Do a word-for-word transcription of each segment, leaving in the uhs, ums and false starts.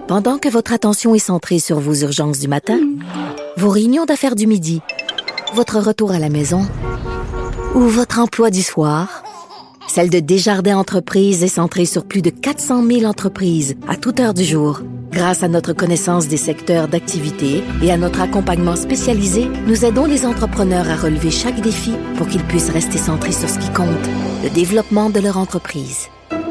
Pendant que votre attention est centrée sur vos urgences du matin, vos réunions d'affaires du midi, votre retour à la maison ou votre emploi du soir, celle de Desjardins Entreprises est centrée sur plus de quatre cent mille entreprises à toute heure du jour. Grâce à notre connaissance des secteurs d'activité et à notre accompagnement spécialisé, nous aidons les entrepreneurs à relever chaque défi pour qu'ils puissent rester centrés sur ce qui compte, le développement de leur entreprise.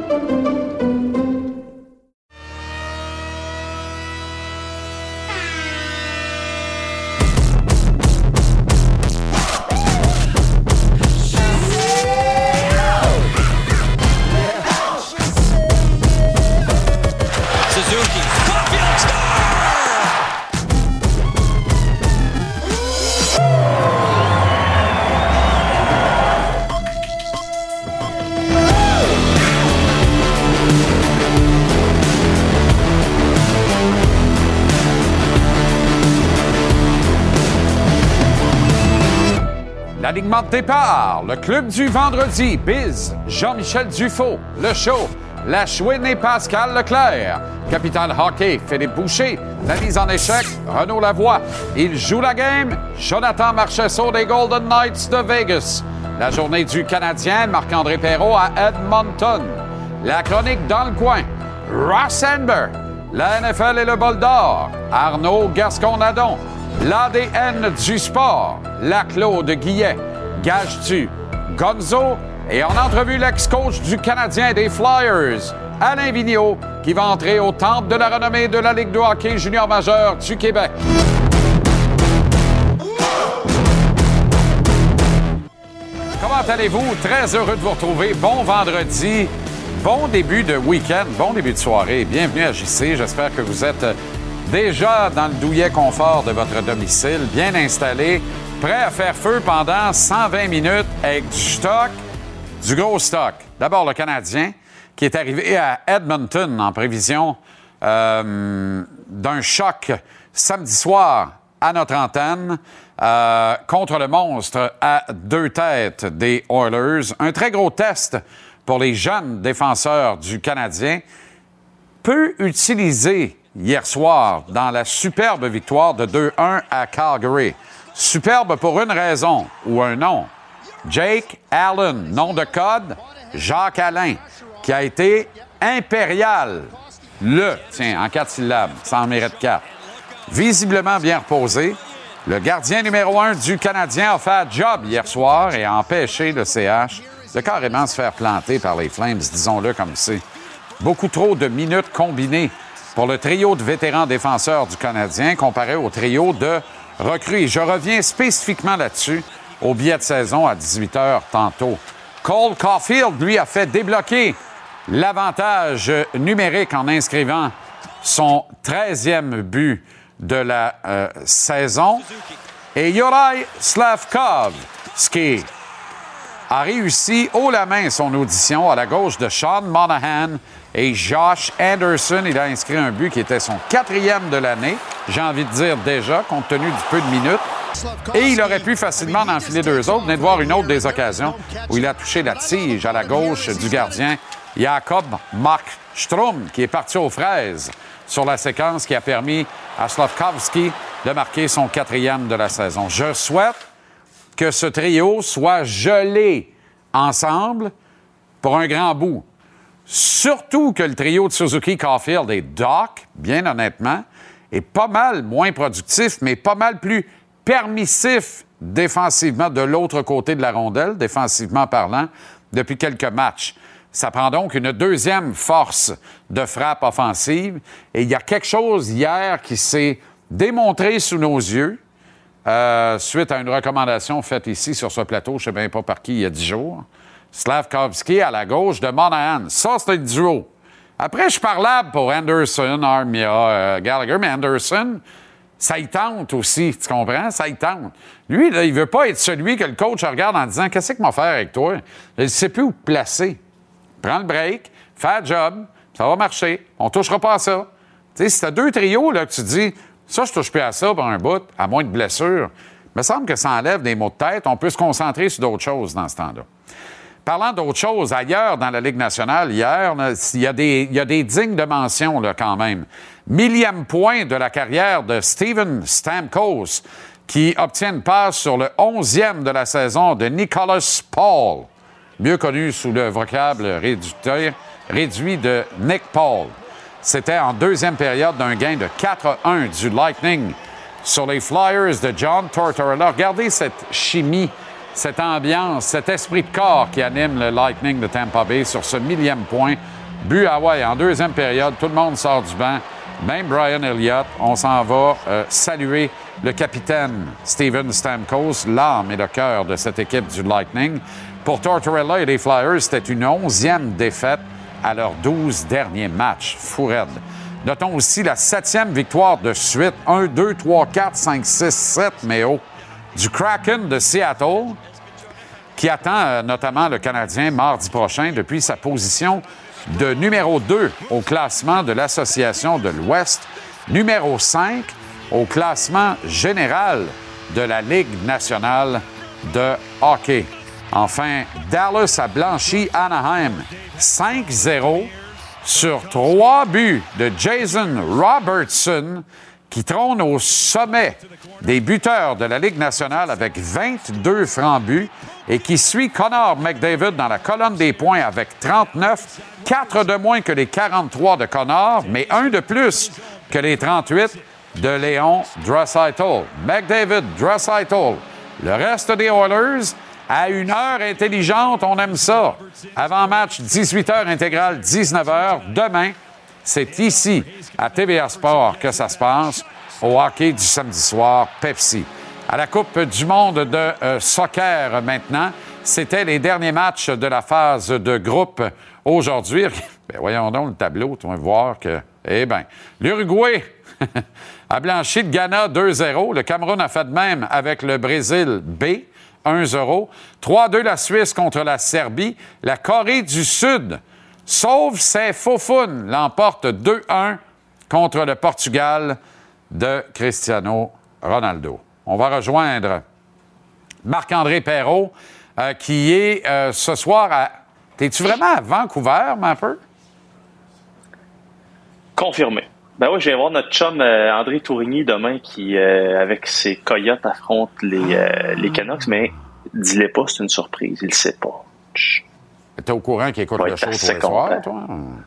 L'alignement de départ, le club du vendredi, Biz, Jean-Michel Dufault, le show, la chouine et Pascal Leclerc, capitaine hockey, Philippe Boucher, la mise en échec, Renaud Lavoie, il joue la game, Jonathan Marchessault des Golden Knights de Vegas, la journée du Canadien, Marc-André Perrault à Edmonton, la chronique dans le coin, Ross Amber, la N F L et le bol d'or, Arnaud Gascon-Nadon, l'A D N du sport, la Claude Guillet, Gage-tu, Gonzo et en entrevue l'ex-coach du Canadien des Flyers, Alain Vigneault, qui va entrer au temple de la renommée de la Ligue de hockey junior majeur du Québec. Comment allez-vous? Très heureux de vous retrouver. Bon vendredi, bon début de week-end, bon début de soirée. Bienvenue à J C. J'espère que vous êtes déjà dans le douillet confort de votre domicile, bien installé, prêt à faire feu pendant cent vingt minutes avec du stock, du gros stock. D'abord, le Canadien, qui est arrivé à Edmonton en prévision euh, d'un choc samedi soir à notre antenne euh, contre le monstre à deux têtes des Oilers. Un très gros test pour les jeunes défenseurs du Canadien, peu utilisé hier soir dans la superbe victoire de deux un à Calgary. Superbe pour une raison ou un nom. Jake Allen, nom de code, Jacques Alain, qui a été impérial. Le, tiens, en quatre syllabes, ça en mérite quatre. Visiblement bien reposé, le gardien numéro un du Canadien a fait un job hier soir et a empêché le C H de carrément se faire planter par les Flames, disons-le comme c'est. Beaucoup trop de minutes combinées pour le trio de vétérans défenseurs du Canadien comparé au trio de recrues. Je reviens spécifiquement là-dessus au billet de saison à dix-huit heures tantôt. Cole Caulfield, lui, a fait débloquer l'avantage numérique en inscrivant son treizième but de la euh, saison. Et Juraj Slafkovský a réussi haut la main son audition à la gauche de Sean Monahan et Josh Anderson. Il a inscrit un but qui était son quatrième de l'année, j'ai envie de dire déjà, compte tenu du peu de minutes. Et il aurait pu facilement en enfiler deux autres. Venez de voir une autre des occasions où il a touché la tige à la gauche du gardien Jacob Markstrom, qui est parti aux fraises sur la séquence qui a permis à Slafkovský de marquer son quatrième de la saison. Je souhaite que ce trio soit gelé ensemble pour un grand bout. Surtout que le trio de Suzuki, Caulfield et Doc, bien honnêtement, est pas mal moins productif, mais pas mal plus permissif défensivement de l'autre côté de la rondelle, défensivement parlant, depuis quelques matchs. Ça prend donc une deuxième force de frappe offensive. Et il y a quelque chose hier qui s'est démontré sous nos yeux, euh, suite à une recommandation faite ici sur ce plateau, je ne sais bien pas par qui, il y a dix jours. Slafkovský à la gauche de Monahan. Ça, c'est un duo. Après, je suis parlable pour Anderson, Armia, euh, Gallagher, mais Anderson, ça y tente aussi, tu comprends? Ça y tente. Lui, là, il veut pas être celui que le coach regarde en disant « Qu'est-ce que m'a faire avec toi? » Il ne sait plus où te placer. Prends le break, fais le job, ça va marcher, on ne touchera pas à ça. Tu sais, si tu as deux trios là, que tu dis « Ça, je touche plus à ça pour un bout, à moins de blessures. » Il me semble que ça enlève des maux de tête. On peut se concentrer sur d'autres choses dans ce temps-là. Parlant d'autres choses, ailleurs dans la Ligue nationale, hier, il y a des, il y a des dignes de mention là, quand même. Millième point de la carrière de Steven Stamkos, qui obtient une passe sur le onzième de la saison de Nicholas Paul, mieux connu sous le vocable réduit, réduit de Nick Paul. C'était en deuxième période d'un gain de quatre à un du Lightning sur les Flyers de John Tortorella. Regardez cette chimie, cette ambiance, cet esprit de corps qui anime le Lightning de Tampa Bay sur ce millième point. But à Hawaii en deuxième période, tout le monde sort du banc. Même Brian Elliott, on s'en va euh, saluer le capitaine Steven Stamkos, l'âme et le cœur de cette équipe du Lightning. Pour Tortorella et les Flyers, c'était une onzième défaite à leurs douze derniers matchs. Fou raide. Notons aussi la septième victoire de suite, un, deux, trois, quatre, cinq, six, sept, mais oh, du Kraken de Seattle, qui attend euh, notamment le Canadien mardi prochain depuis sa position de numéro deux au classement de l'Association de l'Ouest, numéro cinq au classement général de la Ligue nationale de hockey. Enfin, Dallas a blanchi Anaheim cinq zéro sur trois buts de Jason Robertson, qui trône au sommet des buteurs de la Ligue nationale avec vingt-deux francs buts et qui suit Connor McDavid dans la colonne des points avec trente-neuf, quatre de moins que les quarante-trois de Connor, mais un de plus que les trente-huit de Léon Draisaitl. McDavid, Draisaitl. Le reste des Oilers, à une heure intelligente, on aime ça. Avant-match, dix-huit heures intégrale, dix-neuf heures. Demain, c'est ici, à T V A Sport, que ça se passe, au hockey du samedi soir, Pepsi. À la Coupe du monde de euh, soccer maintenant, c'était les derniers matchs de la phase de groupe aujourd'hui. Bien, voyons donc le tableau, tu vas voir que... Eh bien, l'Uruguay a blanchi le Ghana deux zéro. Le Cameroun a fait de même avec le Brésil B, un zéro. trois deux la Suisse contre la Serbie. La Corée du Sud, sauve ses faufounes, l'emporte deux un contre le Portugal de Cristiano Ronaldo. On va rejoindre Marc-André Perrault, euh, qui est euh, ce soir à... T'es-tu vraiment à Vancouver, Mapper? Confirmé. Ben oui, je vais voir notre chum euh, André Tourigny demain qui, euh, avec ses Coyotes, affronte les, euh, les Canucks, mais dis-le pas, c'est une surprise, il le sait pas. Chut. T'es au courant qu'il écoute le show tous les soirs, toi?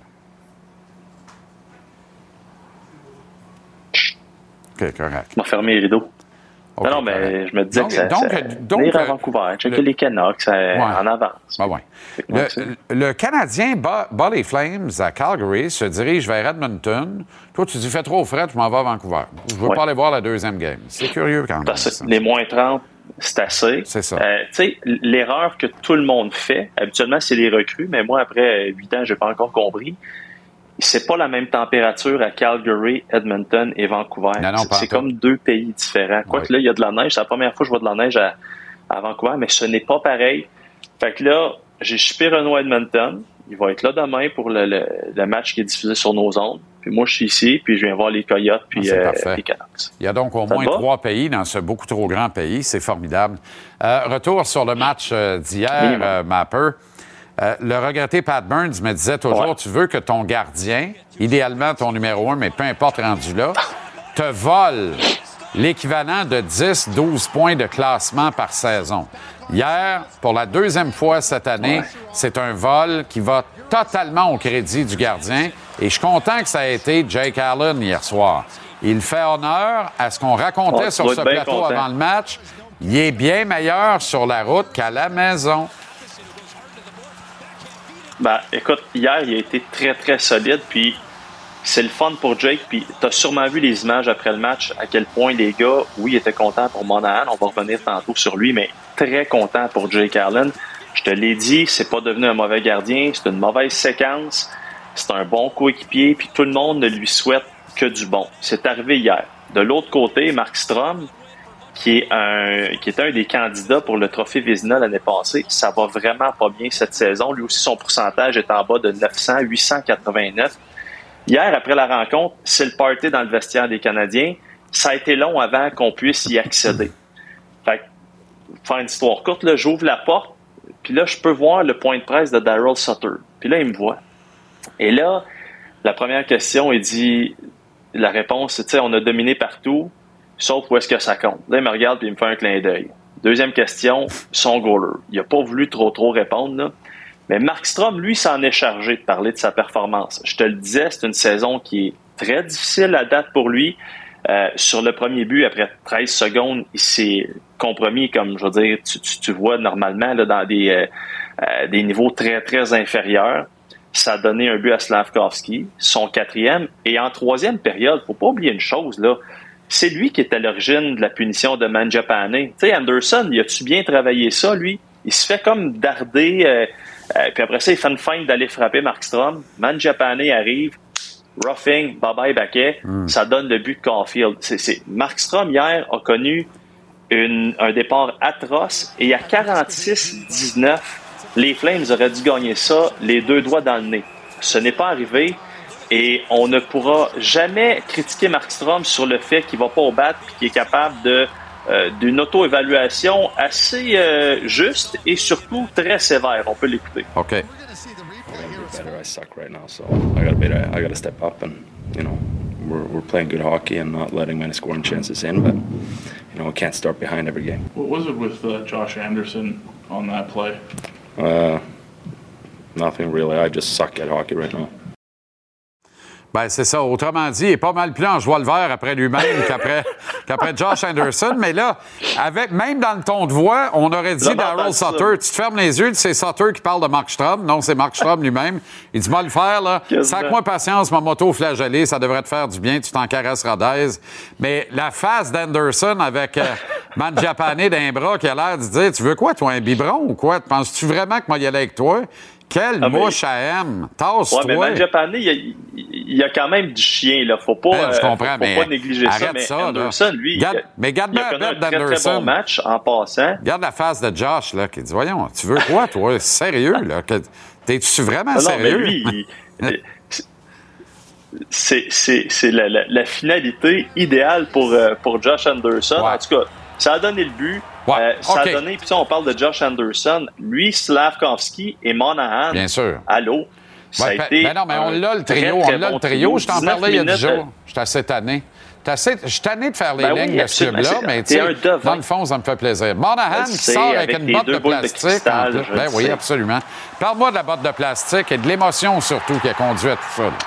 OK, correct. On va fermer les rideaux. Okay, non, non, mais correct. Je me disais donc, que ça... Donc, ça, donc, venir à Vancouver, checker le... les Canucks ça, ouais. En avance. Ben ouais. le, le Canadien bat, bat les Flames à Calgary, se dirige vers Edmonton. Toi, tu dis, fais trop frais, je m'en vais à Vancouver. Je veux ouais. pas aller voir la deuxième game. C'est curieux quand même. Parce que les moins trente, c'est assez. C'est ça. Euh, tu sais, l'erreur que tout le monde fait, habituellement, c'est les recrues, mais moi, après huit ans, je n'ai pas encore compris. C'est pas la même température à Calgary, Edmonton et Vancouver. Non, non, c'est c'est comme deux pays différents. Quoique oui. Là, il y a de la neige. C'est la première fois que je vois de la neige à, à Vancouver, mais ce n'est pas pareil. Fait que là, j'ai chippé Renaud à Edmonton. Il va être là demain pour le, le, le match qui est diffusé sur nos ondes. Puis moi, je suis ici, puis je viens voir les Coyotes, puis ah, euh, les Canucks. Il y a donc au moins trois pays dans ce beaucoup trop grand pays. C'est formidable. Euh, retour sur le match euh, d'hier, euh, Mapper. Euh, le regretté Pat Burns me disait toujours, ouais. Tu veux que ton gardien, idéalement ton numéro un, mais peu importe rendu là, te vole l'équivalent de dix à douze points de classement par saison. Hier, pour la deuxième fois cette année, ouais. C'est un vol qui va totalement au crédit du gardien. Et je suis content que ça ait été Jake Allen hier soir. Il fait honneur à ce qu'on racontait oh, sur ce plateau content. Avant le match. Il est bien meilleur sur la route qu'à la maison. Ben, écoute, hier, il a été très, très solide, puis c'est le fun pour Jake, puis tu as sûrement vu les images après le match, à quel point les gars, oui, étaient contents pour Monahan, on va revenir tantôt sur lui, mais très contents pour Jake Allen. Je te l'ai dit, c'est pas devenu un mauvais gardien, c'est une mauvaise séquence, c'est un bon coéquipier, puis tout le monde ne lui souhaite que du bon. C'est arrivé hier. De l'autre côté, Mark Strom, qui est un qui était un des candidats pour le trophée Vezina l'année passée. Ça va vraiment pas bien cette saison. Lui aussi, son pourcentage est en bas de neuf cents, huit cent quatre-vingt-neuf. Hier, après la rencontre, c'est le party dans le vestiaire des Canadiens. Ça a été long avant qu'on puisse y accéder. Fait que, faire une histoire courte, là, j'ouvre la porte, puis là, je peux voir le point de presse de Daryl Sutter. Puis là, il me voit. Et là, la première question, il dit... la réponse, c'est, tu sais, on a dominé partout, sauf où est-ce que ça compte. Là, il me regarde et il me fait un clin d'œil. Deuxième question, son goaler. Il n'a pas voulu trop, trop répondre, là. Mais Markstrom, lui, s'en est chargé de parler de sa performance. Je te le disais, c'est une saison qui est très difficile à date pour lui. Euh, sur le premier but, après treize secondes, il s'est compromis, comme je veux dire, tu, tu, tu vois normalement là, dans des, euh, euh, des niveaux très, très inférieurs. Ça a donné un but à Slavkovski, son quatrième. Et en troisième période, faut pas oublier une chose, là. C'est lui qui est à l'origine de la punition de Mangiapane. Tu sais, Anderson, il a-tu bien travaillé ça, lui? Il se fait comme darder, euh, euh, puis après ça, il fait une feinte d'aller frapper Markstrom. Mangiapane arrive, roughing, bye-bye Baquet, mm. ça donne le but de Caulfield. C'est, c'est... Markstrom, hier, a connu une, un départ atroce, et à quarante-six dix-neuf, les Flames auraient dû gagner ça les deux doigts dans le nez. Ce n'est pas arrivé. Et on ne pourra jamais critiquer Markstrom sur le fait qu'il ne va pas au bat et qu'il est capable de, euh, d'une auto-évaluation assez euh, juste et surtout très sévère. On peut l'écouter. OK. I suck right now, so I gotta be, I gotta step up, and you know we're we're playing good hockey and not letting many scoring chances in, but you know we can't start behind every game. What was it with uh, Josh Anderson on that play? Uh, nothing really. I just suck at hockey right now. Ben c'est ça. Autrement dit, il est pas mal plus en joie le vert après lui-même qu'après, qu'après Josh Anderson. Mais là, avec même dans le ton de voix, on aurait dit Darryl Sutter. Tu te fermes les yeux, c'est Sutter qui parle de Markstrom. Non, c'est Markstrom lui-même. Il dit, moi le faire, là. Sac-moi patience, ma moto flagellée, ça devrait te faire du bien. Tu t'en caresses Rodez. Mais la face d'Anderson avec euh, Mangiapane d'un bras qui a l'air de dire, tu veux quoi, toi, un biberon ou quoi? Penses-tu vraiment que moi y aller avec toi? Quelle ah, mouche à M! Tasse-toi! Ouais, mais Mangiapane, il y, a, il y a quand même du chien, là. Faut pas, ben, je comprends, faut, faut mais pas négliger ça. arrête Mais ça, Anderson, lui, garde, il, mais garde il a connu un très, très bon match en passant. Regarde la face de Josh, là, qui dit, voyons, tu veux quoi, toi? Sérieux, là? T'es-tu vraiment non, sérieux? Non, mais lui, il, c'est, c'est, c'est la, la, la finalité idéale pour, pour Josh Anderson. Ouais. En tout cas, ça a donné le but. Ouais, euh, ça okay. a donné, puis on parle de Josh Anderson, lui, Slavkovski et Monahan. Bien sûr. Allô? Ça ouais, a été ben non, mais on l'a le trio, très, très on l'a bon le trio. Je t'en parlais il y a dix jours. Euh... J'étais assez tanné. Assez... Je suis tanné de faire les ben lignes oui, de ce club-là, mais tu sais, dans le fond, ça me fait plaisir. Monahan qui sort avec, avec une botte de plastique. De cristal, en ben oui, sais. Absolument. Parle-moi de la botte de plastique et de l'émotion surtout qui a conduit à tout ça. Là.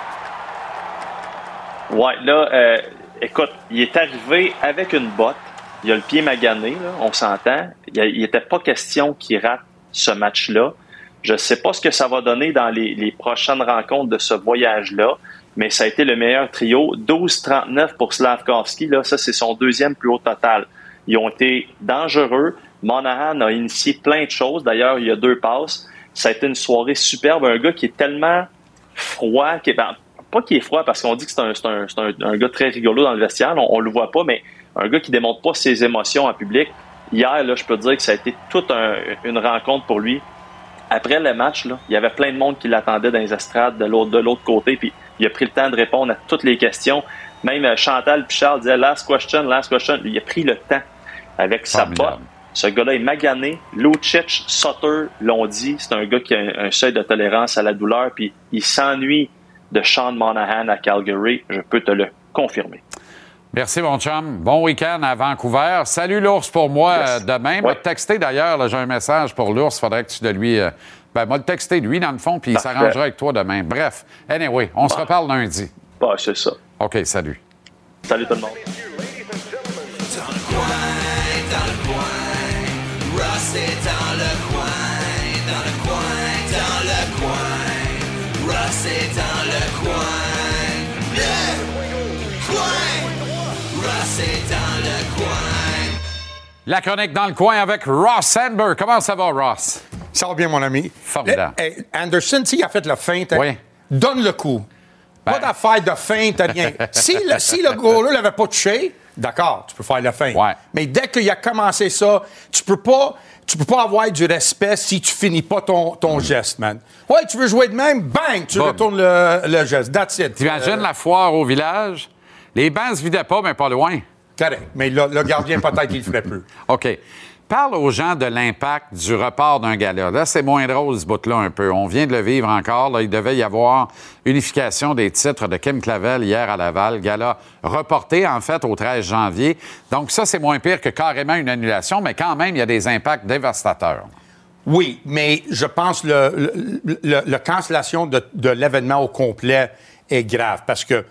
Ouais, là, euh, écoute, il est arrivé avec une botte. Il a le pied magané, là, on s'entend. Il n'était pas question qu'il rate ce match-là. Je ne sais pas ce que ça va donner dans les, les prochaines rencontres de ce voyage-là, mais ça a été le meilleur trio. douze trente-neuf pour Slavkovski, là, ça, c'est son deuxième plus haut total. Ils ont été dangereux. Monahan a initié plein de choses. D'ailleurs, il y a deux passes. Ça a été une soirée superbe. Un gars qui est tellement froid, qui est, ben, pas qu'il est froid parce qu'on dit que c'est un, c'est un, c'est un, un gars très rigolo dans le vestiaire. On, on le voit pas, mais un gars qui démontre pas ses émotions en public. Hier, là, je peux te dire que ça a été toute un, une rencontre pour lui. Après le match, là, il y avait plein de monde qui l'attendait dans les estrades de l'autre, de l'autre côté, puis il a pris le temps de répondre à toutes les questions. Même Chantal Pichard disait « last question, last question ». Il a pris le temps avec sa botte. Ce gars-là est magané. Lucic, Sutter l'ont dit. C'est un gars qui a un, un seuil de tolérance à la douleur, puis il s'ennuie de Sean Monahan à Calgary. Je peux te le confirmer. Merci, mon chum. Bon week-end à Vancouver. Salut l'ours pour moi yes. euh, demain. Ouais. M'a texté d'ailleurs, là, j'ai un message pour l'ours. Faudrait que tu le lui... Euh, ben, m'a le texté lui, dans le fond, puis il s'arrangera avec toi demain. Bref. Anyway, on bah. se reparle lundi. Bah, c'est ça. OK, salut. Salut tout le monde. Dans le coin, dans le coin, Ross est dans le coin, dans le coin, dans le coin, Ross est dans le coin, le coin, Ross est dans le coin. La chronique dans le coin avec Ross Sandberg. Comment ça va, Ross? Ça va bien, mon ami. Formidable. Le, hey, Anderson, tu sais, il a fait la feinte. Oui. Donne le coup. Ben. Pas d'affaire de feinte, rien. si, le, si le goaler l'avait pas touché, d'accord, tu peux faire la feinte. Ouais. Mais dès qu'il a commencé ça, tu peux pas, tu peux pas avoir du respect si tu finis pas ton, ton geste, man. Ouais, tu veux jouer de même, bang, tu Bob. retournes le, le geste. That's it. T'imagines euh, la foire au village? Les bancs se vidaient pas, mais pas loin. Correct. Mais le, le gardien, peut-être, il le ferait plus. OK. parle aux gens de l'impact du report d'un gala. Là, c'est moins drôle, ce bout-là, un peu. On vient de le vivre encore. Là, il devait y avoir unification des titres de Kim Clavel hier à Laval. Gala reporté, en fait, au treize janvier. Donc ça, c'est moins pire que carrément une annulation, mais quand même, il y a des impacts dévastateurs. Oui, mais je pense que le, le, le, la cancellation de, de l'événement au complet est grave parce que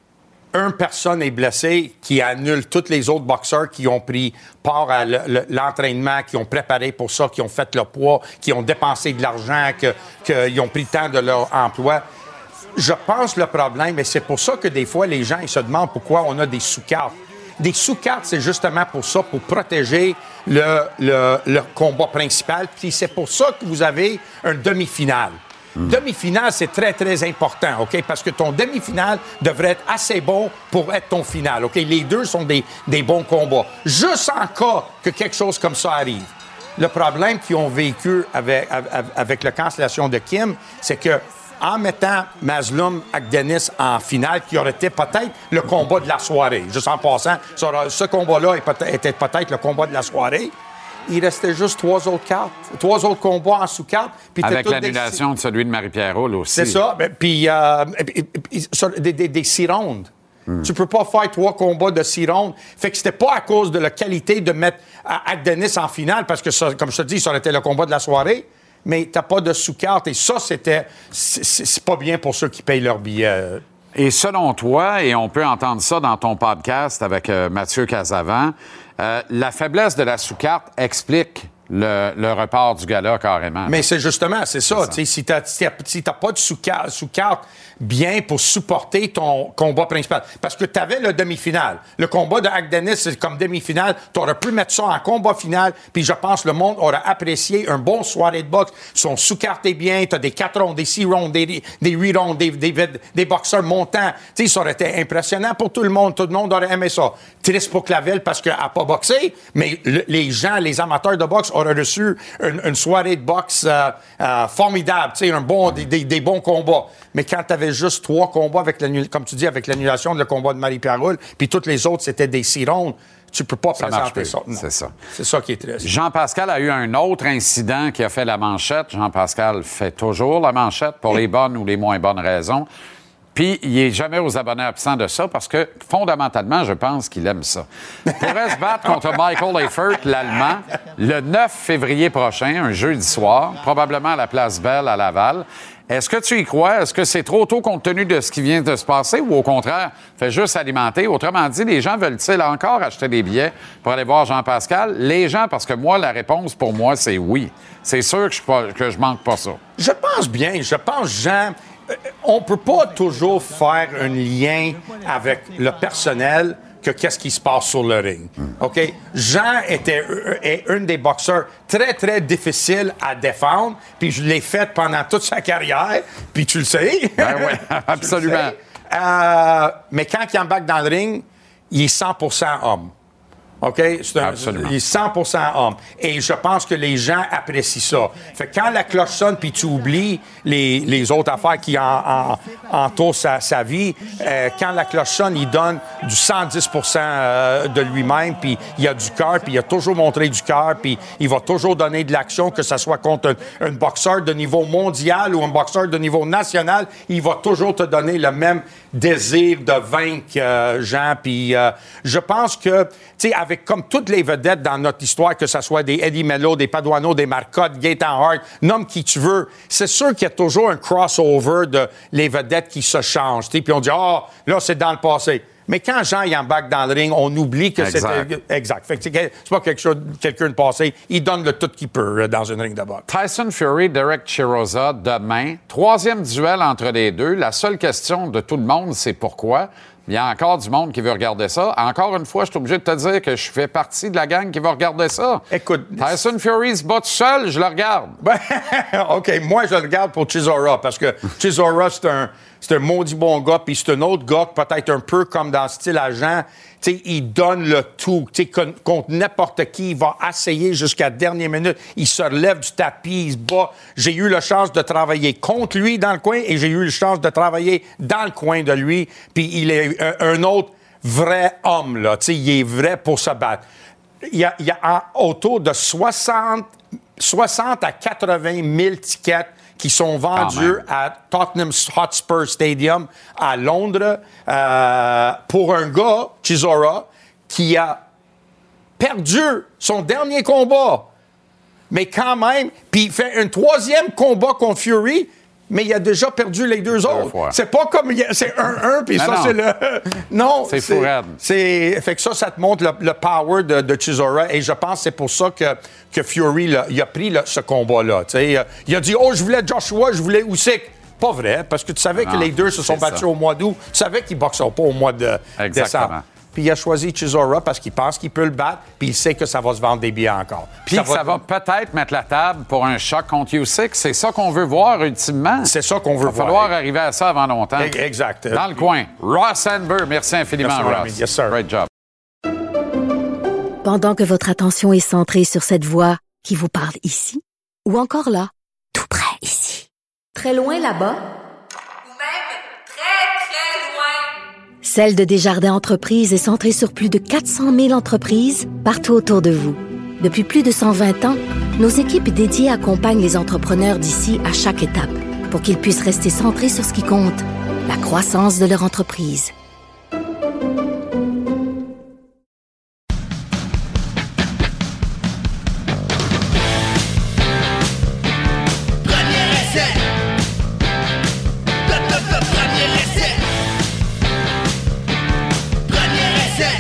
une personne est blessée qui annule tous les autres boxeurs qui ont pris part à le, le, l'entraînement, qui ont préparé pour ça, qui ont fait le poids, qui ont dépensé de l'argent, que, qu'ils ont pris le temps de leur emploi. Je pense le problème, et c'est pour ça que des fois, les gens ils se demandent pourquoi on a des sous-cartes. Des sous-cartes, c'est justement pour ça, pour protéger le, le, le combat principal. Puis c'est pour ça que vous avez un demi-finale. Mm. Demi-finale, c'est très, très important, OK? Parce que ton demi-finale devrait être assez bon pour être ton finale, OK? Les deux sont des, des bons combats. Juste en cas que quelque chose comme ça arrive. Le problème qu'ils ont vécu avec, avec, avec la cancellation de Kim, c'est que en mettant Masloum Akdenis en finale, qui aurait été peut-être le combat de la soirée. Juste en passant, ça aura, ce combat-là était peut-être le combat de la soirée. Il restait juste trois autres cartes, trois autres combats en sous-carte. Avec l'annulation des... de celui de Marie-Pierre Roule aussi. C'est ça. Puis, euh, des, des, des six rondes. Hmm. Tu peux pas faire trois combats de six rondes. Fait que c'était pas à cause de la qualité de mettre Akdenis en finale, parce que, ça, comme je te dis, ça aurait été le combat de la soirée. Mais t'as pas de sous-carte. Et ça, c'était... C'est, c'est pas bien pour ceux qui payent leur billet. Et selon toi, et on peut entendre ça dans ton podcast avec euh, Mathieu Casavant, euh, la faiblesse de la sous-carte explique le, le report du gala carrément. Mais c'est justement, c'est ça. C'est ça. Si t'as, si, t'as, si t'as pas de sous-carte, sous-carte bien pour supporter ton combat principal. Parce que tu avais le demi-finale. Le combat de Akdenis, c'est comme demi-finale. Tu aurais pu mettre ça en combat final, puis je pense que le monde aurait apprécié un bon soirée de boxe. Ils sont sous-cartés bien, tu as des quatre rondes, des six rondes, des, des huit rondes, des, des, des boxeurs montants. Tu sais, ça aurait été impressionnant pour tout le monde. Tout le monde aurait aimé ça. Triste pour Clavel parce qu'elle n'a pas boxé, mais le, les gens, les amateurs de boxe auraient reçu une, une soirée de boxe euh, euh, formidable, tu sais, un bon, des, des, des bons combats. Mais quand tu avais juste trois combats, avec comme tu dis, avec l'annulation de le combat de Marie-Pierre Roule, puis toutes les autres, c'était des six rondes, tu peux pas ça présenter ça. C'est ça. C'est ça qui est triste. Jean-Pascal a eu un autre incident qui a fait la manchette. Jean-Pascal fait toujours la manchette pour les bonnes ou les moins bonnes raisons. Puis, il n'est jamais aux abonnés absents de ça parce que, fondamentalement, je pense qu'il aime ça. Il pourrait se battre contre Michael Eifert, l'Allemand, le neuf février prochain, un jeudi soir, probablement à la Place Belle à Laval. Est-ce que tu y crois? Est-ce que c'est trop tôt compte tenu de ce qui vient de se passer ou au contraire, fait juste alimenter? Autrement dit, les gens veulent-ils encore acheter des billets pour aller voir Jean-Pascal? Les gens, parce que moi, la réponse pour moi, c'est oui. C'est sûr que je, pas, que je manque pas ça. Je pense bien. Je pense, Jean... On peut pas toujours faire un lien avec le personnel que qu'est-ce qui se passe sur le ring. OK? Jean était est une des boxeurs très, très difficiles à défendre, puis je l'ai fait pendant toute sa carrière, puis tu le sais. Ben oui, absolument. Euh, mais quand il embarque dans le ring, il est cent pour cent homme. OK? C'est un, Absolument. Il est cent pour cent homme. Et je pense que les gens apprécient ça. Fait que quand la cloche sonne puis tu oublies les, les autres affaires qui en, en, entourent sa, sa vie, euh, quand la cloche sonne, il donne du cent dix pour cent euh, de lui-même, puis il a du cœur, puis il a toujours montré du cœur, puis il va toujours donner de l'action, que ce soit contre un, un boxeur de niveau mondial ou un boxeur de niveau national, il va toujours te donner le même désir de vaincre, euh, Jean. Puis euh, je pense que, tu sais, avec comme toutes les vedettes dans notre histoire, que ce soit des Eddie Mello, des Paduano, des Marcotte, Gaétan Hart, nomme qui tu veux, c'est sûr qu'il y a toujours un crossover de les vedettes qui se changent. Puis on dit, ah, oh, là, c'est dans le passé. Mais quand Jean il embarque dans le ring, on oublie que exact. c'était... Exact. Fait que c'est pas quelque chose, quelqu'un de passé. Il donne le tout qu'il peut dans une ring de boxe. Tyson Fury, Derek Chiroza, demain. Troisième duel entre les deux. La seule question de tout le monde, c'est pourquoi. Il y a encore du monde qui veut regarder ça. Encore une fois, je suis obligé de te dire que je fais partie de la gang qui va regarder ça. Écoute... Tyson Fury se bat tout seul, je le regarde. Ben, OK, moi, je le regarde pour Chisora, parce que Chisora, c'est un, c'est un maudit bon gars, puis c'est un autre gars, peut-être un peu comme dans le style agent. Tu sais, il donne le tout. Tu sais, contre n'importe qui, il va essayer jusqu'à la dernière minute. Il se relève du tapis, il se bat. J'ai eu la chance de travailler contre lui dans le coin et j'ai eu la chance de travailler dans le coin de lui. Puis il est un, un autre vrai homme, là. Tu sais, il est vrai pour se battre. il y a, il y a en- autour de soixante, soixante à quatre-vingt mille tickets qui sont vendus à Tottenham Hotspur Stadium à Londres euh, pour un gars, Chisora, qui a perdu son dernier combat. Mais quand même, puis il fait un troisième combat contre Fury, mais il a déjà perdu les deux autres. fois. C'est pas comme... il y a- C'est un un, puis Non, ça, non. c'est le... Non, C'est fou raide. c'est fait que ça, ça te montre le, le power de, de Chisora. Et je pense que c'est pour ça que, que Fury là, il a pris là, ce combat-là. Tu sais, il a dit « Oh, je voulais Joshua, je voulais Usyk ». Pas vrai, parce que tu savais Non, que les deux se sont c'est battus ça. au mois d'août. Tu savais qu'ils ne boxeront pas au mois de Exactement. décembre. Puis il a choisi Chisora parce qu'il pense qu'il peut le battre, puis il sait que ça va se vendre des billets encore. Puis ça va peut-être mettre la table pour un choc contre Usyk. C'est ça qu'on veut voir ultimement. C'est ça qu'on veut Il va voir. falloir arriver à ça avant longtemps. Exact. Dans le coin. Ross Sandberg, merci infiniment, Merci, mon Ross. ami. Yes, sir. Great job. Pendant que votre attention est centrée sur cette voix qui vous parle ici, ou encore là, tout près ici, très loin là-bas, Celle de Desjardins Entreprises est centrée sur plus de quatre cent mille entreprises partout autour de vous. Depuis plus de cent vingt ans, nos équipes dédiées accompagnent les entrepreneurs d'ici à chaque étape pour qu'ils puissent rester centrés sur ce qui compte, la croissance de leur entreprise. Premier essai. Top, top, top, premier essai. Premier essai.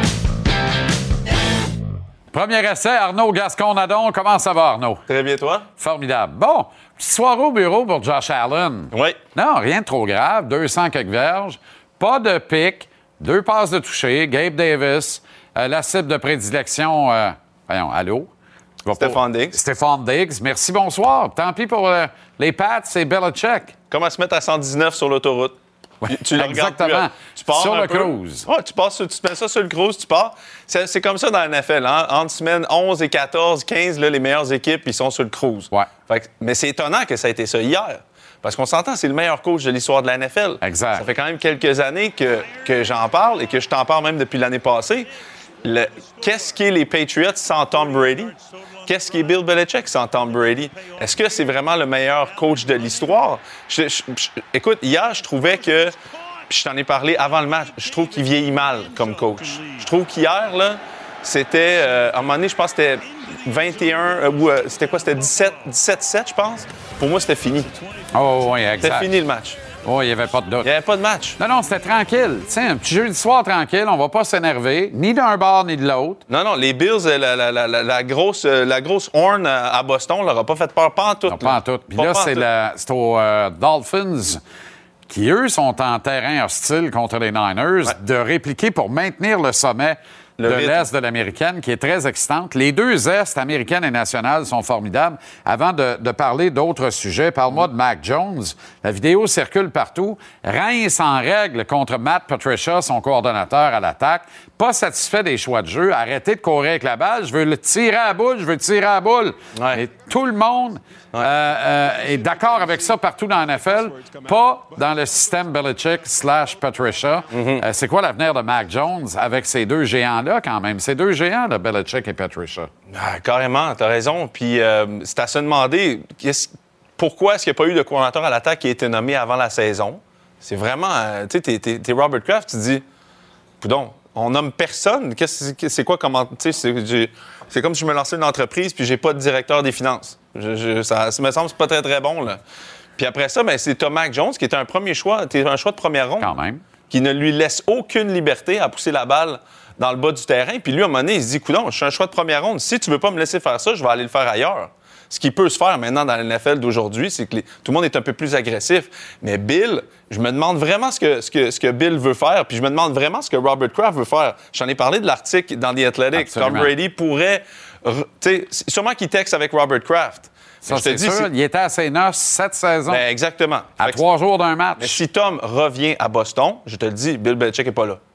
Premier essai, Arnaud Gascon-Nadon. Comment ça va, Arnaud? Très bien, toi? Formidable. Bon, petite soirée au bureau pour Josh Allen. Oui. Non, rien de trop grave. deux cents quelques verges. Pas de pic. Deux passes de toucher. Gabe Davis. Euh, la cible de prédilection... euh, voyons, allô? Je vais Stéphane pas- Diggs. Stéphane Diggs. Merci, bonsoir. Tant pis pour euh, les Pats et Belichick. Comment se mettre à cent dix-neuf sur l'autoroute? Tu- tu le regardes exactement. plus, tu pars Sur un le peu. cruise. Ouais, tu, passes sur- tu te mets ça sur le cruise, tu pars. C'est, c'est comme ça dans la N F L. Hein? Entre semaines onze et quatorze, quinze, là, les meilleures équipes, ils sont sur le cruise. Ouais. Fait que- mais c'est étonnant que ça ait été ça hier. Parce qu'on s'entend, c'est le meilleur coach de l'histoire de la N F L. Exact. Ça fait quand même quelques années que, que j'en parle et que je t'en parle même depuis l'année passée. Le- qu'est-ce qu'est les Patriots sans Tom Brady? Qu'est-ce qu'est Bill Belichick sans Tom Brady? Est-ce que c'est vraiment le meilleur coach de l'histoire? Je- je- je- écoute, hier, je trouvais que, puis je t'en ai parlé avant le match, je trouve qu'il vieillit mal comme coach. Je trouve qu'hier, là, c'était, euh, à un moment donné, je pense que c'était vingt et un, euh, ou euh, c'était quoi? C'était dix-sept sept, je pense. Pour moi, c'était fini. Oh, oui, C'était exact. fini le match. Oh, il n'y avait pas de doute. Il n'y avait pas de match. Non, non, c'était tranquille. Tiens, un petit jeudi soir tranquille, on va pas s'énerver, ni d'un bord ni de l'autre. Non, non, les Bills, euh, la, la, la, la, la grosse, euh, la grosse horn à à Boston leur a pas fait peur, pas en tout. Non, pas en tout. Puis là, c'est, la- c'est aux euh, Dolphins qui, eux, sont en terrain hostile contre les Niners, Ouais. de répliquer pour maintenir le sommet Le de rythme. l'Est de l'Américaine, qui est très excitante. Les deux Est, américaine et nationale, sont formidables. Avant de, de parler d'autres sujets, parle-moi de Mac Jones. La vidéo circule partout. Règne sans règle contre Matt Patricia, son coordonnateur à l'attaque. Pas satisfait des choix de jeu. Arrêtez de courir avec la balle. Je veux le tirer à la boule. Je veux tirer à la boule. Ouais. Et tout le monde euh, euh, est d'accord avec ça partout dans la N F L. Pas dans le système Belichick slash Patricia. Euh, c'est quoi l'avenir de Mac Jones avec ces deux géants-là, quand même? Ces deux géants, là, Belichick et Patricia. Ah, carrément, t'as raison. Puis euh, c'est à se demander qu'est-ce- pourquoi est-ce qu'il n'y a pas eu de coordonnateur à l'attaque qui a été nommé avant la saison. C'est vraiment, euh, tu sais, t'es, t'es- t'es Robert Kraft, tu te dis, coudonc, on nomme personne. Qu'est-ce, que- c'est quoi comment, tu sais, c'est, j'ai- c'est comme si je me lançais une entreprise puis j'ai pas de directeur des finances. Je, je- ça, ça me semble que c'est pas très très bon là. Puis après ça, ben, c'est Thomas Mac Jones qui était un premier choix, t'es un choix de première ronde. Quand même. Qui ne lui laisse aucune liberté à pousser la balle dans le bas du terrain. Puis lui, à un moment donné, il se dit, coudonc, je suis un choix de première ronde. Si tu veux pas me laisser faire ça, je vais aller le faire ailleurs. Ce qui peut se faire maintenant dans la N F L d'aujourd'hui, c'est que les- tout le monde est un peu plus agressif. Mais Bill, je me demande vraiment ce que, ce que, ce que Bill veut faire, puis je me demande vraiment ce que Robert Kraft veut faire. J'en ai parlé de l'article dans The Athletic. Absolument. Tom Brady pourrait... re- tu sais, sûrement qu'il texte avec Robert Kraft. Ça, Mais je te c'est dis, sûr. c'est- Il était à ses noces cette saison, Ben, exactement. à Fait que- trois jours d'un match. mais si Tom revient à Boston, je te le dis, Bill Belichick n'est pas là.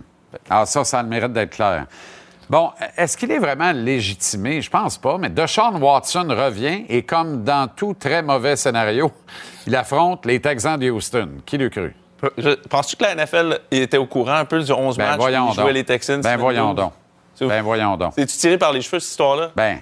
Ah, ça, ça a le mérite d'être clair. Bon, est-ce qu'il est vraiment légitimé? Je pense pas, mais Deshaun Watson revient et, comme dans tout très mauvais scénario, il affronte les Texans de Houston. Qui l'eût cru? Je- Penses-tu que la N F L était au courant un peu du onze Ben matchs voyons où ils jouaient donc. les Texans? Ben semaine voyons douze? donc. Ben, voyons donc. C'est-tu tiré par les cheveux, cette histoire-là? Ben...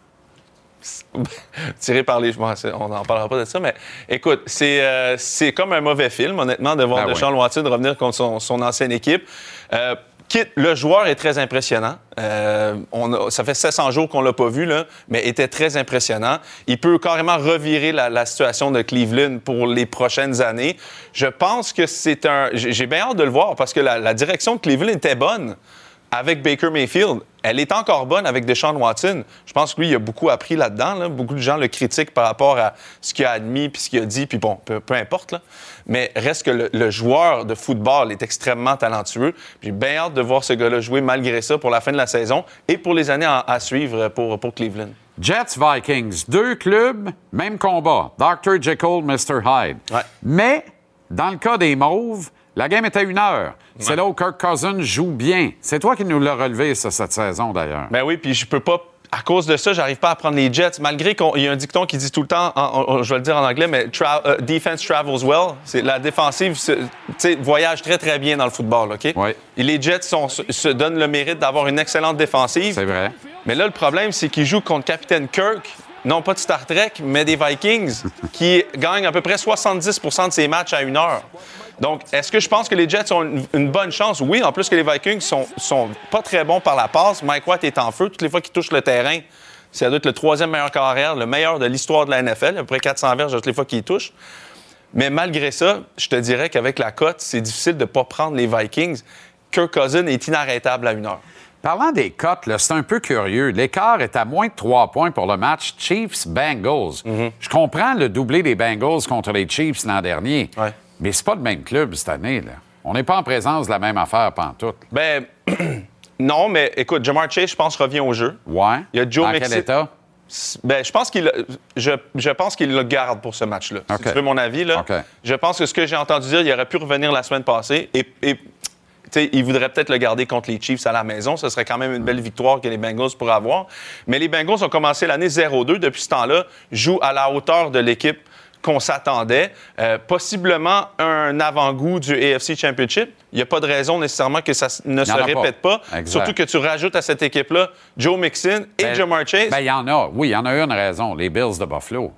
tiré par les cheveux, on n'en parlera pas de ça, mais écoute, c'est, euh, c'est comme un mauvais film, honnêtement, de voir Ben Deshaun oui. Watson revenir contre son, son ancienne équipe. Euh, Kit, le joueur est très impressionnant. Euh, on a, ça fait sept cents jours qu'on l'a pas vu, là, mais était très impressionnant. Il peut carrément revirer la, la situation de Cleveland pour les prochaines années. Je pense que c'est un... J'ai, j'ai bien hâte de le voir parce que la, la direction de Cleveland était bonne avec Baker Mayfield. Elle est encore bonne avec Deshaun Watson. Je pense que lui, il a beaucoup appris là-dedans. Là. Beaucoup de gens le critiquent par rapport à ce qu'il a admis puis ce qu'il a dit. Puis bon, peu, peu importe. Là. Mais reste que le, le joueur de football est extrêmement talentueux. J'ai bien hâte de voir ce gars-là jouer malgré ça pour la fin de la saison et pour les années à, à suivre pour, pour Cleveland. Jets-Vikings, deux clubs, même combat. docteur Jekyll, mister Hyde. Ouais. Mais, dans le cas des Mauves, la game était une heure. C'est ouais. là où Kirk Cousins joue bien. C'est toi qui nous l'as relevé, ça, cette saison, d'ailleurs. Ben oui, puis je peux pas... À cause de ça, j'arrive pas à prendre les Jets, malgré qu'il y a un dicton qui dit tout le temps, en, en, je vais le dire en anglais, mais tra- uh, defense travels well. C'est, la défensive se, voyage très, très bien dans le football, OK? Oui. Et les Jets sont, se donnent le mérite d'avoir une excellente défensive. C'est vrai. Mais là, le problème, c'est qu'ils jouent contre Capitaine Kirk, non pas de Star Trek, mais des Vikings, qui gagnent à peu près soixante-dix pour cent de ses matchs à une heure. Donc, est-ce que je pense que les Jets ont une, une bonne chance? Oui, en plus que les Vikings sont, sont pas très bons par la passe. Mike White est en feu. Toutes les fois qu'il touche le terrain, ça doit être le troisième meilleur carrière, le meilleur de l'histoire de la N F L, à peu près quatre cents verges toutes les fois qu'il touche. Mais malgré ça, je te dirais qu'avec la cote, c'est difficile de ne pas prendre les Vikings. Kirk Cousins est inarrêtable à une heure. Parlant des cotes, là, c'est un peu curieux. L'écart est à moins de trois points pour le match Chiefs-Bengals. Mm-hmm. Je comprends le doublé des Bengals contre les Chiefs l'an dernier. Ouais. Mais c'est pas le même club cette année, là. On n'est pas en présence de la même affaire pantoute. Ben non, mais écoute, Jamar Chase, je pense, revient au jeu. Ouais. Il y a Joe Dans Mixon. quel état? Ben, je pense qu'il je, je pense qu'il le garde pour ce match-là. Okay. Si tu veux mon avis, là. Okay. Je pense que ce que j'ai entendu dire, il aurait pu revenir la semaine passée et, et il voudrait peut-être le garder contre les Chiefs à la maison. Ce serait quand même une belle victoire que les Bengals pourraient avoir. Mais les Bengals ont commencé l'année zéro deux. Depuis ce temps-là, jouent à la hauteur de l'équipe qu'on s'attendait. Euh, possiblement un avant-goût du A F C Championship. Il n'y a pas de raison nécessairement que ça ne se répète pas. pas. Surtout que tu rajoutes à cette équipe-là Joe Mixon et ben, Jamar Chase. Bien, il y en a. Oui, il y en a une raison. Les Bills de Buffalo.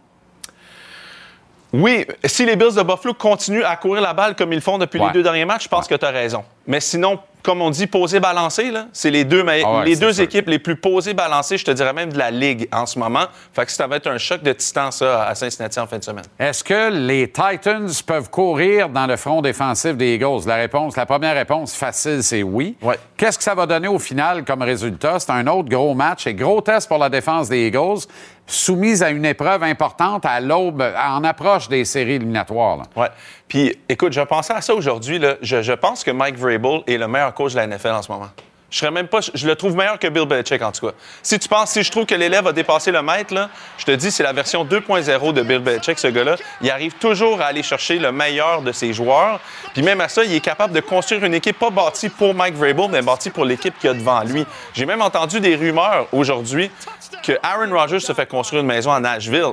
Oui, si les Bills de Buffalo continuent à courir la balle comme ils font depuis ouais. les deux derniers matchs, je pense ouais. que tu as raison. Mais sinon, comme on dit, posé-balancé, là, c'est les deux, me- ah ouais, les deux sûr. équipes les plus posées-balancées, je te dirais même de la Ligue en ce moment. Fait que ça va être un choc de titans, ça, à Cincinnati en fin de semaine. Est-ce que les Titans peuvent courir dans le front défensif des Eagles? La réponse, la première réponse facile, c'est oui. Ouais. Qu'est-ce que ça va donner au final comme résultat? C'est un autre gros match et gros test pour la défense des Eagles, soumise à une épreuve importante à l'aube, en approche des séries éliminatoires. Oui. Puis, écoute, je pensais à ça aujourd'hui. Là. Je, je pense que Mike Vrabel est le meilleur coach de la N F L en ce moment. Je serais même pas. Je le trouve meilleur que Bill Belichick, en tout cas. Si tu penses, si je trouve que l'élève a dépassé le maître, là, je te dis, c'est la version deux point zéro de Bill Belichick, ce gars-là. Il arrive toujours à aller chercher le meilleur de ses joueurs. Puis même à ça, il est capable de construire une équipe pas bâtie pour Mike Vrabel, mais bâtie pour l'équipe qu'il y a devant lui. J'ai même entendu des rumeurs aujourd'hui que Aaron Rodgers se fait construire une maison à Nashville.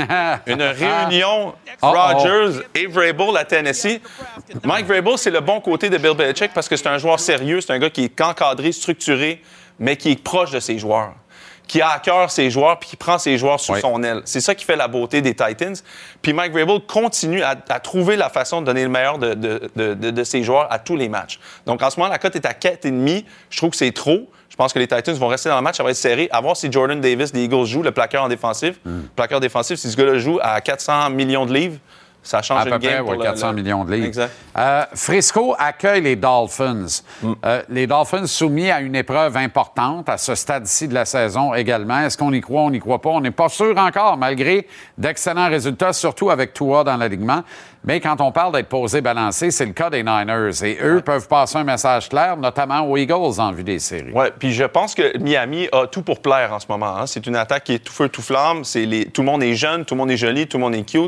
Une réunion Rodgers et Vrabel à Tennessee. Mike Vrabel, c'est le bon côté de Bill Belichick parce que c'est un joueur sérieux, c'est un gars qui est encadré, structuré, mais qui est proche de ses joueurs, qui a à cœur ses joueurs puis qui prend ses joueurs sous oui. son aile. C'est ça qui fait la beauté des Titans. Puis Mike Vrabel continue à, à trouver la façon de donner le meilleur de, de, de, de, de ses joueurs à tous les matchs. Donc en ce moment, la cote est à quatre virgule cinq. Je trouve que c'est trop. Je pense que les Titans vont rester dans le match, ça va être serré. À voir si Jordan Davis des Eagles joue, le plaqueur en défensif. Mm. Le plaqueur défensif, si ce gars-là joue à quatre cents millions de livres, ça change à une peu game près, pour oui, quatre cents le... millions de livres. Exact. Euh, Frisco accueille les Dolphins. Mm. Euh, les Dolphins soumis à une épreuve importante à ce stade-ci de la saison également. Est-ce qu'on y croit, on n'y croit pas? On n'est pas sûr encore, malgré d'excellents résultats, surtout avec Tua dans l'alignement. Mais quand on parle d'être posé balancé, c'est le cas des Niners. Et eux ouais. peuvent passer un message clair, notamment aux Eagles en vue des séries. Oui, puis je pense que Miami a tout pour plaire en ce moment. Hein. C'est une attaque qui est tout feu, tout flamme. C'est les... Tout le monde est jeune, tout le monde est joli, tout le monde est cute.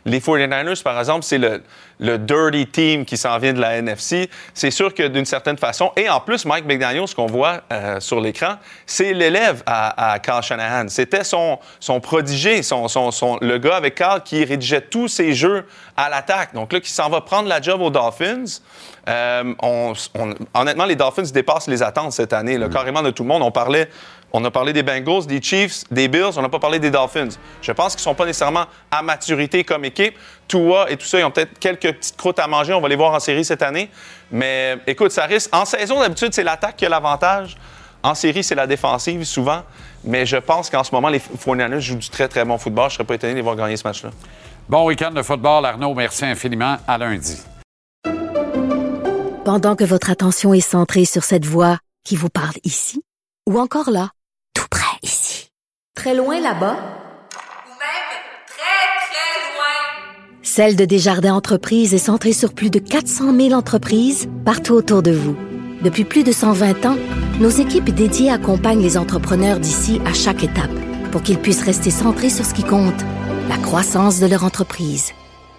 les forty-niners, par exemple, c'est le, le dirty team qui s'en vient de la N F C. C'est sûr que d'une certaine façon, et en plus, Mike McDaniel, ce qu'on voit euh, sur l'écran, c'est l'élève à, à Kyle Shanahan. C'était son, son prodigé, son, son, son, le gars avec Kyle qui rédigeait tous ses jeux à l'attaque. Donc là, qui s'en va prendre la job aux Dolphins. Euh, on, on, honnêtement, les Dolphins dépassent les attentes cette année, là, mm. carrément de tout le monde. On parlait, on a parlé des Bengals, des Chiefs, des Bills, on n'a pas parlé des Dolphins. Je pense qu'ils ne sont pas nécessairement à maturité comme équipe. Tua et tout ça, ils ont peut-être quelques petites croûtes à manger. On va les voir en série cette année. Mais écoute, ça risque. En saison, d'habitude, c'est l'attaque qui a l'avantage. En série, c'est la défensive, souvent. Mais je pense qu'en ce moment, les forty-niners jouent du très, très bon football. Je ne serais pas étonné de les voir gagner ce match-là. Bon week-end de football, Arnaud. Merci infiniment. À lundi. Pendant que votre attention est centrée sur cette voix qui vous parle ici, ou encore là, tout près ici, très loin là-bas, ou même très, très loin, Celle de Desjardins Entreprises est centrée sur plus de quatre cent mille entreprises partout autour de vous. Depuis plus de cent vingt ans, nos équipes dédiées accompagnent les entrepreneurs d'ici à chaque étape pour qu'ils puissent rester centrés sur ce qui compte, la croissance de leur entreprise.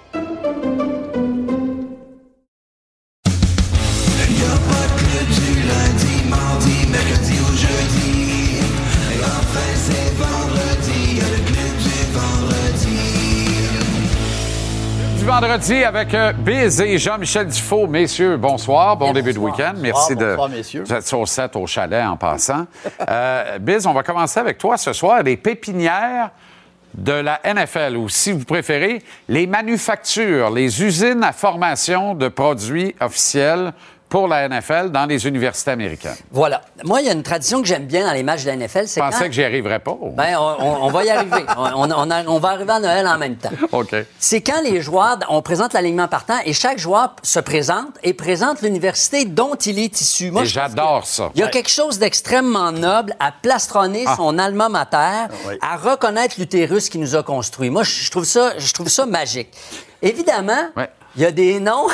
Vendredi avec euh, Biz et Jean-Michel Dufault. Messieurs, bonsoir. Bon début de week-end. Merci bonsoir, de... Bonsoir, messieurs. Vous êtes sur sept au chalet en passant. euh, Biz, on va commencer avec toi ce soir. Les pépinières de la N F L, ou si vous préférez, les manufactures, les usines à formation de produits officiels pour la N F L dans les universités américaines. Voilà. Moi, il y a une tradition que j'aime bien dans les matchs de la N F L. C'est Je pensais quand... que j'y arriverais pas. Bien, on, on, on va y arriver. on, on, a, on va arriver à Noël en même temps. OK. C'est quand les joueurs, on présente l'alignement partant et chaque joueur se présente et présente l'université dont il est issu. Moi, et j'adore ça. Il y a quelque chose d'extrêmement noble à plastronner ah. son alma mater, ah, oui. à reconnaître l'utérus qui nous a construits. Moi, je trouve ça, je trouve ça magique. Évidemment... Ouais. Il y a des noms.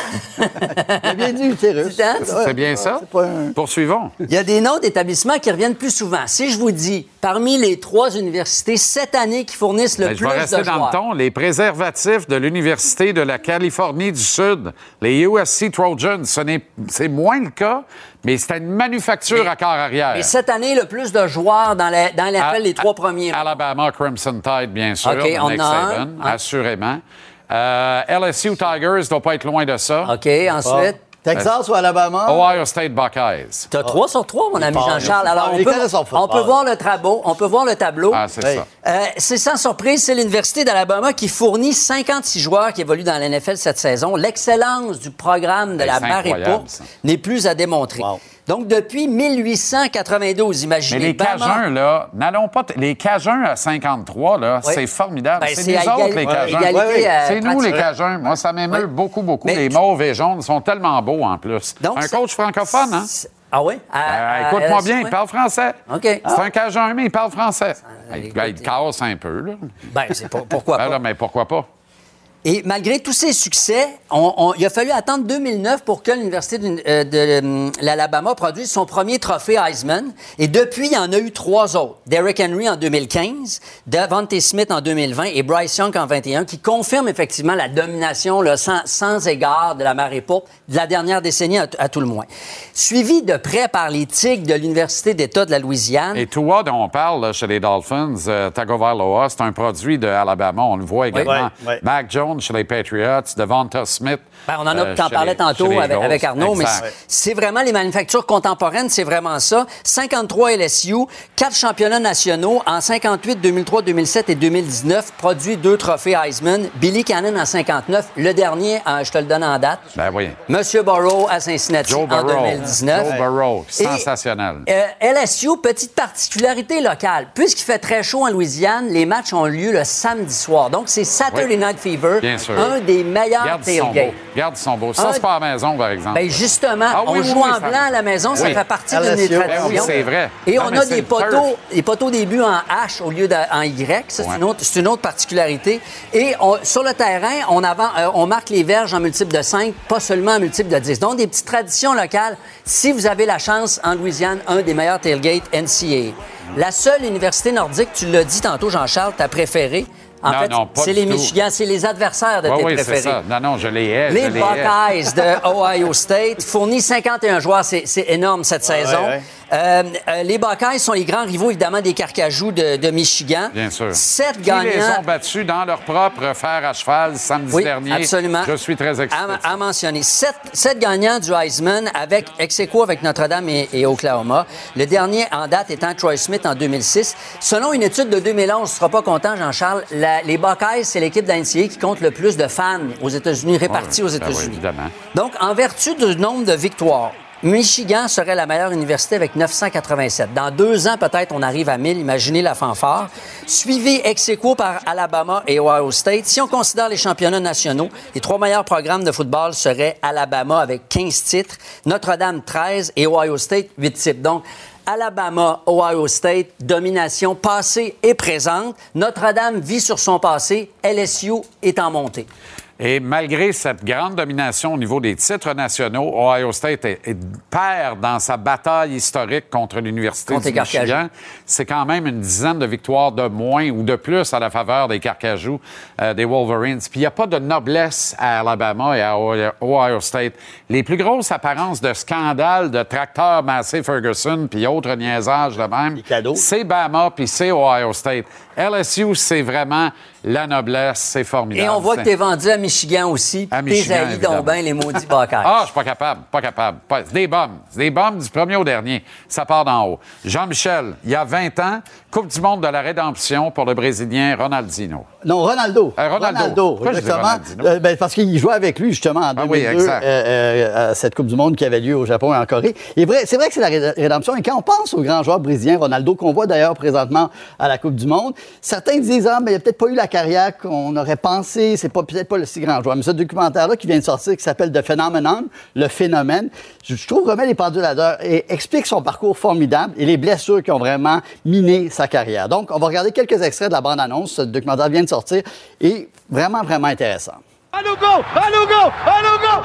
C'est bien dit, utérus. C'est bien ça. Un... Poursuivons. Il y a des noms d'établissements qui reviennent plus souvent. Si je vous dis, parmi les trois universités cette année qui fournissent le Bien, plus de joueurs... Je vais rester dans le ton. Les préservatifs de l'Université de la Californie du Sud, les U S C Trojans, ce n'est... c'est moins le cas, mais c'était une manufacture mais, à corps arrière. Et cette année, le plus de joueurs dans la, dans la N F L, les trois premiers. Alabama Crimson Tide, bien sûr. OK, on a un. Assurément. Euh, L S U Tigers ne doit pas être loin de ça. OK, ensuite. Ah. Texas euh, ou Alabama? Ohio State Buckeyes. Tu as trois sur trois, mon ami Jean-Charles. Alors, on peut, on peut voir le tableau. On peut voir le tableau. Ah, c'est hey. ça. Euh, c'est sans surprise, c'est l'Université d'Alabama qui fournit cinquante-six joueurs qui évoluent dans la N F L cette saison. L'excellence du programme de hey, la barre et pourpre n'est plus à démontrer. Wow. Donc, depuis mille huit cent quatre-vingt-douze, imaginez... Mais les Cajuns, là, n'allons pas... T- les Cajuns à cinquante-trois, là, oui. c'est formidable. Ben, c'est, c'est nous égal... autres, les Cajuns. Ouais, ouais, ouais. C'est nous, les Cajuns. Moi, ça m'émeut ouais. beaucoup, beaucoup. Mais les mauves et jaunes sont tellement beaux, en plus. Donc, un coach francophone, hein? Ah oui? À, euh, écoute-moi à, bien, il parle français. OK. C'est ah. un Cajun, mais il parle français. Ah, il, il, il casse un peu, là. Bien, c'est pour, pourquoi ben, pas? Là, mais pourquoi pas? Et malgré tous ces succès, on, on, il a fallu attendre deux mille neuf pour que l'Université de, euh, de l'Alabama produise son premier trophée Heisman. Et depuis, il y en a eu trois autres. Derrick Henry en deux mille quinze, Devontae Smith en deux mille vingt et Bryce Young en vingt et un, qui confirment effectivement la domination là, sans, sans égard de la marée pourpre de la dernière décennie à, à tout le moins. Suivi de près par les Tigres de l'Université d'État de la Louisiane. Et Tua, dont on parle là, chez les Dolphins, euh, Tagovailoa, c'est un produit de Alabama. On le voit également. Oui, oui. Mac Jones chez les Patriots, Devonta Smith. Ben, on en a, euh, t'en parlais les, tantôt avec, avec Arnaud, exact. mais c'est vraiment les manufactures contemporaines, c'est vraiment ça. cinquante-trois L S U, quatre championnats nationaux en cinquante-huit, deux mille trois, deux mille sept et deux mille dix-neuf, produit deux trophées Heisman. Billy Cannon en cinquante-neuf, le dernier, euh, je te le donne en date. Ben oui. Monsieur Burrow à Cincinnati Joe en Burrow. deux mille dix-neuf. Joe Burrow, sensationnel. Et, euh, L S U, petite particularité locale. Puisqu'il fait très chaud en Louisiane, les matchs ont lieu le samedi soir. Donc, c'est Saturday oui. Night Fever. Bien sûr. Un des meilleurs tailgates. Garde son beau. Ça, un... c'est pas à la maison, par exemple. Bien, justement, ah, oui, on joue oui, en blanc à la maison. Oui. Ça fait partie de nos traditions. Ben, c'est vrai. Et non, on a des poteaux, des poteaux début en H au lieu d'en Y. Ça, c'est, ouais. une autre, c'est une autre particularité. Et on, sur le terrain, on, avant, euh, on marque les verges en multiple de cinq, pas seulement en multiple de dix. Donc, des petites traditions locales. Si vous avez la chance, en Louisiane, un des meilleurs tailgates N C A A. La seule université nordique, tu l'as dit tantôt, Jean-Charles, ta préférée, En Non, fait, non, pas c'est du les tout. Michigan, c'est les adversaires de Oui, tes oui, préférés. c'est ça. Non, non, je les hais. Les je les hais. Buckeyes de Ohio State fournissent cinquante et un joueurs. C'est, c'est énorme cette Ouais, saison. ouais, ouais. Euh, euh, les Buckeyes sont les grands rivaux, évidemment, des Carcajous de, de Michigan. Bien sûr. Sept Qui gagnants. les ont battus dans leur propre fer à cheval samedi Oui, dernier. absolument. Je suis très excité. À, à mentionner. Sept, sept gagnants du Heisman avec ex aequo avec Notre-Dame et, et Oklahoma. Le dernier en date étant Troy Smith en deux mille six. Selon une étude de deux mille onze, tu ne seras pas content, Jean-Charles, la, les Buckeyes, c'est l'équipe de la N C A A qui compte le plus de fans aux États-Unis, répartis Ouais, aux ben oui, États-Unis. évidemment. Donc, en vertu du nombre de victoires, Michigan serait la meilleure université avec neuf cent quatre-vingt-sept. Dans deux ans, peut-être, on arrive à mille. Imaginez la fanfare. Suivi ex aequo par Alabama et Ohio State. Si on considère les championnats nationaux, les trois meilleurs programmes de football seraient Alabama avec quinze titres, Notre-Dame treize et Ohio State huit titres. Donc, Alabama, Ohio State, domination passée et présente. Notre-Dame vit sur son passé. L S U est en montée. Et malgré cette grande domination au niveau des titres nationaux, Ohio State est, est perd dans sa bataille historique contre l'Université Contre du les Carcajous. Michigan. C'est quand même une dizaine de victoires de moins ou de plus à la faveur des Carcajous, euh, des Wolverines. Puis il n'y a pas de noblesse à Alabama et à Ohio State. Les plus grosses apparences de scandale de tracteur Massey Ferguson puis autres niaisages de même, c'est Bama puis c'est Ohio State. L S U, c'est vraiment la noblesse, c'est formidable. Et on voit que tu es vendu à Michigan aussi. À T'es Michigan, haïs évidemment. donc bien les maudits Buckeyes. Ah, je suis pas capable, pas capable. Pas- C'est des bombes. C'est des bombes du premier au dernier. Ça part d'en haut. Jean-Michel, il y a vingt ans, Coupe du monde de la rédemption pour le Brésilien Ronaldinho. Non, Ronaldo. Euh, Ronaldo. Pourquoi je dis exactement. Ronaldinho? Euh, ben, parce qu'il jouait avec lui, justement, en Ah deux mille deux, oui, exact. euh, euh, à cette Coupe du monde qui avait lieu au Japon et en Corée. Et vrai, c'est vrai que c'est la ré- rédemption. Et quand on pense au grand joueur brésilien, Ronaldo, qu'on voit d'ailleurs présentement à la Coupe du monde, certains disent, ah, mais il n'a peut-être pas eu la carrière qu'on aurait pensé, c'est pas, peut-être pas le si grand joueur. Mais ce documentaire-là qui vient de sortir, qui s'appelle The Phenomenon, le phénomène, je, je trouve remet les pendules à l'heure et explique son parcours formidable et les blessures qui ont vraiment miné sa carrière. Donc, on va regarder quelques extraits de la bande-annonce. Ce documentaire vient de sortir et vraiment, vraiment intéressant. Allô, go! Allô, go! Allô, go!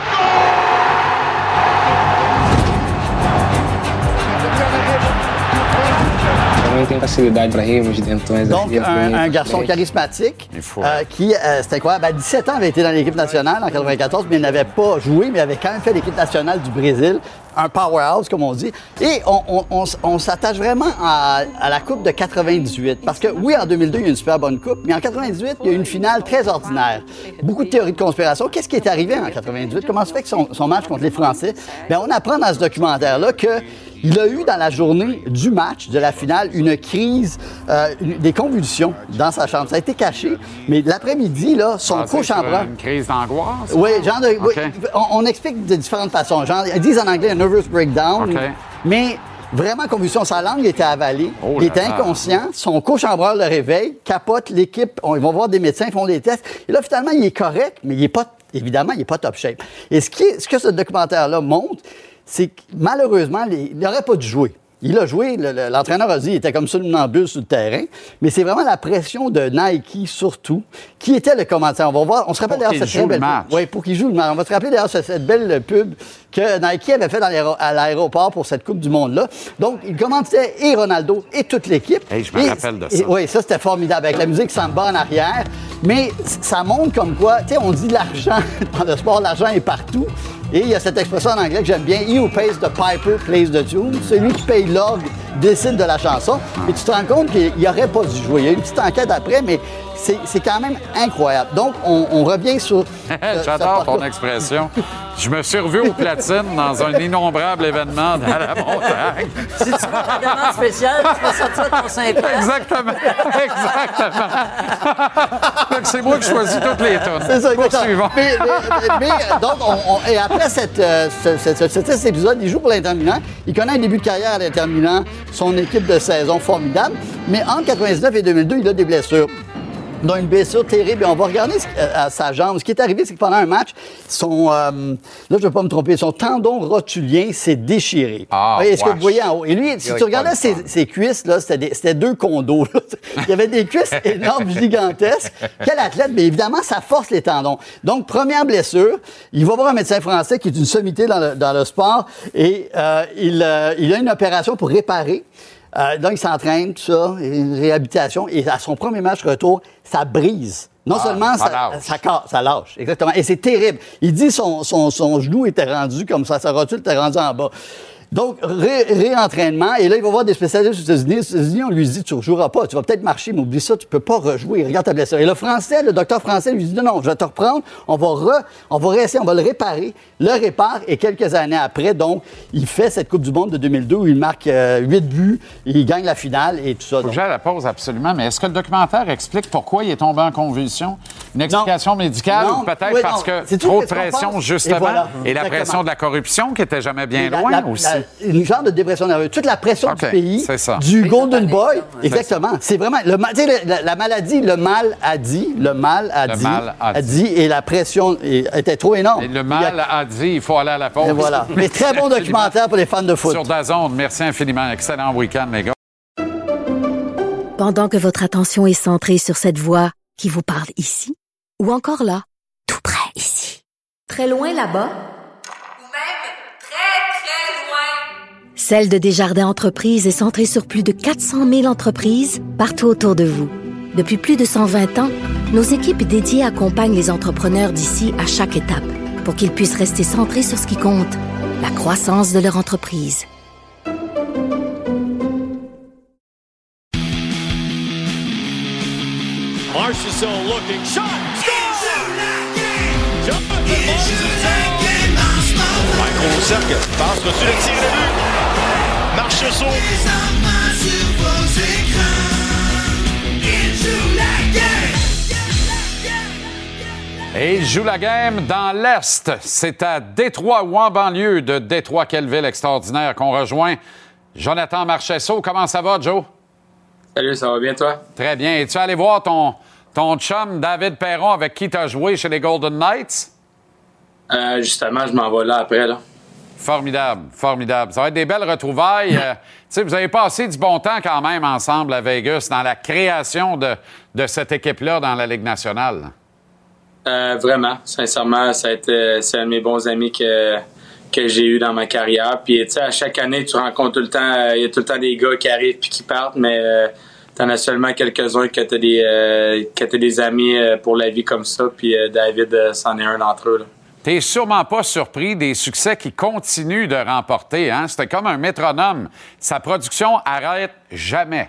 Donc, un, un garçon charismatique euh, qui, euh, c'était quoi? Ben, dix-sept ans, avait été dans l'équipe nationale en quatre-vingt-quatorze, mais il n'avait pas joué, mais il avait quand même fait l'équipe nationale du Brésil. Un powerhouse, comme on dit. Et on, on, on, on s'attache vraiment à, à la Coupe de quatre-vingt-dix-huit. Parce que, oui, en deux mille deux, il y a une super bonne Coupe, mais en quatre-vingt-dix-huit, il y a eu une finale très ordinaire. Beaucoup de théories de conspiration. Qu'est-ce qui est arrivé en quatre-vingt-dix-huit? Comment se fait que son, son match contre les Français? Bien, on apprend dans ce documentaire-là que il a eu dans la journée du match, de la finale, une crise, euh, une- des convulsions dans sa chambre. Ça a été caché, mais l'après-midi, là, son Pensez coach en sur bras. Une crise d'angoisse? Oui, genre de. oui, OK. on, on explique de différentes façons. Genre, ils disent en anglais un nervous breakdown, OK. mais vraiment convulsion. Sa langue était avalée. Oh il là était là. inconscient. Son coach en bras le réveille, capote l'équipe. On- ils vont voir des médecins, ils font des tests. Et là, finalement, il est correct, mais il n'est pas, évidemment, il n'est pas top shape. Et ce, qui est- ce que ce documentaire-là montre, c'est que malheureusement, les- il n'aurait pas dû jouer. Il a joué, le- le- l'entraîneur a dit qu'il était comme somnambule sur le terrain, mais c'est vraiment la pression de Nike, surtout, qui était le commentaire. On va voir, on se rappelle Pour d'ailleurs qu'il cette joue très le belle match. pub. Oui, pour qu'il joue le match. On va se rappeler d'ailleurs cette, cette belle pub que Nike avait fait dans l'aéro- à l'aéroport pour cette Coupe du Monde-là. Donc, il commentait et Ronaldo et toute l'équipe. Hey, je me Et- rappelle de et- ça. Oui, ça, c'était formidable, avec la musique samba en arrière. Mais c- ça montre comme quoi, tu sais, on dit l'argent, dans le sport, l'argent est partout. Et il y a cette expression en anglais que j'aime bien, « He who pays the piper plays the tune ». Celui qui paye l'orgue décide de la chanson. Et tu te rends compte qu'il n'aurait pas dû jouer. Il y a eu une petite enquête après, mais c'est c'est quand même incroyable. Donc, on, on revient sur... euh, ce J'adore parcours. ton expression. Je me suis revu au platine dans un innombrable événement dans la montagne. Si tu veux un événement spécial, tu vas sortir ton cinq piastres. Exactement. Exactement. Fait que c'est moi qui choisis toutes les tonnes. C'est ça, exactement. Poursuivons. Mais, mais- mais, euh, donc, on- on- et après cette, euh, ce- ce- ce- cet cet épisode, il joue pour l'Inter Milan. Il connaît un début de carrière à l'Inter Milan, son équipe de saison formidable. Mais entre quatre-vingt-dix-neuf et deux mille deux, il a des blessures. Dont une blessure terrible. Et on va regarder ce- euh, à sa jambe. Ce qui est arrivé, c'est que pendant un match, son, euh, là, je ne vais pas me tromper, son tendon rotulien s'est déchiré. Ah, Oui, Est-ce que wesh. vous voyez en haut? Et lui, si Il y a tu regardais pas ses, de fun. ses cuisses, là, c'était, des- c'était deux condos. là. Il y avait des cuisses énormes, gigantesques. Quel athlète! Mais évidemment, ça force les tendons. Donc, première blessure, il va voir un médecin français qui est une sommité dans le, dans le sport et euh, il, euh, il a une opération pour réparer. Euh, donc, il s'entraîne, tout ça, une réhabilitation. Et à son premier match retour, ça brise. Non ah, seulement ça, ça, ça casse, ça lâche. Exactement. Et c'est terrible. Il dit son, son, son genou était rendu comme ça, sa rotule était rendue en bas. Donc, ré- réentraînement. Et là, il va voir des spécialistes aux États-Unis. Aux États-Unis, on lui dit, tu ne rejoueras pas. Tu vas peut-être marcher, mais oublie ça, tu ne peux pas rejouer. Regarde ta blessure. Et le français, le docteur français lui dit, non, non, je vais te reprendre. On va, re, on va réessayer, on va le réparer. Le répare. Et quelques années après, donc, il fait cette Coupe du Monde de deux mille deux où il marque euh, huit buts. Il gagne la finale et tout ça. Faut que j'aille à la pause, absolument. Mais est-ce que le documentaire explique pourquoi il est tombé en convulsion? Une explication non. médicale non. ou peut-être oui, parce non. que trop de pression, justement, et, voilà. et la Exactement. pression de la corruption qui était jamais bien la, loin la, aussi. La, une genre de dépression nerveuse. Toute la pression okay. du pays, c'est ça. du Golden Boy. C'est exactement. Ça. C'est vraiment... Le, la, la maladie, le mal a dit, le mal a le dit, mal a, a dit. dit, et la pression était trop énorme. Et le mal a... a dit, il faut aller à la pause. Et voilà. Mais très bon documentaire pour les fans de foot. Sur DAZN, merci infiniment. Excellent week-end, les gars. Pendant que votre attention est centrée sur cette voix qui vous parle ici, ou encore là, tout près ici, très loin là-bas, Celle de Desjardins Entreprises est centrée sur plus de quatre cent mille entreprises partout autour de vous. Depuis plus de cent vingt ans, nos équipes dédiées accompagnent les entrepreneurs d'ici à chaque étape pour qu'ils puissent rester centrés sur ce qui compte, la croissance de leur entreprise. Marchessault looking, shot, score! Jonathan Marchessault! Michael au cercle, passe reçu le tir de but. Marchessault. Et il joue la game dans l'Est. C'est à Détroit ou en banlieue de Détroit. Quelle ville extraordinaire qu'on rejoint. Jonathan Marchessault, comment ça va, Joe? Salut, ça va bien, toi? Très bien. Es-tu allé voir ton, ton chum David Perron avec qui tu as joué chez les Golden Knights? Euh, justement, je m'en vais là après, là. Formidable, formidable. Ça va être des belles retrouvailles. euh, tu sais, vous avez passé du bon temps quand même ensemble à Vegas dans la création de, de cette équipe-là dans la Ligue nationale. Euh, vraiment, sincèrement, ça a été, c'est un de mes bons amis que, que j'ai eu dans ma carrière. Puis, tu sais, à chaque année, tu rencontres tout le temps, il euh, y a tout le temps des gars qui arrivent puis qui partent, mais euh, t'en as seulement quelques-uns que t'as des, euh, que t'as des amis euh, pour la vie comme ça. Puis, euh, David, euh, c'en est un d'entre eux, là. T'es sûrement pas surpris des succès qu'il continue de remporter, hein? C'était comme un métronome. Sa production arrête jamais.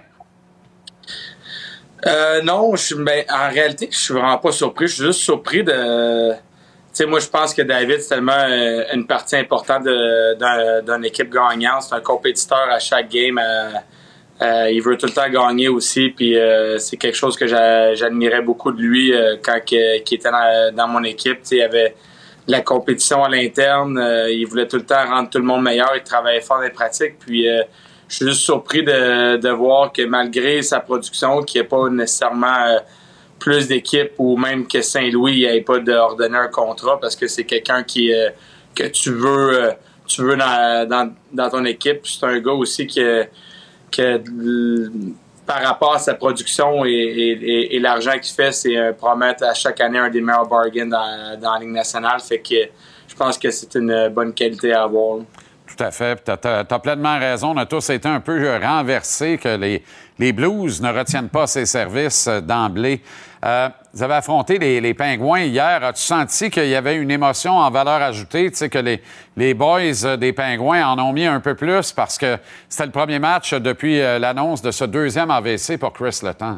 Euh, non, je, ben, en réalité, je suis vraiment pas surpris. Je suis juste surpris de... Tu sais, moi, je pense que David, c'est tellement euh, une partie importante de, d'un, d'une équipe gagnante. C'est un compétiteur à chaque game. Euh, euh, il veut tout le temps gagner aussi. Puis euh, c'est quelque chose que j'a, j'admirais beaucoup de lui euh, quand que, qu'il était dans, dans mon équipe. Tu sais, il y avait la compétition à l'interne. Euh, il voulait tout le temps rendre tout le monde meilleur. Il travaillait fort dans les pratiques. Puis... Euh, je suis juste surpris de, de voir que malgré sa production, qu'il n'y ait pas nécessairement euh, plus d'équipes ou même que Saint-Louis n'ait pas d'ordonner un contrat parce que c'est quelqu'un qui euh, que tu veux euh, tu veux dans, dans, dans ton équipe. Puis c'est un gars aussi qui que par rapport à sa production et, et, et l'argent qu'il fait, c'est euh, promettre à chaque année un des meilleurs bargains dans, dans la Ligue nationale. Fait que je pense que c'est une bonne qualité à avoir. Tout à fait. Tu as pleinement raison. On a tous été un peu renversés que les, les Blues ne retiennent pas ses services d'emblée. Euh, vous avez affronté les, les Pingouins hier. As-tu senti qu'il y avait une émotion en valeur ajoutée? Tu sais, que les, les boys des Pingouins en ont mis un peu plus parce que c'était le premier match depuis l'annonce de ce deuxième A V C pour Chris Letang.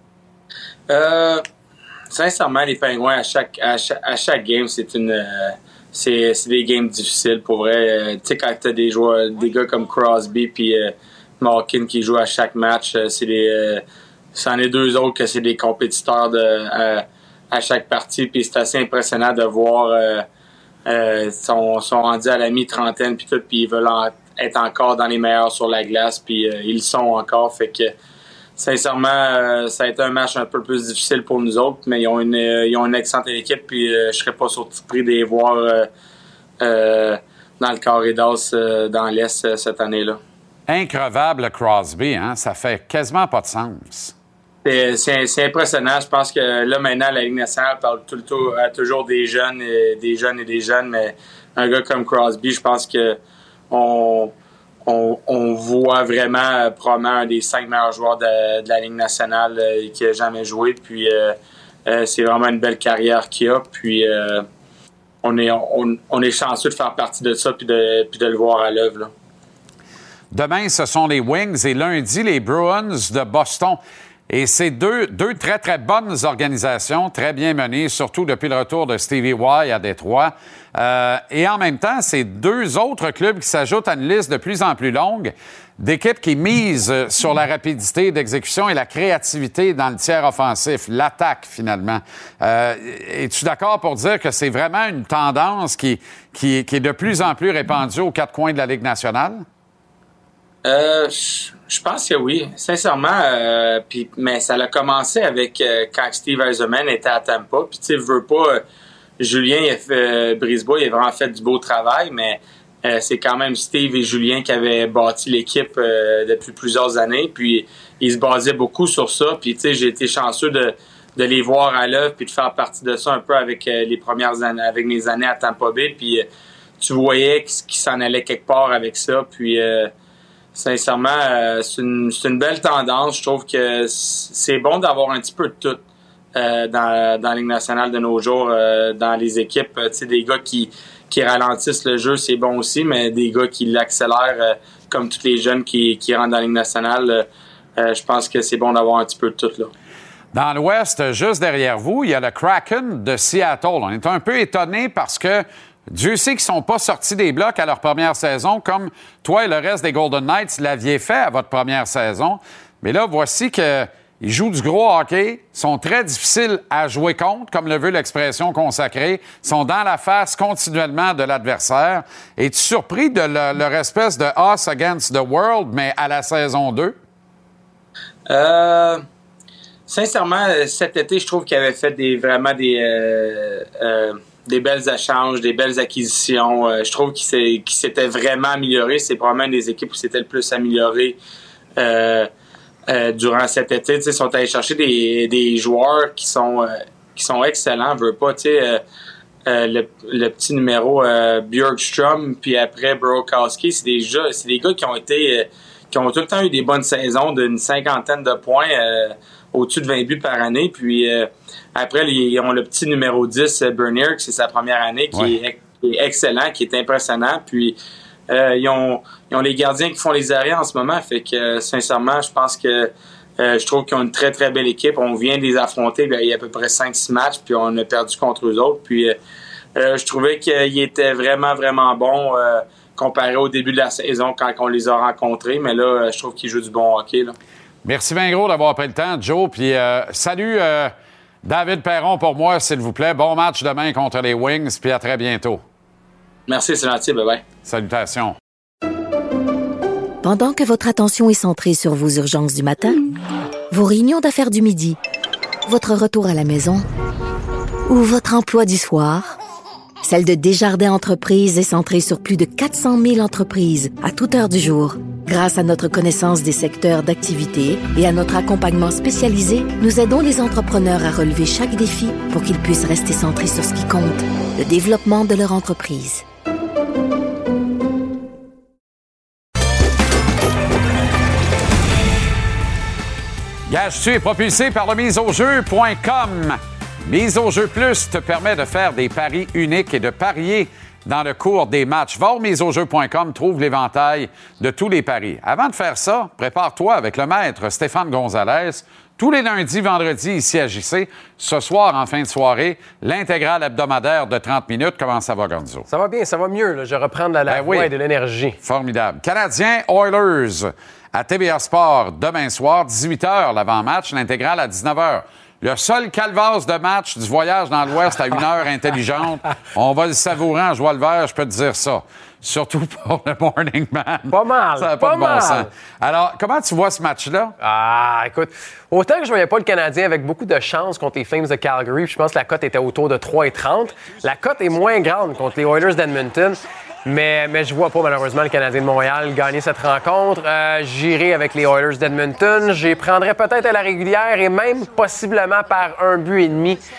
Euh, sincèrement, les Pingouins, à chaque, à chaque, à chaque game, c'est une... Euh, C'est, c'est des games difficiles, pour vrai. Euh, tu sais, quand t'as des joueurs, des gars comme Crosby puis euh, Malkin qui jouent à chaque match, euh, c'est des... Euh, c'en est deux autres que c'est des compétiteurs de, à, à chaque partie. Puis c'est assez impressionnant de voir... Euh, euh, sont, sont rendus à la mi-trentaine puis tout, puis ils veulent en, être encore dans les meilleurs sur la glace, puis euh, ils le sont encore. Fait que, sincèrement, euh, ça a été un match un peu plus difficile pour nous autres, mais ils ont une, euh, ils ont une excellente équipe, puis euh, je serais pas surpris de les voir euh, euh, dans le carré d'as euh, dans l'Est euh, cette année-là. Increvable, Crosby, hein? Ça fait quasiment pas de sens. C'est, c'est, c'est impressionnant. Je pense que là, maintenant, la Ligue nationale parle tout le temps, à toujours des jeunes, et, des jeunes et des jeunes, mais un gars comme Crosby, je pense que on... on, on voit vraiment euh, probablement un des cinq meilleurs joueurs de, de la Ligue nationale euh, qui a jamais joué. Puis euh, euh, c'est vraiment une belle carrière qu'il a. Puis euh, on, est, on, on est chanceux de faire partie de ça puis de, puis de le voir à l'œuvre, là. Demain, ce sont les Wings et lundi, les Bruins de Boston. Et c'est deux, deux très, très bonnes organisations, très bien menées, surtout depuis le retour de Stevie Y à Détroit. Euh, et en même temps, c'est deux autres clubs qui s'ajoutent à une liste de plus en plus longue d'équipes qui misent sur la rapidité d'exécution et la créativité dans le tiers offensif, l'attaque, finalement. Euh, es-tu d'accord pour dire que c'est vraiment une tendance qui, qui, qui est de plus en plus répandue aux quatre coins de la Ligue nationale? Euh, je pense que oui, sincèrement. Euh, puis, mais ça a commencé avec euh, quand Steve Yzerman était à Tampa. Puis tu sais, veux pas, euh, Julien, il a fait euh, Brisebois, il a vraiment fait du beau travail, mais euh, c'est quand même Steve et Julien qui avaient bâti l'équipe euh, depuis plusieurs années. Puis ils se basaient beaucoup sur ça. Puis tu sais, j'ai été chanceux de de les voir à l'œuvre puis de faire partie de ça un peu avec euh, les premières années, avec mes années à Tampa Bay. Puis euh, tu voyais qu'ils s'en allaient quelque part avec ça. Puis euh, sincèrement, euh, c'est, une, c'est une belle tendance. Je trouve que c'est bon d'avoir un petit peu de tout euh, dans, dans la Ligue nationale de nos jours, euh, dans les équipes. Tu sais, des gars qui, qui ralentissent le jeu, c'est bon aussi, mais des gars qui l'accélèrent, euh, comme tous les jeunes qui, qui rentrent dans la Ligue nationale, euh, je pense que c'est bon d'avoir un petit peu de tout, là. Dans l'Ouest, juste derrière vous, il y a le Kraken de Seattle. On est un peu étonnés parce que Dieu sait qu'ils ne sont pas sortis des blocs à leur première saison, comme toi et le reste des Golden Knights l'aviez fait à votre première saison. Mais là, voici qu'ils jouent du gros hockey, sont très difficiles à jouer contre, comme le veut l'expression consacrée, sont dans la face continuellement de l'adversaire. Es-tu surpris de le, leur espèce de us against the world, mais à la saison deux? Euh... Sincèrement, cet été, je trouve qu'il avait fait des, vraiment des... Euh, euh, des belles échanges, des belles acquisitions. Euh, je trouve qu'il, s'est, qu'il s'était vraiment amélioré. C'est probablement une des équipes où c'était le plus amélioré euh, euh, durant cet été. Tu sais, ils sont allés chercher des, des joueurs qui sont, euh, qui sont excellents. Je veux pas, tu sais, euh, euh, le, le petit numéro euh, Bjorkström, puis après Burakovsky, c'est des, jeux, c'est des gars qui ont été, euh, qui ont tout le temps eu des bonnes saisons d'une cinquantaine de points, euh, au-dessus de vingt buts par année. Puis euh, après, ils ont le petit numéro dix, Bernier, qui c'est sa première année, qui, ouais. est, qui est excellent, qui est impressionnant. Puis euh, ils, ont, ils ont les gardiens qui font les arrêts en ce moment. Fait que euh, sincèrement, je pense que euh, je trouve qu'ils ont une très, très belle équipe. On vient de les affronter bien, il y a à peu près cinq six matchs, puis on a perdu contre eux autres. Puis euh, euh, je trouvais qu'ils étaient vraiment, vraiment bons euh, comparé au début de la saison quand on les a rencontrés. Mais là, je trouve qu'ils jouent du bon hockey, là. Merci bien gros d'avoir pris le temps, Joe. Puis euh, salut euh, David Perron pour moi, s'il vous plaît. Bon match demain contre les Wings, puis à très bientôt. Merci, c'est gentil. Bye-bye. Salutations. Pendant que votre attention est centrée sur vos urgences du matin, vos réunions d'affaires du midi, votre retour à la maison ou votre emploi du soir, celle de Desjardins Entreprises est centrée sur plus de quatre cent mille entreprises à toute heure du jour. Grâce à notre connaissance des secteurs d'activité et à notre accompagnement spécialisé, nous aidons les entrepreneurs à relever chaque défi pour qu'ils puissent rester centrés sur ce qui compte, le développement de leur entreprise. Gage-tu est propulsé par le mise au jeu point com. Mise au jeu plus te permet de faire des paris uniques et de parier dans le cours des matchs. Va au mise au jeu point com, trouve l'éventail de tous les paris. Avant de faire ça, prépare-toi avec le maître Stéphane Gonzalez. Tous les lundis, vendredis, ici à J C. Ce soir, en fin de soirée, l'intégrale hebdomadaire de trente minutes. Comment ça va, Gonzo? Ça va bien, ça va mieux. Là. Je reprends de la, la ben voix oui. et de l'énergie. Formidable. Canadiens Oilers à T V A Sport demain soir, dix-huit heures, l'avant-match. L'intégrale à dix-neuf heures. Le seul calvasse de match du voyage dans l'Ouest à une heure intelligente. On va le savourer en joie le vert, je peux te dire ça. Surtout pour le Morning Man. Pas mal, ça n'a pas, pas de bon mal. sens. Alors, comment tu vois ce match-là? Ah, écoute, autant que je ne voyais pas le Canadien avec beaucoup de chance contre les Flames de Calgary, je pense que la cote était autour de trois virgule trente. La cote est moins grande contre les Oilers d'Edmonton. Mais, mais je vois pas, malheureusement, le Canadien de Montréal gagner cette rencontre. Euh, j'irai avec les Oilers d'Edmonton. J'y prendrais peut-être à la régulière et même possiblement par un but et demi.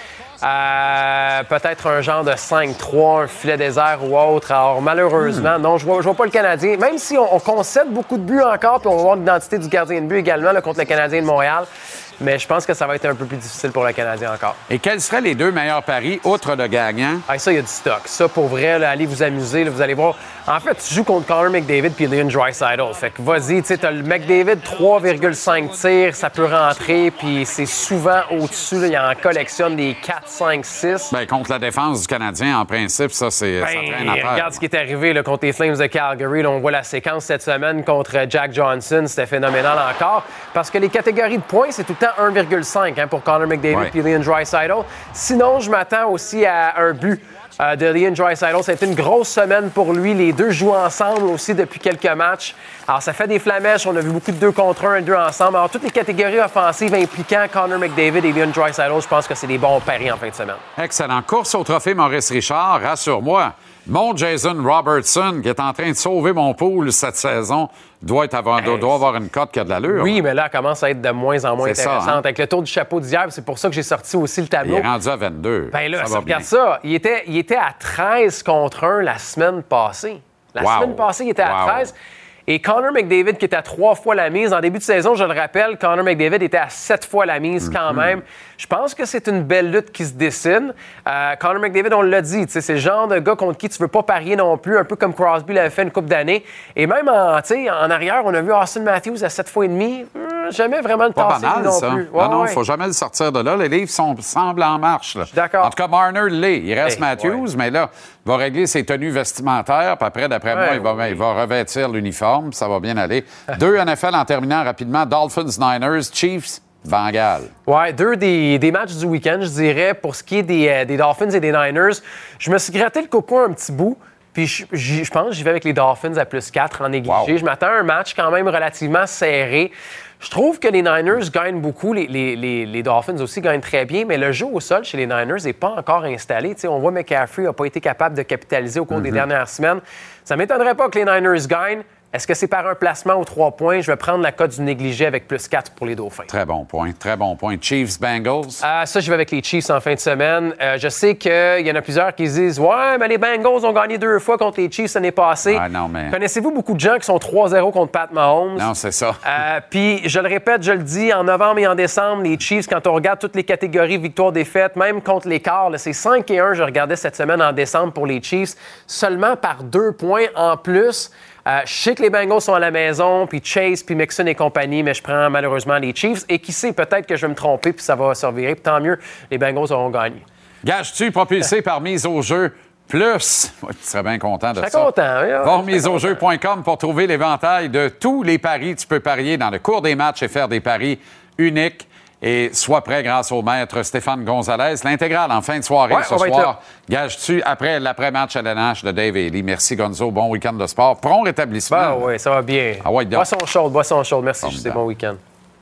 Euh, peut-être un genre de cinq trois, un filet désert ou autre. Alors, malheureusement, hmm. non, je vois, je vois pas le Canadien. Même si on, on concède beaucoup de buts encore, puis on va voir l'identité du gardien de but également là, contre le Canadien de Montréal. Mais je pense que ça va être un peu plus difficile pour le Canadien encore. Et quels seraient les deux meilleurs paris, outre le gagnant? Ah, ça, il y a du stock. Ça, pour vrai, là, allez vous amuser. Là, vous allez voir. En fait, tu joues contre Connor McDavid puis Leon Draisaitl. Fait que vas-y, tu sais, t'as le McDavid, trois virgule cinq tirs, ça peut rentrer, puis c'est souvent au-dessus. Là, il en collectionne des quatre, cinq, six. Bien, contre la défense du Canadien, en principe, ça, c'est ben, ça traîne à faire. Regarde ce qui est arrivé là, contre les Flames de Calgary. Là, on voit la séquence cette semaine contre Jack Johnson. C'était phénoménal encore. Parce que les catégories de points, c'est tout le temps un virgule cinq hein, pour Connor McDavid et Leon Draisaitl. Sinon, je m'attends aussi à un but euh, de Leon Draisaitl. Ça a été une grosse semaine pour lui. Les deux jouent ensemble aussi depuis quelques matchs. Alors, ça fait des flamèches. On a vu beaucoup de deux contre un, deux ensemble. Alors, toutes les catégories offensives impliquant Connor McDavid et Leon Draisaitl, je pense que c'est des bons paris en fin de semaine. Excellent. Course au trophée Maurice Richard, rassure-moi. Mon Jason Robertson, qui est en train de sauver mon pool cette saison, doit, être avoir, hey, doit avoir une cote qui a de l'allure. Oui, mais là, elle commence à être de moins en moins c'est intéressante. Ça, hein? Avec le tour du chapeau d'hier, c'est pour ça que j'ai sorti aussi le tableau. Il est rendu à vingt-deux. Bien là, ça ça, va regarde bien. ça. Il était, il était à treize contre un la semaine passée. La wow. semaine passée, il était à wow. treize. Et Connor McDavid, qui était à trois fois la mise, en début de saison, je le rappelle, Connor McDavid était à sept fois la mise quand mm-hmm. même. Je pense que c'est une belle lutte qui se dessine. Euh, Connor McDavid, on l'a dit, c'est le genre de gars contre qui tu veux pas parier non plus, un peu comme Crosby l'avait fait une couple d'années. Et même en, en arrière, on a vu Austin Matthews à sept fois et demi. Hum, jamais vraiment le pas tasser banal, non ça. plus. Ouais, non, non, il ouais. ne faut jamais le sortir de là. Les livres sont, semblent en marche. Là. D'accord. En tout cas, Marner l'est. Il reste hey, Matthews, ouais. mais là, il va régler ses tenues vestimentaires. Puis après, d'après ouais, moi, il va, ouais. il va revêtir l'uniforme. Ça va bien aller. Deux N F L en terminant rapidement. Dolphins-Niners, Chiefs, Bengals. Oui, deux des, des matchs du week-end, je dirais, pour ce qui est des, euh, des Dolphins et des Niners. Je me suis gratté le coco un petit bout. Puis je, je pense que j'y vais avec les Dolphins à plus quatre en négligé. Wow. Je m'attends à un match quand même relativement serré. Je trouve que les Niners gagnent beaucoup. Les, les, les, les Dolphins aussi gagnent très bien, mais le jeu au sol chez les Niners n'est pas encore installé. T'sais, on voit McCaffrey n'a pas été capable de capitaliser au cours mm-hmm. des dernières semaines. Ça ne m'étonnerait pas que les Niners gagnent. Est-ce que c'est par un placement aux trois points? Je vais prendre la cote du négligé avec plus quatre pour les Dauphins. Très bon point, très bon point. Chiefs-Bengals? Euh, ça, je vais avec les Chiefs en fin de semaine. Euh, je sais qu'il y en a plusieurs qui se disent « Ouais, mais les Bengals ont gagné deux fois contre les Chiefs l'année passée. Ah, non, mais... » Connaissez-vous beaucoup de gens qui sont trois zéro contre Pat Mahomes? Non, c'est ça. Euh, Puis, je le répète, je le dis, en novembre et en décembre, les Chiefs, quand on regarde toutes les catégories victoire-défaite, même contre l'écart, c'est cinq et un, je regardais cette semaine en décembre pour les Chiefs, seulement par deux points en plus. Euh, je sais que les Bengals sont à la maison, puis Chase, puis Mixon et compagnie, mais je prends malheureusement les Chiefs. Et qui sait, peut-être que je vais me tromper, puis ça va se revirer. Puis tant mieux, les Bengals auront gagné. Gage-tu propulsé par Mise au jeu plus? Ouais, tu serais bien content de ça. Je serais content, oui. Va au mise au jeu point com pour trouver l'éventail de tous les paris. Tu peux parier dans le cours des matchs et faire des paris uniques. Et sois prêt grâce au maître Stéphane Gonzalez. L'intégrale en fin de soirée ouais, ce soir. Gage-tu après l'après-match à L N H de Dave Haley. Merci Gonzo. Bon week-end de sport. Prompt rétablissement. Ben oui, ça va bien. Ah ouais, donc. Boisson chaude, boisson chaude. Merci, c'est bon week-end.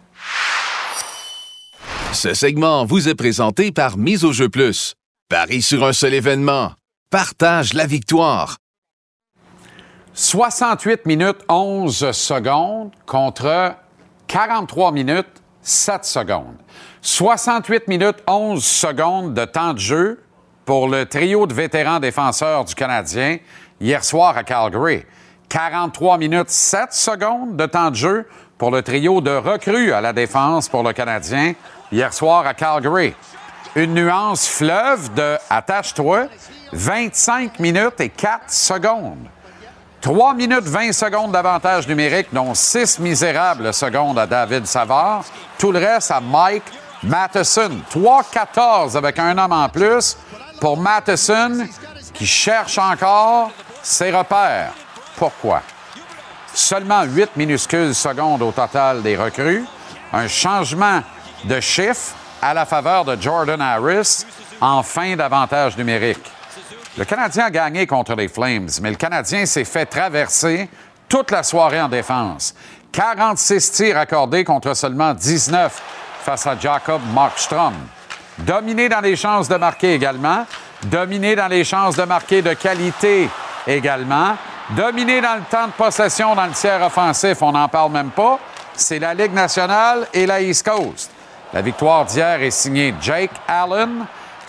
Ce segment vous est présenté par Mise au jeu plus. Parie sur un seul événement. Partage la victoire. soixante-huit minutes onze secondes contre quarante-trois minutes sept secondes. soixante-huit minutes onze secondes de temps de jeu pour le trio de vétérans défenseurs du Canadien hier soir à Calgary. quarante-trois minutes sept secondes de temps de jeu pour le trio de recrues à la défense pour le Canadien hier soir à Calgary. Une nuance fleuve de « attache-toi », vingt-cinq minutes et quatre secondes. trois minutes vingt secondes d'avantage numérique, dont six misérables secondes à David Savard. Tout le reste à Mike Matheson. trois quatorze avec un homme en plus pour Matheson, qui cherche encore ses repères. Pourquoi? Seulement huit minuscules secondes au total des recrues. Un changement de chiffre à la faveur de Jordan Harris en fin d'avantage numérique. Le Canadien a gagné contre les Flames, mais le Canadien s'est fait traverser toute la soirée en défense. quarante-six tirs accordés contre seulement dix-neuf face à Jacob Markstrom. Dominé dans les chances de marquer également. Dominé dans les chances de marquer de qualité également. Dominé dans le temps de possession dans le tiers offensif, on n'en parle même pas. C'est la Ligue nationale et la East Coast. La victoire d'hier est signée Jake Allen.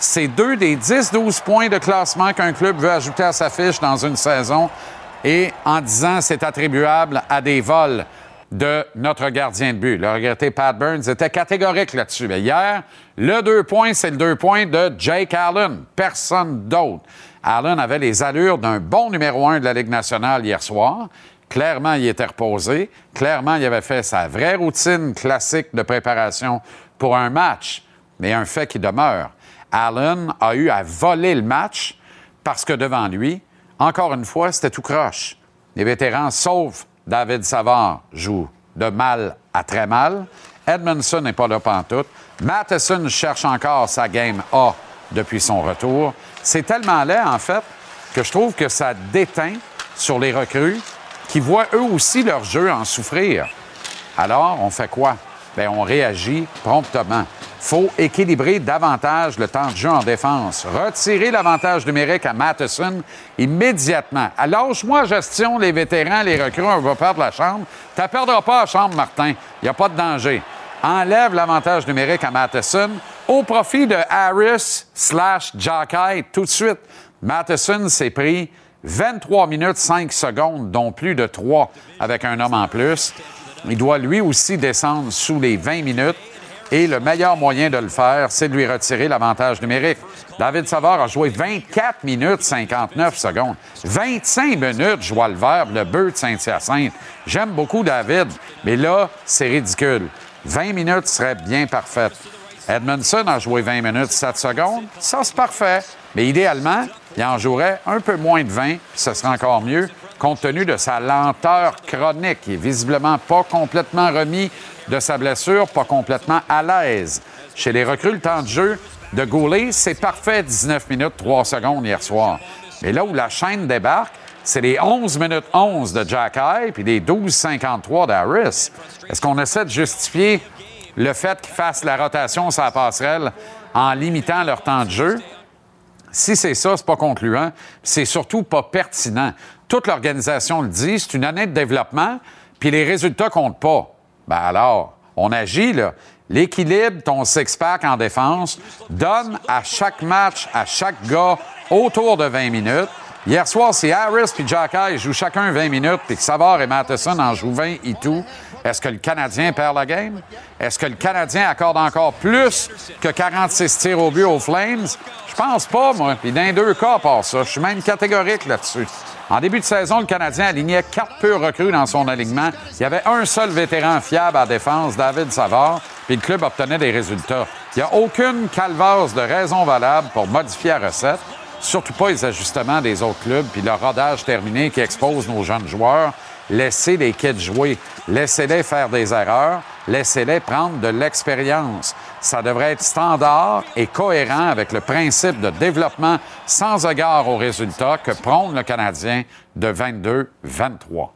C'est deux des dix douze points de classement qu'un club veut ajouter à sa fiche dans une saison. Et en disant c'est attribuable à des vols de notre gardien de but. Le regretté Pat Burns était catégorique là-dessus. Mais hier, le deux points, c'est le deux points de Jake Allen. Personne d'autre. Allen avait les allures d'un bon numéro un de la Ligue nationale hier soir. Clairement, il était reposé. Clairement, il avait fait sa vraie routine classique de préparation pour un match. Mais un fait qui demeure, Allen a eu à voler le match parce que devant lui, encore une fois, c'était tout croche. Les vétérans, sauf David Savard, jouent de mal à très mal. Edmondson n'est pas là pantoute. Matheson cherche encore sa game A depuis son retour. C'est tellement laid, en fait, que je trouve que ça déteint sur les recrues qui voient eux aussi leur jeu en souffrir. Alors, on fait quoi? Bien, on réagit promptement. Il faut équilibrer davantage le temps de jeu en défense. Retirer l'avantage numérique à Matheson immédiatement. Lâche-moi gestion, les vétérans, les recrues, on va perdre la chambre. Tu ne perdras pas la chambre, Martin. Il n'y a pas de danger. Enlève l'avantage numérique à Matheson au profit de Harris slash Jacky tout de suite. Matheson s'est pris vingt-trois minutes cinq secondes, dont plus de trois avec un homme en plus. Il doit lui aussi descendre sous les vingt minutes. Et le meilleur moyen de le faire, c'est de lui retirer l'avantage numérique. David Savard a joué vingt-quatre minutes cinquante-neuf secondes. vingt-cinq minutes, je vois le verbe, le bœuf de Saint-Hyacinthe. J'aime beaucoup David, mais là, c'est ridicule. vingt minutes serait bien parfaite. Edmondson a joué vingt minutes sept secondes. Ça, c'est parfait. Mais idéalement, il en jouerait un peu moins de vingt, ce serait encore mieux, compte tenu de sa lenteur chronique. Il est visiblement pas complètement remis de sa blessure, pas complètement à l'aise. Chez les recrues, le temps de jeu de Goulet, c'est parfait, dix-neuf minutes trois secondes hier soir. Mais là où la chaîne débarque, c'est les onze minutes onze de Jacky puis les douze cinquante-trois d'Harris. Est-ce qu'on essaie de justifier le fait qu'ils fassent la rotation sur la passerelle en limitant leur temps de jeu? Si c'est ça, c'est pas concluant. C'est surtout pas pertinent. Toute l'organisation le dit, c'est une année de développement, puis les résultats comptent pas. Ben alors, on agit, là. L'équilibre, ton six-pack en défense, donne à chaque match, à chaque gars, autour de vingt minutes. Hier soir, si Harris et Jacky jouent chacun vingt minutes, puis que Savard et Matheson en jouent vingt et tout, est-ce que le Canadien perd la game? Est-ce que le Canadien accorde encore plus que quarante-six tirs au but aux Flames? Je pense pas, moi. Puis dans les deux cas, à part ça, je suis même catégorique là-dessus. En début de saison, le Canadien alignait quatre purs recrues dans son alignement. Il y avait un seul vétéran fiable à défense, David Savard, puis le club obtenait des résultats. Il n'y a aucune calvasse de raison valable pour modifier la recette, surtout pas les ajustements des autres clubs, puis le rodage terminé qui expose nos jeunes joueurs. Laissez les kids jouer. Laissez-les faire des erreurs. Laissez-les prendre de l'expérience. Ça devrait être standard et cohérent avec le principe de développement sans égard aux résultats que prône le Canadien de vingt-deux vingt-trois.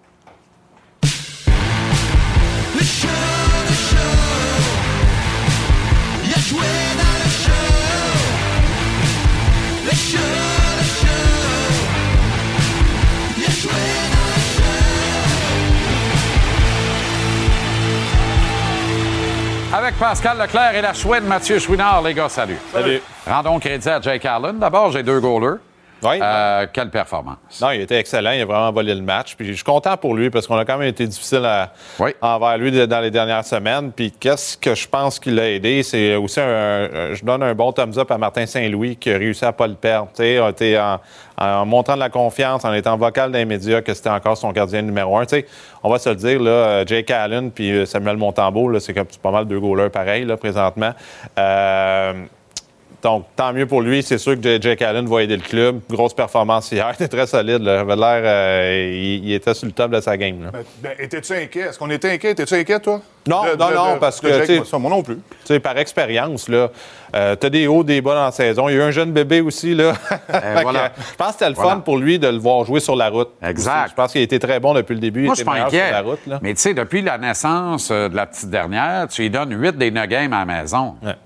Avec Pascal Leclerc et la chouette Mathieu Chouinard, les gars, salut. Salut. Rendons crédit à Jake Allen. D'abord, j'ai deux goalers. Oui. Euh, quelle performance. Non, il était excellent. Il a vraiment volé le match. Puis je suis content pour lui parce qu'on a quand même été difficile à, oui. envers lui de, dans les dernières semaines. Puis qu'est-ce que je pense qu'il a aidé? C'est aussi un, je donne un bon thumbs up à Martin Saint-Louis qui a réussi à ne pas le perdre. Tu sais, on était en, en montrant de la confiance, en étant vocal dans les médias que c'était encore son gardien numéro un. Tu sais, on va se le dire, là, Jake Allen puis Samuel Montembeault, là, c'est, comme, c'est pas mal deux goalers pareils là, présentement. Euh, Donc, tant mieux pour lui. C'est sûr que Jake Allen va aider le club. Grosse performance hier. Il était très solide. Là. Il avait l'air... Euh, il, il était sur le top de sa game. Là. Ben, ben, étais-tu inquiet? Est-ce qu'on était inquiet? Étais-tu inquiet, toi? Non, de, non, de, non, de, parce de que... Jake, ça, moi non plus. Tu sais, par expérience, là, euh, t'as des hauts, des bas dans la saison. Il y a eu un jeune bébé aussi, là. Euh, voilà. que, je pense que c'était le voilà. fun pour lui de le voir jouer sur la route. Exact. Aussi. Je pense qu'il a été très bon depuis le début. Moi, il je était suis pas meilleur inquiet. sur la route. Là. Mais tu sais, depuis la naissance euh, de la petite dernière, tu lui donnes huit des neuf games à la maison. Ouais.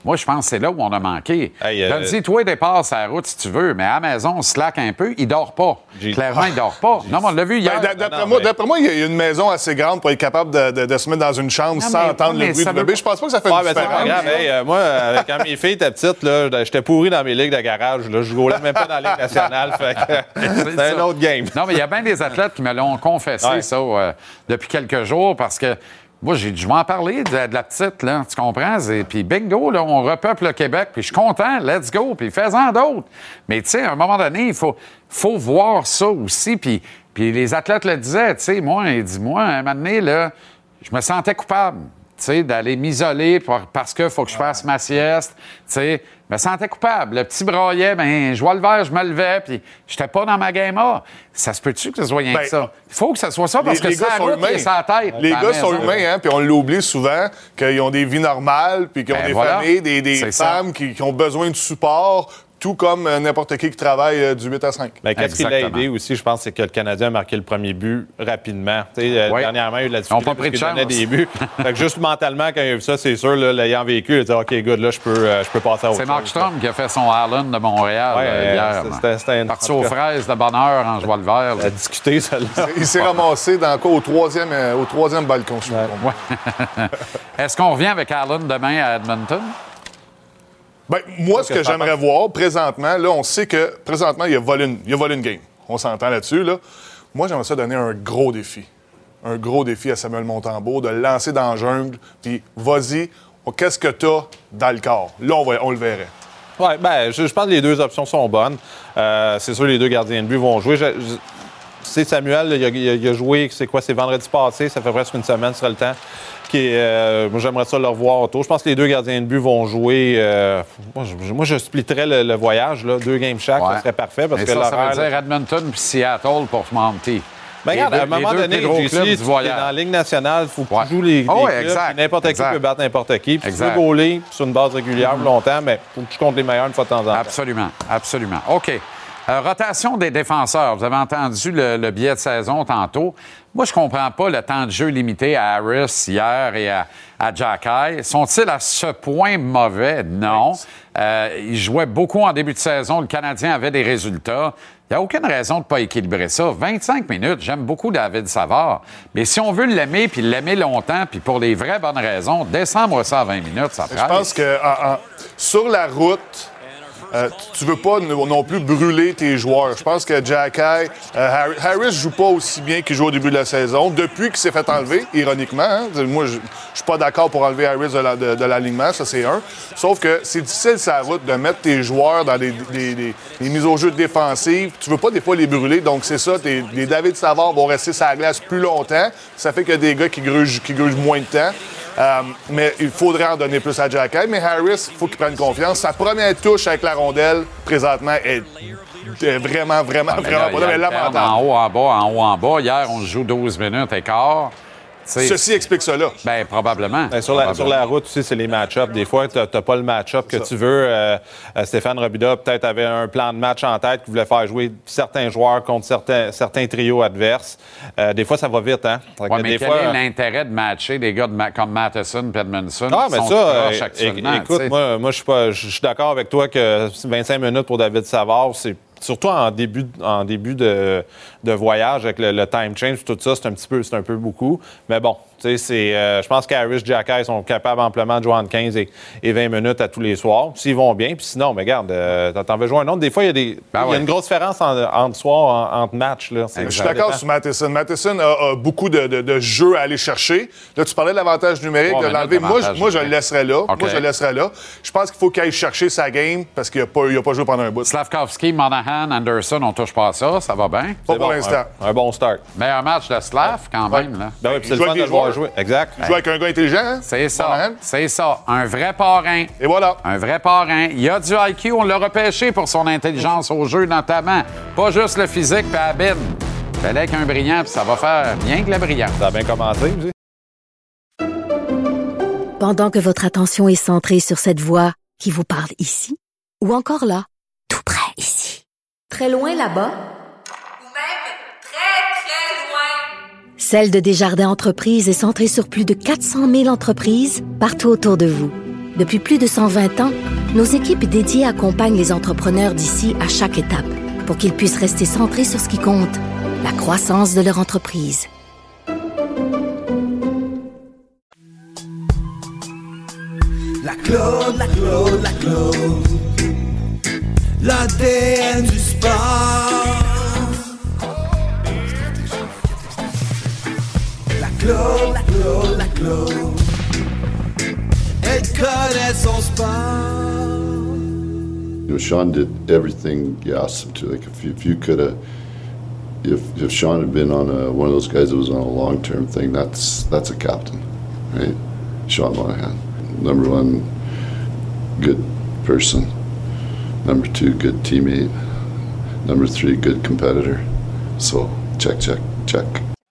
Moi, je pense que c'est là où on a manqué. Hey, je euh... le dis, toi, dépasse à la route si tu veux, mais à la maison, on slack un peu, il dort pas. J'ai... Clairement, il dort pas. Non, mais on l'a vu hier. Ben, d'après, non, moi, mais... d'après moi, il y a une maison assez grande pour être capable de, de, de se mettre dans une chambre non, sans mais, entendre le bruit du bébé. Veut... Je pense pas que ça fait ouais, une différence. Ben, regarde, hey, euh, moi, euh, quand mes filles étaient petites, là, j'étais pourri dans mes ligues de garage. Là, je roulais même pas dans la Ligue nationale. Fait que, c'est, c'est un autre game. Non, mais il y a bien des athlètes qui me l'ont confessé, ouais. ça, euh, depuis quelques jours, parce que moi, j'ai, je vais en parler de, de la petite, là, tu comprends? Et puis bingo, là, on repeuple le Québec, puis je suis content, let's go, puis fais-en d'autres. Mais tu sais, à un moment donné, il faut, faut voir ça aussi, puis, puis les athlètes le disaient, tu sais, moi, il dit, moi, à un moment donné, là, je me sentais coupable, tu sais, d'aller m'isoler pour, parce qu'il faut que je fasse ma sieste, tu sais, je me sentais coupable. Le petit braillait, bien, je vois le verre, je me levais, puis j'étais pas dans ma game A. Ça se peut-tu que ce soit rien ben, que ça? Il faut que ce soit ça, parce les, que les ça route, il est sa tête. Les gars sont humains, hein, puis on l'oublie souvent, qu'ils ont des vies normales, puis qu'ils ont ben, des voilà. familles, des, des femmes qui, qui ont besoin de support, tout comme n'importe qui qui travaille euh, du huit à cinq. Ben, qu'est-ce qui l'a aidé aussi, je pense, c'est que le Canadien a marqué le premier but rapidement. Oui. Dernièrement, il y a eu de la difficulté parce qu'il donnait des buts. Fait que juste mentalement, quand il a vu ça, c'est sûr, là, l'ayant vécu, il a dit « OK, good, là, je peux, euh, je peux passer à autre chose. » C'est Mark Strom qui a fait son Harlan de Montréal ouais, euh, hier. C'était, c'était une... Parti aux fraises de bonne heure en joie le vert. Il a discuté, ça. Il s'est ramassé dans quoi, au troisième, euh, au troisième balcon, je ouais. Est-ce qu'on revient avec Harlan demain à Edmonton? Ben, moi, ce que, que j'aimerais voir présentement, là, on sait que présentement, il a volé une, il a volé une game. On s'entend là-dessus, là. Moi, j'aimerais ça donner un gros défi. Un gros défi à Samuel Montembeault, de le lancer dans la jungle, puis vas-y, qu'est-ce que t'as dans le corps? Là, on, va, on le verrait. Oui, bien, je, je pense que les deux options sont bonnes. Euh, c'est sûr, les deux gardiens de but vont jouer. Je, je... C'est Samuel, il a, il, a, il a joué, c'est quoi, c'est vendredi passé, ça fait presque une semaine, ce sera le temps. Qui est, euh, moi, j'aimerais ça le revoir autour. Je pense que les deux gardiens de but vont jouer. Euh, moi, je, moi, je splitterais le, le voyage, là, deux games chaque, ouais. Ça serait parfait. Parce mais que ça, ça veut dire là... Edmonton puis Seattle pour Monty. Ben, regarde, deux, à un moment donné, J C, tu es dans la Ligue nationale, il faut que ouais. tu joues les, les oh, clubs, exact, n'importe exact. qui peut battre n'importe qui. Puis tu peux gauler sur une base régulière mm-hmm. longtemps, mais il faut que tu comptes les meilleurs une fois de temps en temps. Absolument, absolument. OK. Euh, rotation des défenseurs. Vous avez entendu le, le billet de saison tantôt. Moi, je comprends pas le temps de jeu limité à Harris hier et à, à Jacky. Sont-ils à ce point mauvais? Non. Euh, ils jouaient beaucoup en début de saison. Le Canadien avait des résultats. Il n'y a aucune raison de ne pas équilibrer ça. vingt-cinq minutes, j'aime beaucoup David Savard. Mais si on veut l'aimer, puis l'aimer longtemps, puis pour les vraies bonnes raisons, descendre ça à vingt minutes, ça presse. Je pense que en, en, sur la route... Euh, tu veux pas non plus brûler tes joueurs. Je pense que Jacky, euh, Harris, Harris joue pas aussi bien qu'il joue au début de la saison, depuis qu'il s'est fait enlever, ironiquement. Hein? Moi, je suis pas d'accord pour enlever Harris de, la, de, de l'alignement, ça c'est un. Sauf que c'est difficile, sur la route, de mettre tes joueurs dans des, des, des, des mises au jeu défensives. Tu veux pas des fois les brûler, donc c'est ça. Tes, les David Savard vont rester sur la glace plus longtemps. Ça fait qu'il y a des gars qui grugent, qui grugent moins de temps. Euh, mais il faudrait en donner plus à Jacky. Mais Harris, il faut qu'il prenne confiance. Sa première touche avec la rondelle, présentement, est, est vraiment, vraiment, ah, vraiment pas là, lamentable. En haut, en bas, en haut, en bas. Hier, on joue douze minutes et quart. T'sais, Ceci explique cela. Bien, probablement. Ben, sur, la, probablement. sur la route aussi, c'est les match-ups. Des fois, tu n'as pas le match-up que ça. tu veux. Euh, euh, Stéphane Robida, peut-être, avait un plan de match en tête qui voulait faire jouer certains joueurs contre certains, certains trios adverses. Euh, des fois, ça va vite, hein? Oui, mais des quel fois, est l'intérêt de matcher des gars de ma- comme Matheson et Edmondson ah, qui mais sont ça, proches actuellement? Écoute, t'sais. moi, moi je suis d'accord avec toi que vingt-cinq minutes pour David Savard, c'est surtout en début, en début de, de voyage avec le, le time change, tout ça, c'est un petit peu, c'est un peu beaucoup. Mais bon, tu sais, c'est, euh, je pense qu'Harris, Jacky sont capables amplement de jouer entre quinze et, et vingt minutes à tous les soirs. S'ils vont bien, puis sinon, mais regarde, euh, t'en veux jouer un autre. Des fois, il y a des, ben il y a ouais. une grosse différence en, entre soirs, en, entre matchs. Là. Je suis d'accord dépend. sur Matheson. Matheson a, a beaucoup de, de, de jeux à aller chercher. Là, tu parlais de l'avantage numérique, de l'enlever. Moi, je, moi, je le laisserais là. Okay. Moi, je le laisserais là. Je pense qu'il faut qu'il aille chercher sa game parce qu'il n'a pas, pas joué pendant un bout. Slavkovski, Monahan, Anderson, on touche pas à ça. Ça va bien. Pas pour bon, l'instant. Un, un bon start. Meilleur match de Slav, quand ouais. même. Là. Ben oui, puis c'est le fun de le voir jouer. Exact. Il joue avec un gars intelligent. Hein? C'est ça. Monahan. C'est ça. Un vrai parrain. Et voilà. Un vrai parrain. Il a du I Q. On l'a repêché pour son intelligence au jeu, notamment. Pas juste le physique puis la bine. Fallait qu'un brillant, puis ça va faire bien que la brillante. Ça a bien commencé, aussi. Pendant que votre attention est centrée sur cette voix qui vous parle ici, ou encore là, tout près ici, très loin là-bas, ou même très, très loin, Celle de Desjardins Entreprises est centrée sur plus de quatre cent mille entreprises partout autour de vous. Depuis plus de cent vingt ans, nos équipes dédiées accompagnent les entrepreneurs d'ici à chaque étape pour qu'ils puissent rester centrés sur ce qui compte, la croissance de leur entreprise. La Claude, la Claude, la Claude, l'A D N du sport. La Claude, la Claude, la Claude, elle connaît son sport. You know, Sean did everything you asked him to. Like if you, if you could have, if if Sean had been on a, one of those guys that was on a long-term thing, that's that's a captain, right? Sean Monahan, number one, good person. Number two, good teammate. Number three, good competitor. So check, check, check.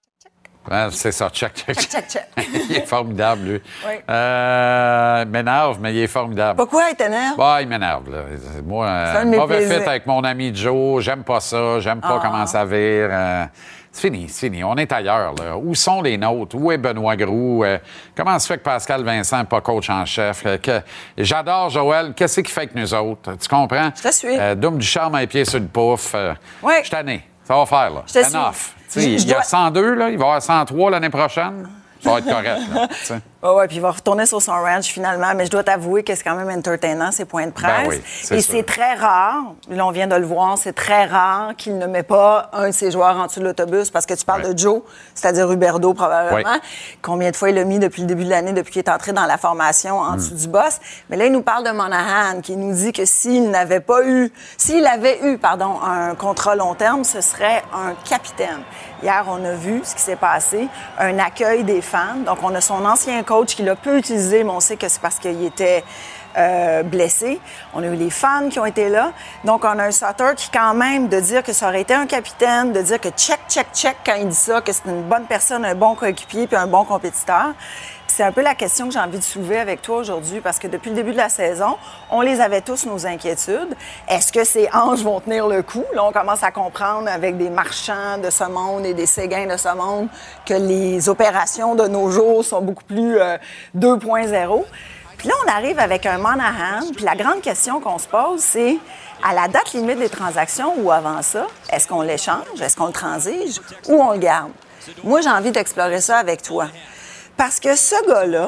Ah, c'est ça, check, check, check. Check, check, check. Il est formidable, lui. Oui. Euh, il m'énerve, mais il est formidable. Pourquoi il t'énerve? Bah, il m'énerve, là. Moi, C'est un euh, de mes mauvais plaisirs. fit avec mon ami Joe. J'aime pas ça. J'aime pas Ah. comment ça vire. Euh, c'est fini, c'est fini. On est ailleurs, là. Où sont les nôtres? Où est Benoît Groux? Euh, comment se fait que Pascal Vincent n'est pas coach en chef? Euh, que... J'adore Joël. Qu'est-ce qu'il fait que nous autres? Tu comprends? Je te suis. Euh, Dom Ducharme a les pieds sur le pouf. Euh, Oui. Je suis tanné. Ça va faire, là. Je te suis. Enough. Je- Tu sais, je il y a dois- cent deux, là. Il va y avoir cent trois l'année prochaine. Ça va être correct, là. Tu sais. Oui, ouais, puis il va retourner sur son ranch finalement, mais je dois t'avouer que c'est quand même entertainant, ces points de presse. Ben oui, c'est Et sûr. c'est très rare, là on vient de le voir, c'est très rare qu'il ne met pas un de ses joueurs en dessous de l'autobus, parce que tu parles Ouais. de Joe, c'est-à-dire Huberdeau probablement. Ouais. Combien de fois il l'a mis depuis le début de l'année, depuis qu'il est entré dans la formation en Mm. dessous du boss. Mais là, il nous parle de Monahan, qui nous dit que s'il n'avait pas eu, s'il avait eu, pardon, un contrat long terme, ce serait un capitaine. Hier, on a vu ce qui s'est passé, un accueil des fans. Donc, on a son ancien coach qui l'a peu utilisé, mais on sait que c'est parce qu'il était euh, blessé. On a eu les fans qui ont été là. Donc, on a un Sutter qui, quand même, de dire que ça aurait été un capitaine, de dire que check, check, check quand il dit ça, que c'est une bonne personne, un bon coéquipier puis un bon compétiteur. C'est un peu la question que j'ai envie de soulever avec toi aujourd'hui, parce que depuis le début de la saison, on les avait tous, nos inquiétudes. Est-ce que ces anges vont tenir le coup? Là, on commence à comprendre avec des marchands de ce monde et des Séguins de ce monde que les opérations de nos jours sont beaucoup plus euh, deux point zéro. Puis là, on arrive avec un Monahan, puis la grande question qu'on se pose, c'est à la date limite des transactions ou avant ça, est-ce qu'on l'échange, est-ce qu'on le transige ou on le garde? Moi, j'ai envie d'explorer ça avec toi. Parce que ce gars-là,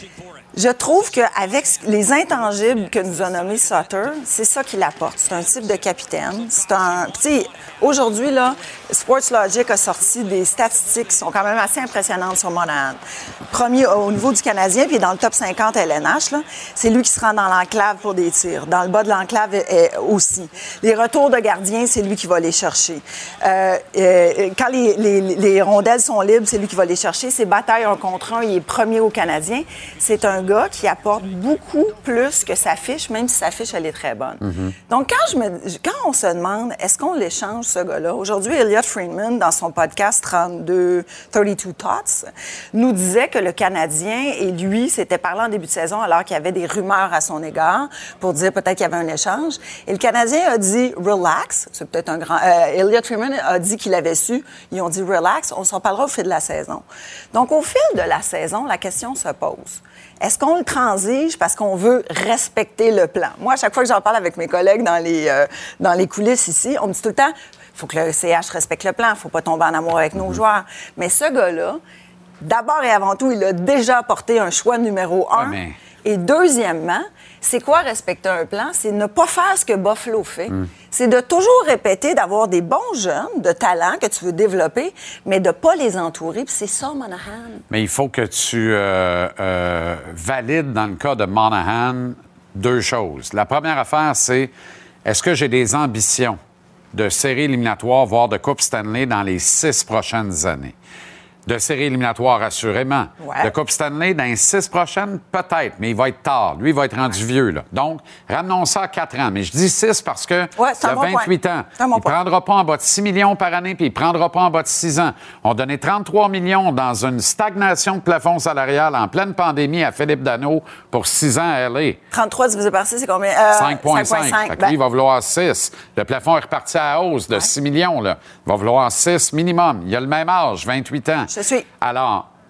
je trouve qu'avec les intangibles que nous a nommé Sutter, c'est ça qu'il apporte. C'est un type de capitaine. C'est un. Tu sais, aujourd'hui, là, Sportslogic a sorti des statistiques qui sont quand même assez impressionnantes sur Monahan. Premier au niveau du Canadien, puis dans le top cinquante L N H, là, c'est lui qui se rend dans l'enclave pour des tirs. Dans le bas de l'enclave eh, aussi. Les retours de gardien, c'est lui qui va les chercher. Euh, euh, quand les, les, les rondelles sont libres, c'est lui qui va les chercher. Ses batailles un contre un, il est premier au Canadien. C'est un gars qui apporte beaucoup plus que sa fiche, même si sa fiche, elle est très bonne. Mm-hmm. Donc, quand, je me, quand on se demande, est-ce qu'on l'échange, ce gars-là? Aujourd'hui, Elliot Friedman, dans son podcast trente-deux, trente-deux Thoughts, nous disait que le Canadien et lui s'étaient parlé en début de saison alors qu'il y avait des rumeurs à son égard pour dire peut-être qu'il y avait un échange. Et le Canadien a dit « relax ». C'est peut-être un grand... Euh, Elliot Friedman a dit qu'il avait su. Ils ont dit « relax ». On s'en parlera au fil de la saison. Donc, au fil de la saison, la question se pose. Est-ce qu'on le transige parce qu'on veut respecter le plan? Moi, à chaque fois que j'en parle avec mes collègues dans les, euh, dans les coulisses ici, on me dit tout le temps, il faut que le C H respecte le plan, il ne faut pas tomber en amour avec nos joueurs. Mais ce gars-là, d'abord et avant tout, il a déjà apporté un choix numéro un. Ouais, mais... Et deuxièmement, c'est quoi respecter un plan? C'est ne pas faire ce que Buffalo fait. Mm. C'est de toujours répéter, d'avoir des bons jeunes, de talents que tu veux développer, mais de ne pas les entourer. Puis c'est ça, Monahan. Mais il faut que tu euh, euh, valides, dans le cas de Monahan, deux choses. La première affaire, c'est est-ce que j'ai des ambitions de série éliminatoire, voire de Coupe Stanley dans les six prochaines années? De série éliminatoire, assurément. Ouais. De Coupe Stanley, dans les six prochaines, peut-être, mais il va être tard. Lui, il va être rendu vieux, là. Donc, ramenons ça à quatre ans. Mais je dis six parce que Ouais, c'est il un a bon vingt-huit point. ans. C'est un bon Il ne point. prendra pas en bas de six millions par année, puis il ne prendra pas en bas de six ans. On donnait trente-trois millions dans une stagnation de plafond salarial en pleine pandémie à Philippe Danault pour six ans à L A. trente-trois divisé par six, c'est combien? Euh, cinq virgule cinq. Fait que lui, il va vouloir six. Le plafond est reparti à la hausse de six millions. Là. Il va vouloir six minimum. Il a le même âge, vingt-huit ans. Je suis. Alors,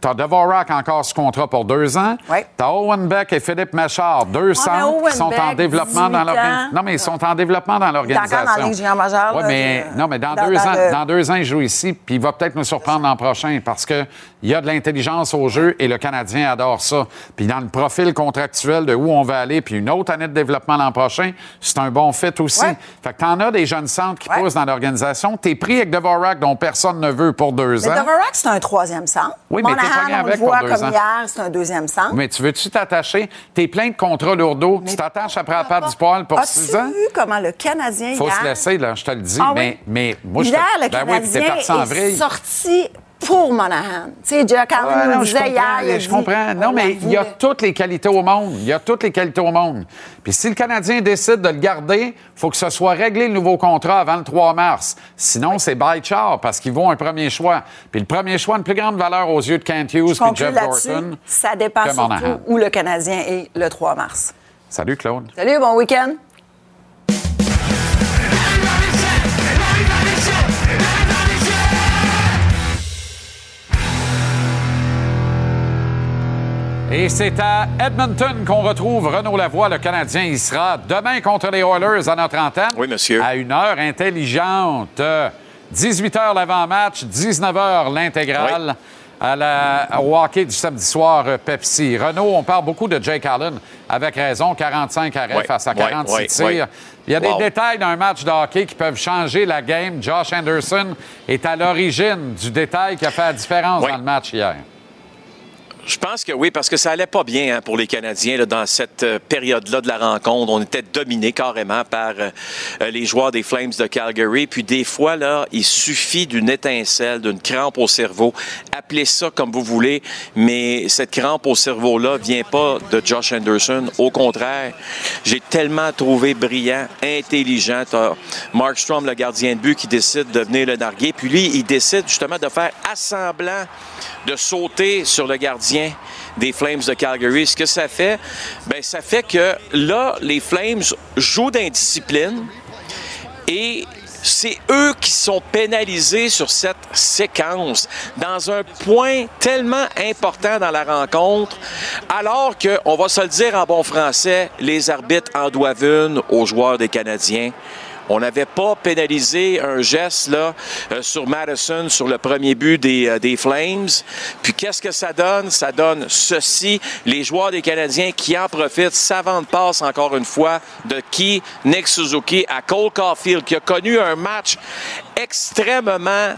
T'as Dvorak encore sous contrat pour deux ans. Oui. T'as Owen Beck et Philippe Méchard, deux centres qui sont Beck, en développement dans l'organisation. Non, mais ils sont en développement dans l'organisation. Encore dans la Ligue junior majeure. Oui, mais, je... non, mais dans, dans deux dans ans, le... dans deux ans, il joue ici, puis il va peut-être nous surprendre l'an prochain parce qu'il y a de l'intelligence au jeu et le Canadien adore ça. Puis dans le profil contractuel de où on va aller, puis une autre année de développement l'an prochain, c'est un bon fit aussi. Ouais. Fait que t'en as des jeunes centres qui ouais. poussent dans l'organisation. T'es pris avec Dvorak, dont personne ne veut pour deux mais ans. Mais Dvorak, c'est un troisième centre. Oui, mais t'es pogné avec pour deux ans. Comme hier, c'est un deuxième centre. Mais tu veux-tu t'attacher? T'es plein de contrats lourdeaux. Mais tu t'attaches après la patte du poil pour six ans? As-tu vu comment le Canadien Faut hier... se laisser, là, je te le dis. Ah, mais, oui? mais moi, je hier, te... le ben Canadien oui, parti en est sorti pour Monahan. Tu sais, Jack Allen ouais, nous non, disait hier... Je dit, comprends. Non, mais il y a toutes les qualités au monde. Il y a toutes les qualités au monde. Puis si le Canadien décide de le garder, il faut que ce soit réglé, le nouveau contrat, avant le trois mars. Sinon, c'est bye char, parce qu'ils vont un premier choix. Puis le premier choix a une plus grande valeur aux yeux de Kent Hughes et Jeff Gorton. Ça dépend surtout où le Canadien est le trois mars. Salut, Claude. Salut, bon week-end. Et c'est à Edmonton qu'on retrouve Renaud Lavoie, le Canadien. Il sera demain contre les Oilers à notre antenne. Oui, monsieur. À une heure intelligente. dix-huit heures l'avant-match, dix-neuf heures l'intégrale. Oui. À la, au hockey du samedi soir Pepsi. Renaud, on parle beaucoup de Jake Allen, avec raison, quarante-cinq arrêts oui, face à quarante-six oui, tirs. Oui. Il y a wow. des détails d'un match de hockey qui peuvent changer la game. Josh Anderson est à l'origine du détail qui a fait la différence oui. dans le match hier. Je pense que oui, parce que ça allait pas bien hein, pour les Canadiens là, dans cette euh, période-là de la rencontre. On était dominés carrément par euh, les joueurs des Flames de Calgary. Puis des fois, là, il suffit d'une étincelle, d'une crampe au cerveau. Appelez ça comme vous voulez, mais cette crampe au cerveau-là vient pas de Josh Anderson. Au contraire, j'ai tellement trouvé brillant, intelligent. T'as Markstrom, le gardien de but, qui décide de venir le narguer. Puis lui, il décide justement de faire assemblant de sauter sur le gardien des Flames de Calgary. Ce que ça fait, bien, ça fait que là, les Flames jouent d'indiscipline et c'est eux qui sont pénalisés sur cette séquence dans un point tellement important dans la rencontre, alors que, on va se le dire en bon français, les arbitres en doivent une aux joueurs des Canadiens. On n'avait pas pénalisé un geste là, euh, sur Madison, sur le premier but des, euh, des Flames. Puis qu'est-ce que ça donne? Ça donne ceci. Les joueurs des Canadiens qui en profitent. Savante passe encore une fois de qui? Nick Suzuki à Cole Caulfield, qui a connu un match extrêmement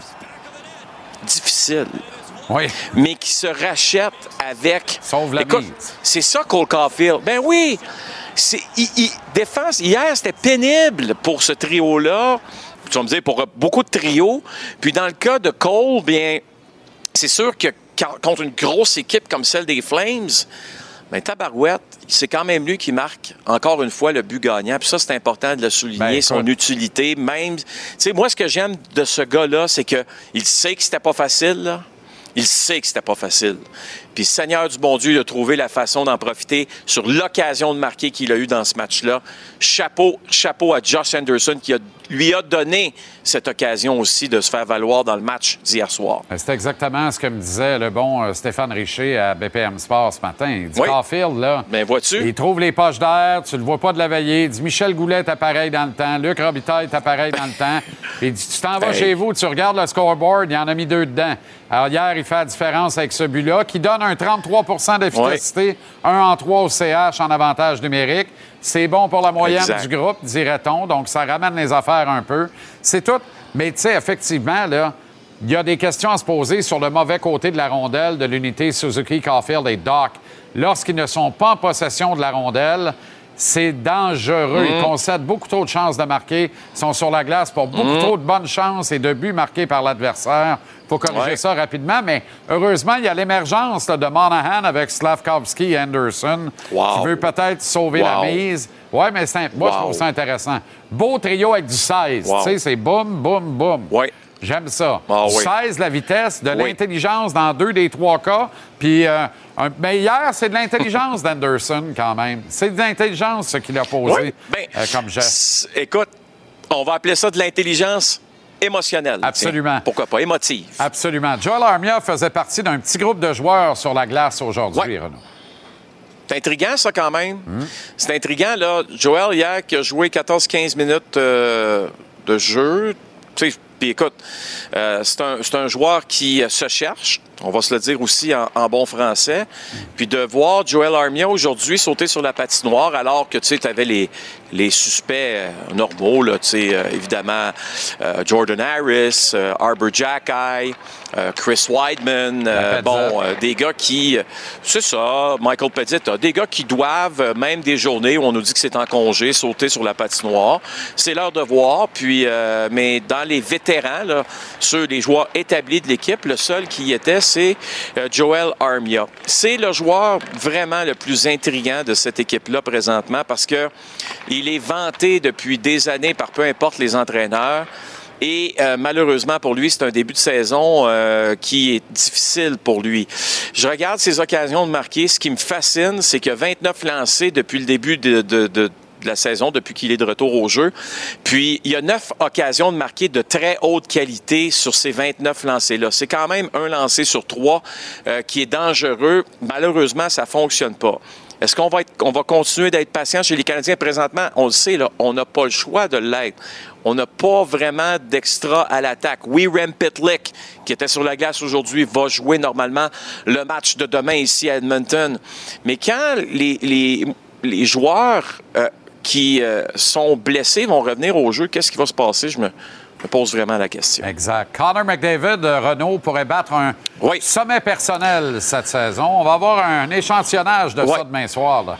difficile. Oui. Mais qui se rachète avec... Sauve la Écoute, mise. C'est ça, Cole Caulfield. Ben oui! C'est, il, il, défense, hier, c'était pénible pour ce trio-là. Tu vas me dire, pour beaucoup de trios. Puis dans le cas de Cole, bien, c'est sûr que contre une grosse équipe comme celle des Flames, bien, tabarouette, c'est quand même lui qui marque encore une fois le but gagnant. Puis ça, c'est important de le souligner, ben, son utilité. Même, tu sais, moi, ce que j'aime de ce gars-là, c'est qu'il sait que c'était pas facile, là. Il sait que c'était pas facile. Puis Seigneur du bon Dieu, il a trouvé la façon d'en profiter sur l'occasion de marquer qu'il a eu dans ce match-là. Chapeau, chapeau à Josh Anderson qui a, lui a donné cette occasion aussi de se faire valoir dans le match d'hier soir. C'est exactement ce que me disait le bon Stéphane Richer à B P M Sport ce matin. Il dit, oui. Caulfield, là, ben, vois-tu? il trouve les poches d'air, tu le vois pas de la veillée. Il dit, Michel Goulet est pareil dans le temps, Luc Robitaille est pareil dans le temps. Il dit, tu t'en vas hey. chez vous, tu regardes le scoreboard, il en a mis deux dedans. Alors hier, il fait la différence avec ce but-là, qui donne un trente-trois pour cent d'efficacité, oui. un en trois au C H en avantage numérique. C'est bon pour la moyenne exact. du groupe, dirait-on. Donc, ça ramène les affaires un peu. C'est tout. Mais, tu sais, effectivement, là, il y a des questions à se poser sur le mauvais côté de la rondelle de l'unité Suzuki, Caulfield et Doc. Lorsqu'ils ne sont pas en possession de la rondelle, c'est dangereux. Mmh. Ils concèdent beaucoup trop de chances de marquer. Ils sont sur la glace pour beaucoup mmh. trop de bonnes chances et de buts marqués par l'adversaire. Il faut corriger ouais. ça rapidement, mais heureusement, il y a l'émergence là, de Monahan avec Slavkovski et Anderson wow. qui veut peut-être sauver wow. la mise. Oui, mais c'est, moi, wow. je trouve ça intéressant. Beau trio avec du seize. Wow. Tu sais, c'est boum, boum, boum. Oui. J'aime ça. Oh, du oui. seize, la vitesse, de oui. l'intelligence dans deux des trois cas. Puis, euh, un... mais hier, c'est de l'intelligence d'Anderson quand même. C'est de l'intelligence ce qu'il a posé oui. ben, euh, comme geste. Écoute, on va appeler ça de l'intelligence émotionnelle. Absolument. Tiens, pourquoi pas? Émotive. Absolument. Joel Armia faisait partie d'un petit groupe de joueurs sur la glace aujourd'hui, ouais. Renaud. C'est intriguant, ça, quand même. Mmh. C'est intriguant, là. Joel, hier, qui a joué quatorze quinze minutes euh, de jeu. Tu sais, puis écoute, euh, c'est un, c'est un joueur qui euh, se cherche. On va se le dire aussi en, en bon français. Mmh. Puis de voir Joel Armia aujourd'hui sauter sur la patinoire alors que, tu sais, tu avais les, les suspects euh, normaux, là, tu sais, euh, évidemment, euh, Jordan Harris, euh, Arbor Xhekaj, euh, Chris Weidman, euh, bon, euh, des gars qui, euh, c'est ça, Michael Pezzetta, des gars qui doivent, euh, même des journées où on nous dit que c'est en congé, sauter sur la patinoire. C'est leur devoir, puis, euh, mais dans les vétérans, là, ceux, les joueurs établis de l'équipe, le seul qui y était, c'est euh, Joel Armia. C'est le joueur vraiment le plus intriguant de cette équipe-là présentement parce que il est vanté depuis des années par peu importe les entraîneurs. Et euh, malheureusement pour lui, c'est un début de saison euh, qui est difficile pour lui. Je regarde ses occasions de marquer. Ce qui me fascine, c'est qu'il y a vingt-neuf lancés depuis le début de, de, de de la saison, depuis qu'il est de retour au jeu. Puis, il y a neuf occasions de marquer de très haute qualité sur ces vingt-neuf lancés-là. C'est quand même un lancé sur trois euh, qui est dangereux. Malheureusement, ça ne fonctionne pas. Est-ce qu'on va, être, on va continuer d'être patient chez les Canadiens présentement? On le sait, là, on n'a pas le choix de l'être. On n'a pas vraiment d'extra à l'attaque. Oui, Rem Pitlick, qui était sur la glace aujourd'hui, va jouer normalement le match de demain ici à Edmonton. Mais quand les, les, les joueurs euh, qui euh, sont blessés vont revenir au jeu, qu'est-ce qui va se passer? Je me, me pose vraiment la question. Exact. Connor McDavid, Renaud, pourrait battre un oui. sommet personnel cette saison. On va avoir un échantillonnage de oui. ça demain soir, là.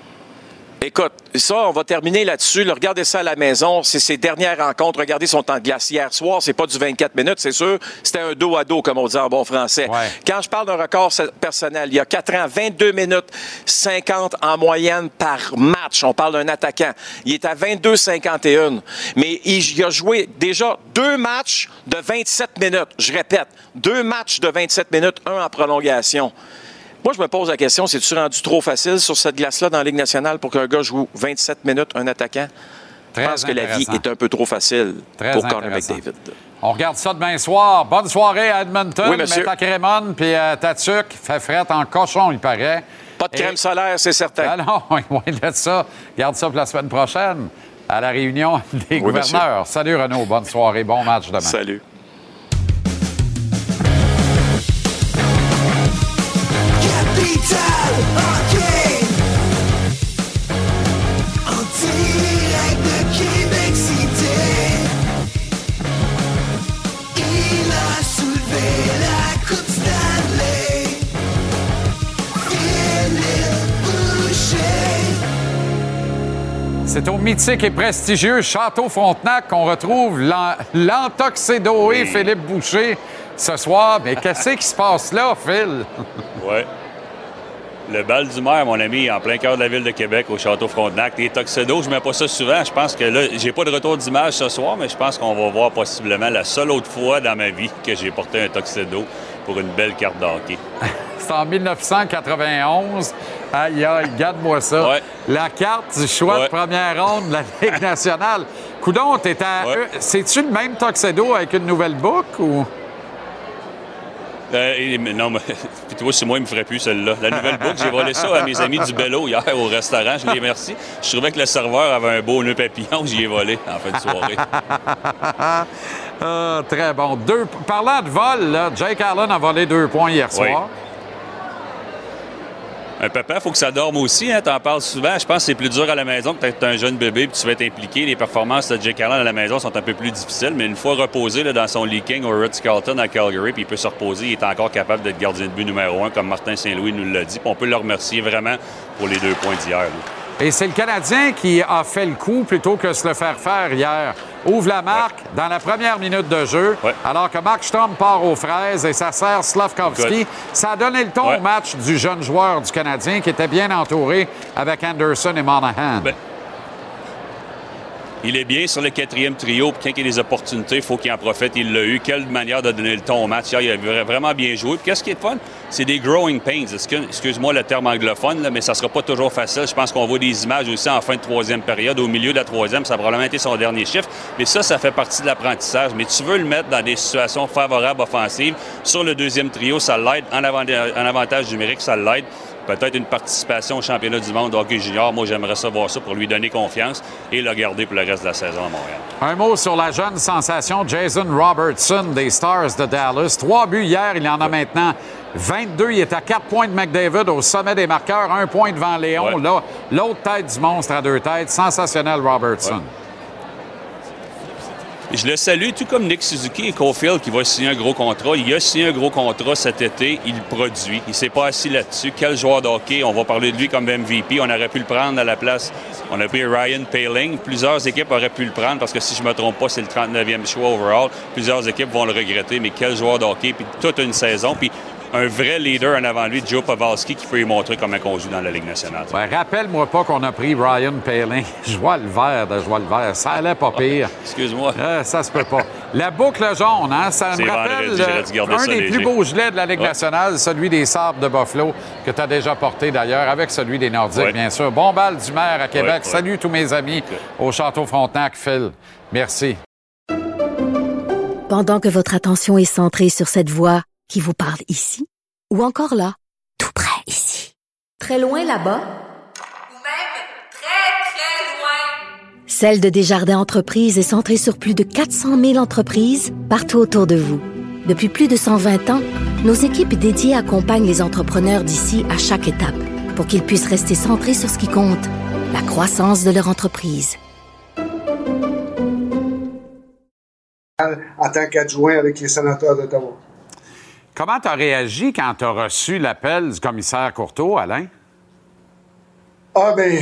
Écoute, ça, on va terminer là-dessus. Là, regardez ça à la maison. C'est ses dernières rencontres. Regardez son temps de glace hier soir. C'est pas du vingt-quatre minutes, c'est sûr. C'était un dos à dos, comme on dit en bon français. Ouais. Quand je parle d'un record personnel, il y a quatre ans, vingt-deux minutes cinquante en moyenne par match. On parle d'un attaquant. Il est à vingt-deux cinquante et un. Mais il, il a joué déjà deux matchs de vingt-sept minutes. Je répète, deux matchs de vingt-sept minutes, un en prolongation. Moi, je me pose la question, c'est-tu rendu trop facile sur cette glace-là dans la Ligue nationale pour qu'un gars joue vingt-sept minutes, un attaquant? Très je pense que la vie est un peu trop facile Très pour Connor McDavid. On regarde ça demain soir. Bonne soirée à Edmonton. Oui, monsieur. Mets ta crémone, puis euh, ta tuque. Fait frette en cochon, il paraît. Pas de crème Et... solaire, c'est certain. Ah non, oui, de ça. Garde ça pour la semaine prochaine, à la réunion des oui, gouverneurs. Monsieur. Salut, Renaud. Bonne soirée. Bon match demain. Salut. Hockey en direct de Québec City. Il a soulevé la Coupe Stanley. Philippe Boucher. C'est au mythique et prestigieux Château Frontenac qu'on retrouve l'an- l'entoxédoé Philippe Boucher ce soir. Mais qu'est-ce qui se passe là, Phil? Ouais. Le bal du maire, mon ami, en plein cœur de la ville de Québec, au Château Frontenac. Les tuxedos, je ne mets pas ça souvent. Je pense que là, j'ai pas de retour d'image ce soir, mais je pense qu'on va voir possiblement la seule autre fois dans ma vie que j'ai porté un tuxedo pour une belle carte de hockey. C'est en dix-neuf cent quatre-vingt-onze. Aïe, aïe, garde-moi ça. Ouais. La carte du choix ouais. de première ronde de la Ligue nationale. Coudon, t'es à... ouais. C'est-tu le même tuxedo avec une nouvelle boucle ou... Euh, non, mais tu vois, c'est moi, il me ferait plus celle-là. La nouvelle boucle, j'ai volé ça à mes amis du Bello hier au restaurant. Je les remercie. Je trouvais que le serveur avait un beau nœud papillon. J'y ai volé en fin de soirée. ah, très bon. Deux... Parlant de vol, là, Jake Allen a volé deux points hier soir. Oui. Un papa, il faut que ça dorme aussi. Hein? Tu en parles souvent. Je pense que c'est plus dur à la maison que tu as un jeune bébé et tu vas être impliqué. Les performances de Jake Allen à la maison sont un peu plus difficiles, mais une fois reposé là, dans son leaking au Ritz-Carlton à Calgary, puis il peut se reposer, il est encore capable d'être gardien de but numéro un, comme Martin Saint-Louis nous l'a dit. Puis on peut le remercier vraiment pour les deux points d'hier. Là. Et c'est le Canadien qui a fait le coup plutôt que de se le faire faire hier. Ouvre la marque ouais. dans la première minute de jeu, ouais. alors que Mark Sturm part aux fraises et ça sert Slavkovski. Good. Ça a donné le ton ouais. au match du jeune joueur du Canadien qui était bien entouré avec Anderson et Monahan. Ben... Il est bien sur le quatrième trio, puis quand il y a des opportunités, il faut qu'il en profite. Il l'a eu. Quelle manière de donner le ton au match. Hier, il a vraiment bien joué. Puis qu'est-ce qui est fun? C'est des growing pains. Excuse-moi le terme anglophone, là, mais ça sera pas toujours facile. Je pense qu'on voit des images aussi en fin de troisième période, au milieu de la troisième. Ça a probablement été son dernier chiffre. Mais ça, ça fait partie de l'apprentissage. Mais tu veux le mettre dans des situations favorables offensives. Sur le deuxième trio, ça l'aide. En, avant- en avantage numérique, ça l'aide. Peut-être une participation au championnat du monde de hockey junior. Moi, j'aimerais ça voir ça pour lui donner confiance et le garder pour le reste de la saison à Montréal. Un mot sur la jeune sensation Jason Robertson des Stars de Dallas. Trois buts hier, il en a maintenant vingt-deux. Il est à quatre points de McDavid au sommet des marqueurs, un point devant Léon. Ouais. Là, l'autre tête du monstre à deux têtes. Sensationnel Robertson. Ouais. Je le salue, tout comme Nick Suzuki et Caulfield qui va signer un gros contrat. Il a signé un gros contrat cet été. Il produit. Il ne s'est pas assis là-dessus. Quel joueur de hockey. On va parler de lui comme M V P. On aurait pu le prendre à la place. On a pris Ryan Poehling. Plusieurs équipes auraient pu le prendre parce que si je ne me trompe pas, c'est le trente-neuvième choix overall. Plusieurs équipes vont le regretter. Mais quel joueur de hockey. Puis toute une saison. Puis un vrai leader en avant lui, Joe Pavelski, qui peut lui montrer comment on joue dans la Ligue nationale. Ben, rappelle-moi pas qu'on a pris Ryan Poehling. Je vois le vert de je vois le vert. Ça allait pas pire. Excuse-moi. Euh, ça se peut pas. La boucle jaune, hein, ça me rappelle vendredi, euh, un ça des léger. plus beaux gilets de la Ligue Ouais. nationale, celui des Sabres de Buffalo, que tu as déjà porté d'ailleurs, avec celui des Nordiques, Ouais. bien sûr. Bon bal du maire à Québec. Ouais, ouais. Salut tous mes amis au Château Frontenac, Phil. Merci. Pendant que votre attention est centrée sur cette voix qui vous parle ici, ou encore là, tout près ici, très loin là-bas, Ou même très, très loin. celle de Desjardins Entreprises est centrée sur plus de quatre cent mille entreprises partout autour de vous. Depuis plus de cent vingt ans, nos équipes dédiées accompagnent les entrepreneurs d'ici à chaque étape pour qu'ils puissent rester centrés sur ce qui compte, la croissance de leur entreprise. En tant qu'adjoint avec les sénateurs d'Ottawa. Comment tu as réagi quand tu as reçu l'appel du commissaire Courteau, Alain? Ah ben,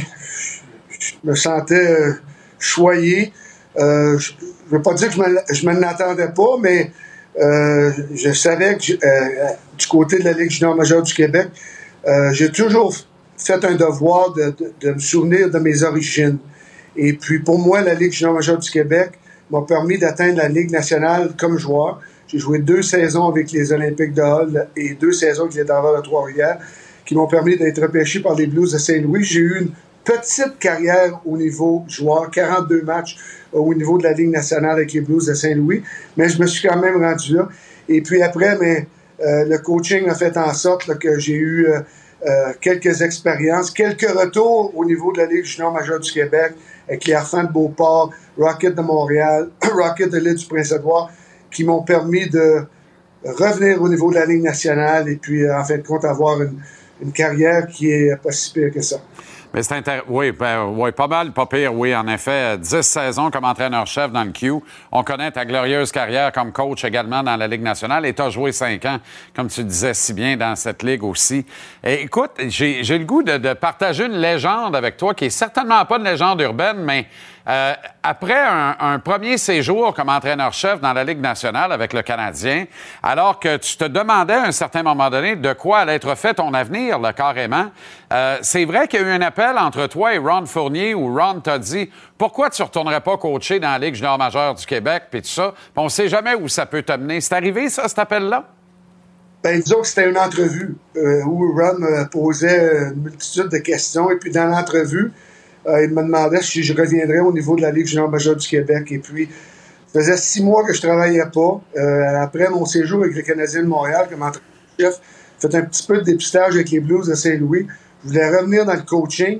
je me sentais euh, choyé. Euh, je ne veux pas dire que je ne m'en attendais pas, mais euh, je savais que je, euh, du côté de la Ligue junior majeure du Québec, euh, j'ai toujours fait un devoir de, de, de me souvenir de mes origines. Et puis pour moi, la Ligue junior majeure du Québec m'a permis d'atteindre la Ligue nationale comme joueur. J'ai joué deux saisons avec les Olympiques de Hull et deux saisons avec les Dragons de Trois-Rivières qui m'ont permis d'être repêché par les Blues de Saint-Louis. J'ai eu une petite carrière au niveau joueur, quarante-deux matchs au niveau de la Ligue nationale avec les Blues de Saint-Louis, mais je me suis quand même rendu là. Et puis après, mais, euh, le coaching a fait en sorte là, que j'ai eu euh, euh, quelques expériences, quelques retours au niveau de la Ligue junior majeure du Québec avec les Harfans de Beauport, Rocket de Montréal, Rocket de l'île du Prince-Édouard, qui m'ont permis de revenir au niveau de la Ligue nationale et puis, euh, en fin de compte, avoir une, une carrière qui est pas si pire que ça. Mais c'est intéressant. Oui, ben, oui, pas mal, pas pire, oui, en effet. Dix saisons comme entraîneur-chef dans le Q. On connaît ta glorieuse carrière comme coach également dans la Ligue nationale et tu as joué cinq ans, comme tu disais si bien, dans cette ligue aussi. Et, écoute, j'ai, j'ai le goût de, de partager une légende avec toi qui est certainement pas une légende urbaine, mais euh, après un, un premier séjour comme entraîneur-chef dans la Ligue nationale avec le Canadien, alors que tu te demandais à un certain moment donné de quoi allait être fait ton avenir, là, carrément, euh, c'est vrai qu'il y a eu un appel entre toi et Ron Fournier où Ron t'a dit « Pourquoi tu ne retournerais pas coacher dans la Ligue junior majeure du Québec? » Puis tout ça. Puis on ne sait jamais où ça peut t'amener. C'est arrivé, ça, cet appel-là? Ben, disons que c'était une entrevue euh, où Ron me posait une multitude de questions. Et puis, dans l'entrevue, euh, il me demandait si je reviendrais au niveau de la Ligue junior majeure du Québec. Et puis, ça faisait six mois que je travaillais pas. Euh, après mon séjour avec les Canadiens de Montréal comme entraîneur-chef, j'ai fait un petit peu de dépistage avec les Blues de Saint-Louis. Je voulais revenir dans le coaching,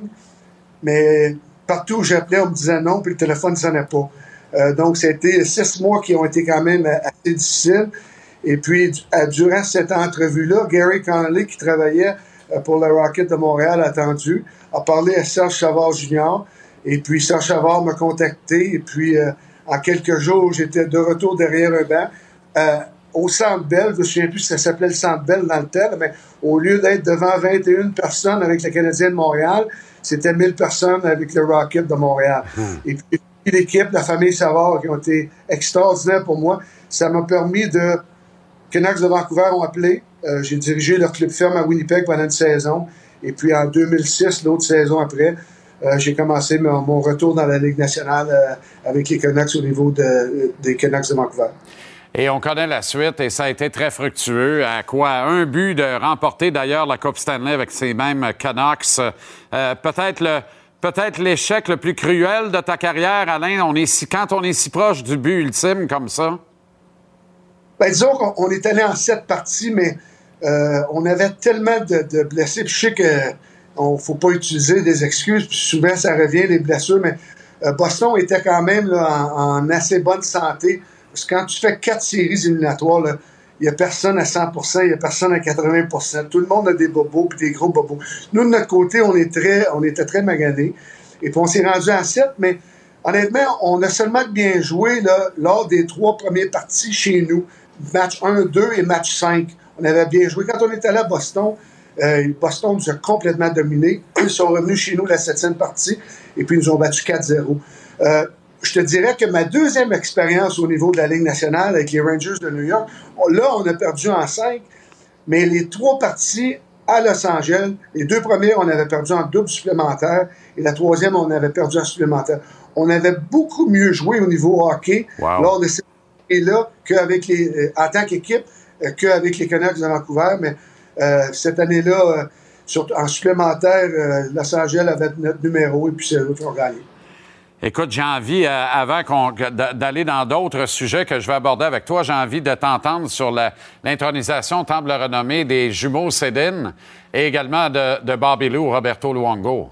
mais partout où j'appelais, on me disait non, puis le téléphone ne sonnait pas. Euh, donc, c'était six mois qui ont été quand même assez difficiles. Et puis, durant cette entrevue-là, Gary Connolly, qui travaillait pour le Rocket de Montréal, attendu, a parlé à Serge Savard junior Et puis, Serge Savard m'a contacté. Et puis, euh, en quelques jours, j'étais de retour derrière un banc. Euh, au Centre Bell, je ne me souviens plus si ça s'appelait le Centre Bell dans le temps, mais au lieu d'être devant vingt et une personnes avec le Canadien de Montréal, c'était mille personnes avec le Rocket de Montréal. Mmh. Et puis, l'équipe, la famille Savard, qui ont été extraordinaires pour moi, ça m'a permis de... Canucks de Vancouver ont appelé. Euh, j'ai dirigé leur club ferme à Winnipeg pendant une saison. Et puis, en deux mille six, l'autre saison après, euh, j'ai commencé mon, mon retour dans la Ligue nationale euh, avec les Canucks au niveau de, des Canucks de Vancouver. Et on connaît la suite et ça a été très fructueux. À quoi? Un but de remporter d'ailleurs la Coupe Stanley avec ces mêmes Canucks. Euh, peut-être le peut-être l'échec le plus cruel de ta carrière, Alain. On est si, quand on est si proche du but ultime comme ça. Ben, disons qu'on on est allé en sept parties, mais euh, on avait tellement de, de blessés. Puis je sais que on faut pas utiliser des excuses. Puis souvent ça revient les blessures, mais euh, Boston était quand même là, en, en assez bonne santé. Parce que quand tu fais quatre séries éliminatoires, il n'y a personne à cent pour cent, il n'y a personne à quatre-vingts pour cent. Tout le monde a des bobos puis des gros bobos. Nous, de notre côté, on, est très, on était très maganés. Et puis, on s'est rendu à sept, mais honnêtement, on a seulement bien joué là, lors des trois premières parties chez nous. Match un, deux et match cinq. On avait bien joué. Quand on est allé à Boston, euh, Boston nous a complètement dominés. Ils sont revenus chez nous la septième partie et puis ils nous ont battu quatre zéro. Euh, Je te dirais que ma deuxième expérience au niveau de la Ligue nationale avec les Rangers de New York, on, là, on a perdu en cinq, mais les trois parties à Los Angeles, les deux premières, on avait perdu en double supplémentaire, et la troisième, on avait perdu en supplémentaire. On avait beaucoup mieux joué au niveau hockey wow. lors de ces parties-là qu'avec les, euh, en tant qu'équipe euh, qu'avec les Canucks de Vancouver, mais euh, cette année-là, euh, surtout en supplémentaire, euh, Los Angeles avait notre numéro, et puis c'est eux qui ont gagné. Écoute, j'ai envie, euh, avant qu'on, d'aller dans d'autres sujets que je vais aborder avec toi, j'ai envie de t'entendre sur la, l'intronisation, temple renommée des jumeaux Sedin et également de, de Bobby Lou, Roberto Luongo.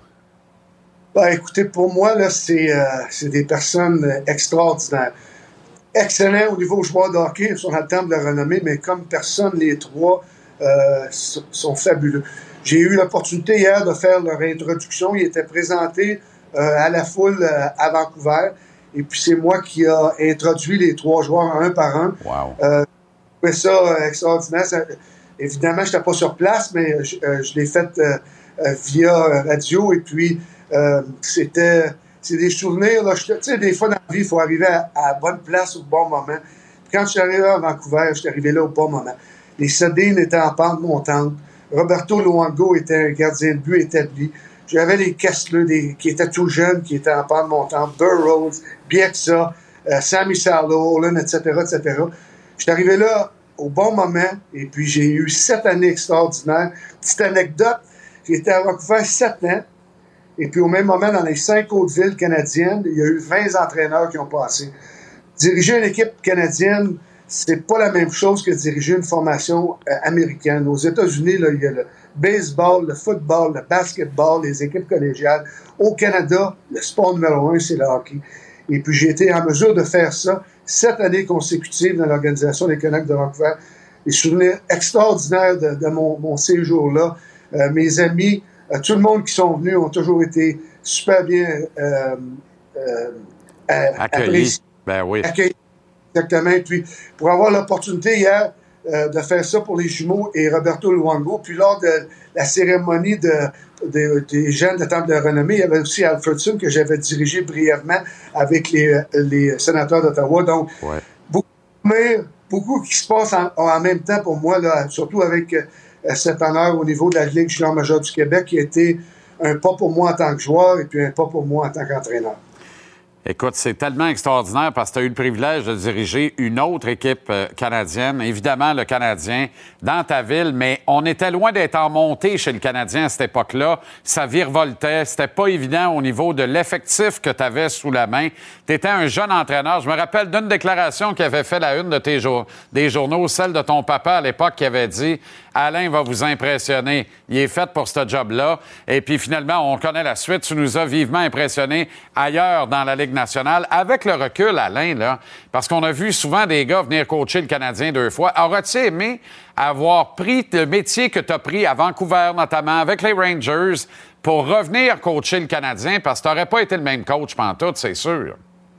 Ben, écoutez, pour moi, là, c'est, euh, c'est des personnes extraordinaires. Excellents au niveau joueur de hockey, ils sont dans le temple de renommée, mais comme personne, les trois euh, sont fabuleux. J'ai eu l'opportunité hier de faire leur introduction. Ils étaient présentés Euh, à la foule euh, à Vancouver. Et puis, c'est moi qui a introduit les trois joueurs un par un. Wow. Euh, je trouvais ça euh, extraordinaire. Ça, évidemment, je n'étais pas sur place, mais je, euh, je l'ai fait euh, euh, via radio. Et puis, euh, c'était c'est des souvenirs. Tu sais, des fois dans la vie, il faut arriver à, à la bonne place au bon moment. Puis quand je suis arrivé à Vancouver, je suis arrivé là au bon moment. Les Sedin étaient en pente montante. Roberto Luongo était un gardien de but établi. J'avais les Kessler des, qui étaient tout jeunes, qui étaient en pente montante, Burroughs, Bieksa, euh, Sammy Salo, et cetera, et cetera. Je suis arrivé là au bon moment et puis j'ai eu sept années extraordinaires. Petite anecdote, j'ai été à Vancouver sept ans et puis au même moment, dans les cinq autres villes canadiennes, il y a eu vingt entraîneurs qui ont passé. Diriger une équipe canadienne, c'est pas la même chose que diriger une formation euh, américaine. Aux États-Unis, là, il y a le baseball, le football, le basketball, les équipes collégiales. Au Canada, le sport numéro un, c'est le hockey. Et puis, j'ai été en mesure de faire ça sept années consécutives dans l'organisation des Canucks de Vancouver. Des souvenirs extraordinaires de, de mon, mon séjour-là. Euh, mes amis, euh, tout le monde qui sont venus ont toujours été super bien euh, euh, accueillis. Ben oui. Accueillis. Exactement. Et puis, pour avoir l'opportunité hier euh, de faire ça pour les jumeaux et Roberto Luongo, puis lors de la cérémonie de, de, des jeunes de Temple de renommée, il y avait aussi Alfredson que j'avais dirigé brièvement avec les, les sénateurs d'Ottawa. Donc, ouais. beaucoup, mais, beaucoup qui se passe en, en même temps pour moi, là, surtout avec euh, cet honneur au niveau de la Ligue junior majeure du Québec, qui a été un pas pour moi en tant que joueur et puis un pas pour moi en tant qu'entraîneur. Écoute, c'est tellement extraordinaire parce que tu as eu le privilège de diriger une autre équipe euh, canadienne, évidemment le Canadien, dans ta ville, mais on était loin d'être en montée chez le Canadien à cette époque-là. Ça virevoltait, c'était pas évident au niveau de l'effectif que tu avais sous la main. Tu étais un jeune entraîneur. Je me rappelle d'une déclaration qui avait fait la une de tes jour- des journaux, celle de ton papa à l'époque qui avait dit « Alain va vous impressionner. Il est fait pour ce job-là. » Et puis finalement, on connaît la suite. Tu nous as vivement impressionnés ailleurs dans la Ligue nationale. Avec le recul, Alain, là, parce qu'on a vu souvent des gars venir coacher le Canadien deux fois. Aurais-tu aimé avoir pris le métier que tu as pris à Vancouver, notamment avec les Rangers, pour revenir coacher le Canadien? Parce que tu n'aurais pas été le même coach pantoute, c'est sûr.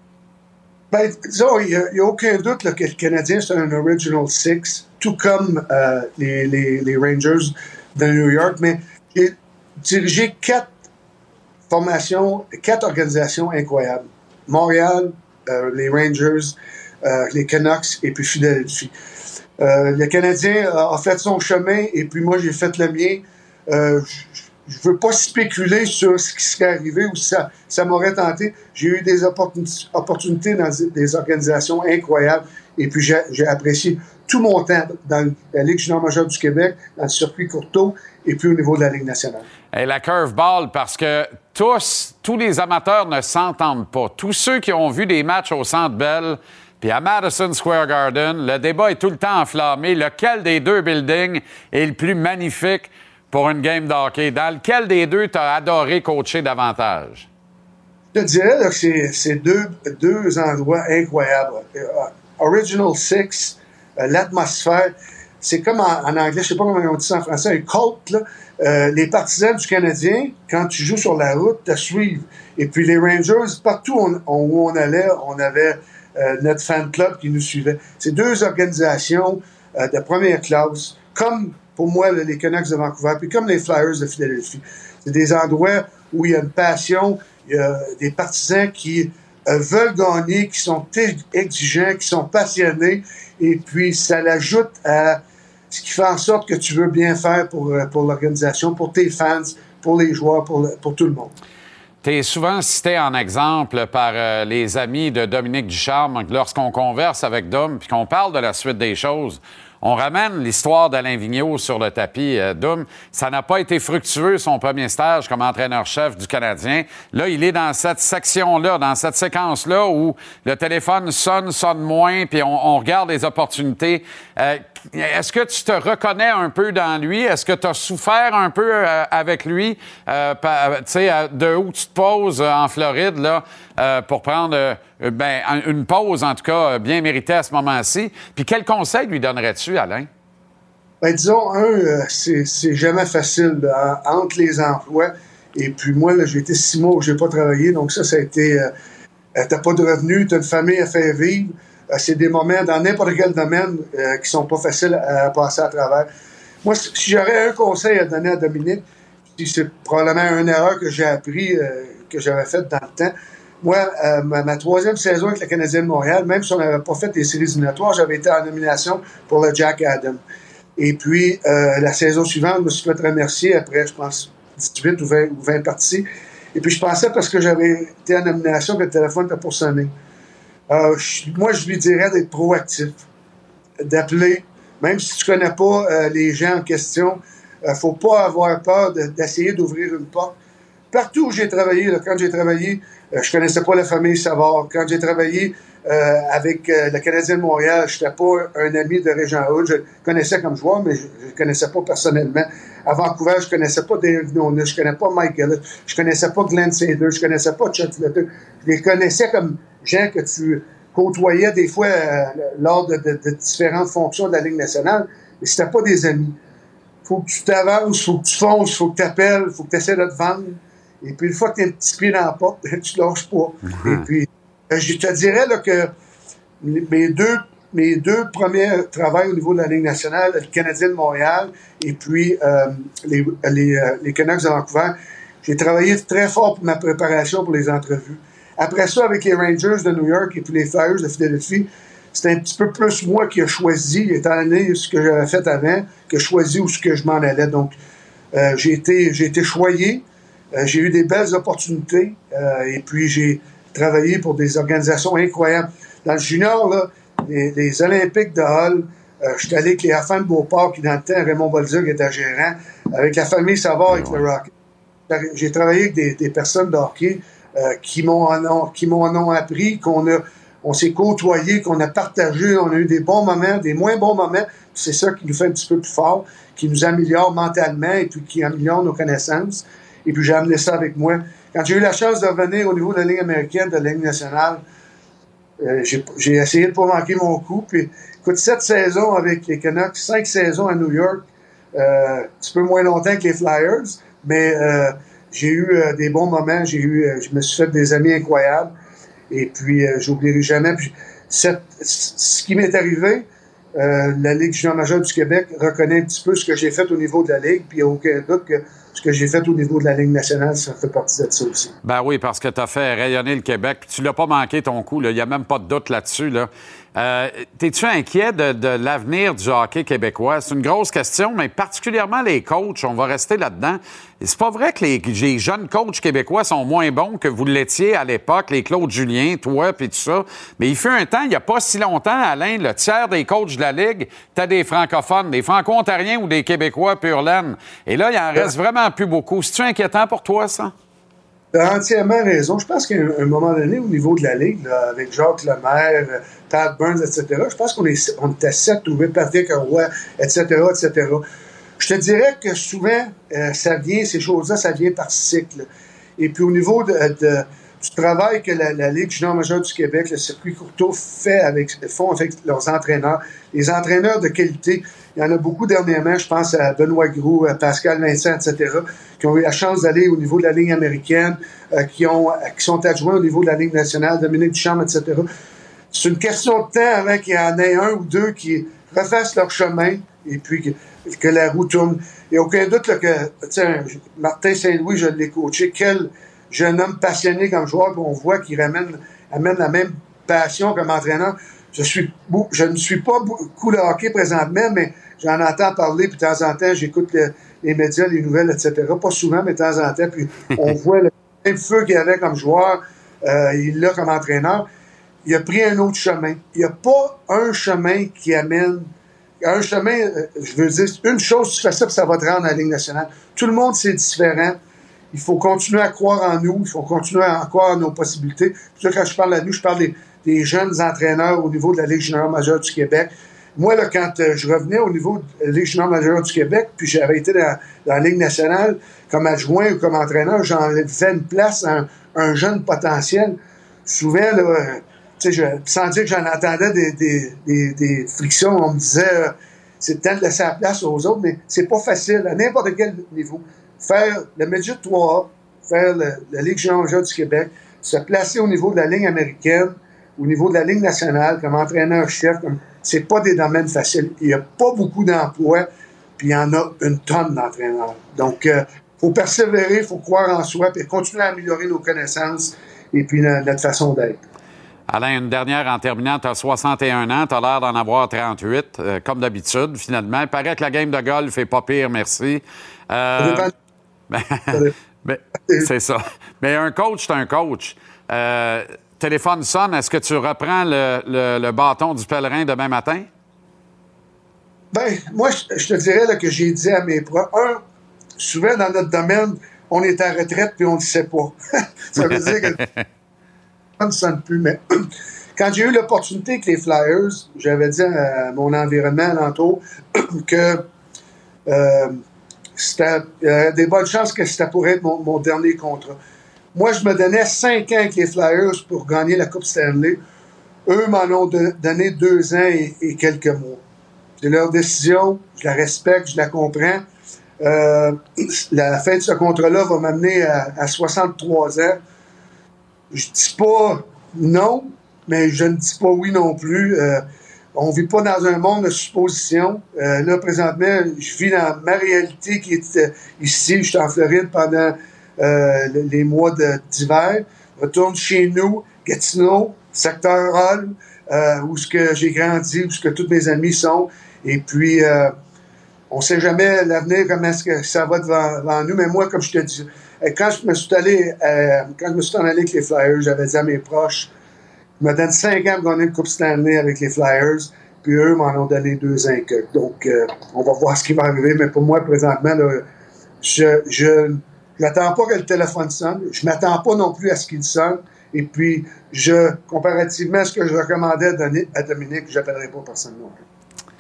Ben, disons, il n'y a, a aucun doute là, que le Canadien, c'est un Original Six, tout comme euh, les, les, les Rangers de New York. Mais j'ai dirigé quatre formations, quatre organisations incroyables. Montréal, euh, les Rangers, euh, les Canucks et puis Philadelphie. Euh, le Canadien a, a fait son chemin et puis moi, j'ai fait le mien. Euh, je veux pas spéculer sur ce qui serait arrivé ou si ça, ça m'aurait tenté. J'ai eu des opportun- opportunités dans des organisations incroyables et puis j'ai, j'ai apprécié tout mon temps dans la Ligue junior majeure du Québec, dans le circuit Courteau et puis au niveau de la Ligue nationale. Et la curveball, parce que tous, tous les amateurs ne s'entendent pas. Tous ceux qui ont vu des matchs au Centre Bell puis à Madison Square Garden, le débat est tout le temps enflammé. Lequel des deux buildings est le plus magnifique pour une game de hockey? Dans lequel des deux t'as adoré coacher davantage? Je te dirais là, que c'est, c'est deux, deux endroits incroyables. Uh, Original Six, uh, l'atmosphère, c'est comme en, en anglais, je sais pas comment on dit ça en français, un cult, là. Euh, les partisans du Canadien, quand tu joues sur la route, te suivent. Et puis les Rangers, partout on, on, où on allait, on avait euh, notre fan club qui nous suivait. C'est deux organisations euh, de première classe, comme pour moi les Canucks de Vancouver, puis comme les Flyers de Philadelphie. C'est des endroits où il y a une passion, il y a des partisans qui euh, veulent gagner, qui sont exigeants, qui sont passionnés, et puis ça l'ajoute à ce qui fait en sorte que tu veux bien faire pour, pour l'organisation, pour tes fans, pour les joueurs, pour, pour tout le monde. Tu es souvent cité en exemple par euh, les amis de Dominique Ducharme. Lorsqu'on converse avec Dom puis qu'on parle de la suite des choses, on ramène l'histoire d'Alain Vigneault sur le tapis. Euh, Dom, ça n'a pas été fructueux, son premier stage comme entraîneur-chef du Canadien. Là, il est dans cette section-là, dans cette séquence-là où le téléphone sonne, sonne moins, puis on, on regarde les opportunités. Euh, est-ce que tu te reconnais un peu dans lui? Est-ce que tu as souffert un peu euh, avec lui? Euh, tu sais, de où tu te poses euh, en Floride, là, euh, pour prendre euh, ben, une pause, en tout cas, bien méritée à ce moment-ci. Puis quel conseil lui donnerais-tu, Alain? Ben, disons, un, euh, c'est, c'est jamais facile là, entre les emplois. Et puis moi, là, j'ai été six mois où j'ai pas travaillé. Donc ça, ça a été... Euh, t'as pas de revenus, t'as une famille à faire vivre. Euh, c'est des moments dans n'importe quel domaine euh, qui sont pas faciles à, à passer à travers. Moi, si j'aurais un conseil à donner à Dominique, puis c'est probablement une erreur que j'ai appris, euh, que j'avais faite dans le temps. Moi, euh, ma, ma troisième saison avec le Canadien de Montréal, même si on n'avait pas fait les séries éliminatoires, j'avais été en nomination pour le Jack Adams. Et puis, euh, la saison suivante, je me suis fait remercier après, je pense, dix-huit ou vingt, ou vingt parties. Et puis, je pensais, parce que j'avais été en nomination, que le téléphone était pour sonner. Euh, je, moi, je lui dirais d'être proactif, d'appeler, même si tu connais pas euh, les gens en question, euh, faut pas avoir peur de, d'essayer d'ouvrir une porte. Partout où j'ai travaillé, là, quand j'ai travaillé, euh, je connaissais pas la famille Savard. Quand j'ai travaillé euh, avec euh, le Canadien de Montréal, je n'étais pas un ami de Régent Hood. Je le connaissais comme joueur, mais je ne connaissais pas personnellement. À Vancouver, je connaissais pas Dave Nonis, je connaissais pas Mike Gillett, je connaissais pas Glenn Sader, je connaissais pas Chet Fletter. Je les connaissais comme gens que tu côtoyais des fois euh, lors de, de, de différentes fonctions de la Ligue nationale, mais c'était pas des amis. Faut que tu t'avances, faut que tu fonces, faut que tu appelles, faut que tu essaies de te vendre. Et puis, une fois que tu as un petit pied dans la porte, tu ne lâches pas. Mm-hmm. Et puis, je te dirais là, que mes deux, mes deux premiers travails au niveau de la Ligue nationale, le Canadien de Montréal et puis euh, les, les, les Canucks de Vancouver, j'ai travaillé très fort pour ma préparation pour les entrevues. Après ça, avec les Rangers de New York et puis les Flyers de Philadelphie, c'était un petit peu plus moi qui ai choisi, étant donné ce que j'avais fait avant, que choisi où ce que je m'en allais. Donc, euh, j'ai été, j'ai été choyé. Euh, j'ai eu des belles opportunités euh, et puis j'ai travaillé pour des organisations incroyables. Dans le junior, là, les, les Olympiques de Hull, euh, j'étais allé avec les enfants de Beauport, qui dans le temps, Raymond Bolduc était gérant, avec la famille Savard, avec le Rocket. J'ai travaillé avec des, des personnes de hockey euh, qui m'ont qui m'en ont appris, qu'on a, on s'est côtoyés, qu'on a partagé, on a eu des bons moments, des moins bons moments. C'est ça qui nous fait un petit peu plus fort, qui nous améliore mentalement et puis qui améliore nos connaissances. Et puis, j'ai amené ça avec moi. Quand j'ai eu la chance de revenir au niveau de la Ligue américaine, de la Ligue nationale, euh, j'ai, j'ai essayé de ne pas manquer mon coup. Puis, écoute, sept saisons avec les Canucks, cinq saisons à New York, euh, un petit peu moins longtemps que les Flyers, mais euh, j'ai eu euh, des bons moments. J'ai eu, euh, je me suis fait des amis incroyables. Et puis, euh, j'oublierai jamais. Puis, cette, ce qui m'est arrivé, euh, la Ligue junior majeure du Québec reconnaît un petit peu ce que j'ai fait au niveau de la Ligue, puis il n'y a aucun doute que ce que j'ai fait au niveau de la Ligue nationale, ça fait partie de ça aussi. Ben oui, parce que tu as fait rayonner le Québec, puis tu l'as pas manqué ton coup, il n'y a même pas de doute là-dessus. Là. Euh, T'es-tu inquiet de, de l'avenir du hockey québécois? C'est une grosse question, mais particulièrement les coachs, on va rester là-dedans. C'est pas vrai que les, les jeunes coachs québécois sont moins bons que vous l'étiez à l'époque, les Claude Julien, toi, puis tout ça. Mais il fut un temps, il n'y a pas si longtemps, Alain, le tiers des coachs de la Ligue, t'as des francophones, des franco-ontariens ou des Québécois pur laine. Et là, il en reste vraiment plus beaucoup. C'est-tu inquiétant pour toi, ça? Tu as entièrement raison. Je pense qu'à un, un moment donné, au niveau de la Ligue, là, avec Jacques Lemaire, Pat Burns, et cetera, je pense qu'on est, on était sept ou huit, Patrick Roy, et cetera, et cetera. Je te dirais que souvent, euh, ça vient, ces choses-là, ça vient par cycle. Et puis au niveau de, de, du travail que la, la Ligue junior majeure du Québec, le circuit Courtois, fait avec, font avec leurs entraîneurs, les entraîneurs de qualité, il y en a beaucoup dernièrement, je pense à Benoît Groux, à Pascal Vincent, et cetera, qui ont eu la chance d'aller au niveau de la Ligue américaine, euh, qui, ont, qui sont adjoints au niveau de la Ligue nationale, Dominique Duchamp, et cetera. C'est une question de temps avant qu'il y en ait un ou deux qui refassent leur chemin et puis que, que la roue tourne. Il n'y a aucun doute là, que Martin Saint-Louis, je l'ai coaché, quel jeune homme passionné comme joueur, puis on voit qu'il ramène, amène la même passion comme entraîneur. Je suis, je ne suis pas beaucoup le hockey présentement, mais j'en entends parler, puis de temps en temps, j'écoute le, les médias, les nouvelles, et cetera. Pas souvent, mais de temps en temps, puis on voit le même feu qu'il avait comme joueur, euh, il l'a comme entraîneur. Il a pris un autre chemin. Il n'y a pas un chemin qui amène... Un chemin, euh, je veux dire, une chose, tu fais ça, puis ça va te rendre à la Ligue nationale. Tout le monde, c'est différent. Il faut continuer à croire en nous. Il faut continuer à croire en nos possibilités. Puis là, quand je parle à nous, je parle des, des jeunes entraîneurs au niveau de la Ligue junior majeure du Québec. Moi, là, quand euh, je revenais au niveau de la Ligue junior majeure du Québec, puis j'avais été dans, dans la Ligue nationale comme adjoint ou comme entraîneur, j'en faisais une place à un, un jeune potentiel. Souvent, là, tu sais, je, sans dire que j'en entendais des, des, des, des frictions, on me disait euh, c'est le temps de laisser la place aux autres, mais c'est pas facile à n'importe quel niveau. Faire le Midget trois A, faire le, la Ligue junior majeure du Québec, se placer au niveau de la Ligue américaine, au niveau de la Ligue nationale, comme entraîneur-chef, comme, c'est pas des domaines faciles. Il n'y a pas beaucoup d'emplois, puis il y en a une tonne d'entraîneurs. Donc, il euh, faut persévérer, il faut croire en soi, puis continuer à améliorer nos connaissances et puis notre, notre façon d'être. Alain, une dernière en terminant. Tu as soixante et un ans, tu as l'air d'en avoir trente-huit, euh, comme d'habitude, finalement. Il paraît que la game de golf est pas pire, merci. Euh, ben, ben, c'est ça. Mais un coach, c'est un coach. Euh, téléphone sonne, est-ce que tu reprends le, le, le bâton du pèlerin demain matin? Ben, moi, je, je te dirais là, que j'ai dit à mes profs, un, souvent dans notre domaine, on est en retraite puis on ne le sait pas. Ça veut dire que ne sonne plus, mais quand j'ai eu l'opportunité avec les Flyers, j'avais dit à mon environnement alentour que euh, c'était euh, des bonnes chances que c'était pour être mon, mon dernier contrat. Moi, je me donnais cinq ans avec les Flyers pour gagner la Coupe Stanley. Eux m'en ont de, donné deux ans et, et quelques mois. C'est leur décision, je la respecte, je la comprends. Euh, la fin de ce contrat-là va m'amener à, à soixante-trois ans. Je dis pas non, mais je ne dis pas oui non plus. Euh, on vit pas dans un monde de suppositions. Euh, là, présentement, je vis dans ma réalité qui est euh, ici. Je suis en Floride pendant euh, les mois de, d'hiver. Je retourne chez nous, Gatineau, secteur Hall, euh, où ce que j'ai grandi, où ce que tous mes amis sont. Et puis, euh, on sait jamais l'avenir, comment est-ce que ça va devant, devant nous. Mais moi, comme je te dis, quand je me suis allé, euh, quand je me suis en allé avec les Flyers, j'avais dit à mes proches, je me donne cinq ans pour gagner une Coupe Stanley avec les Flyers, puis eux m'en ont donné deux ans que. Donc, euh, on va voir ce qui va arriver. Mais pour moi, présentement, là, je, je, je n'attends pas que le téléphone sonne. Je m'attends pas non plus à ce qu'il sonne. Et puis, je, comparativement à ce que je recommandais à Dominique, je n'appellerai pas personne non plus.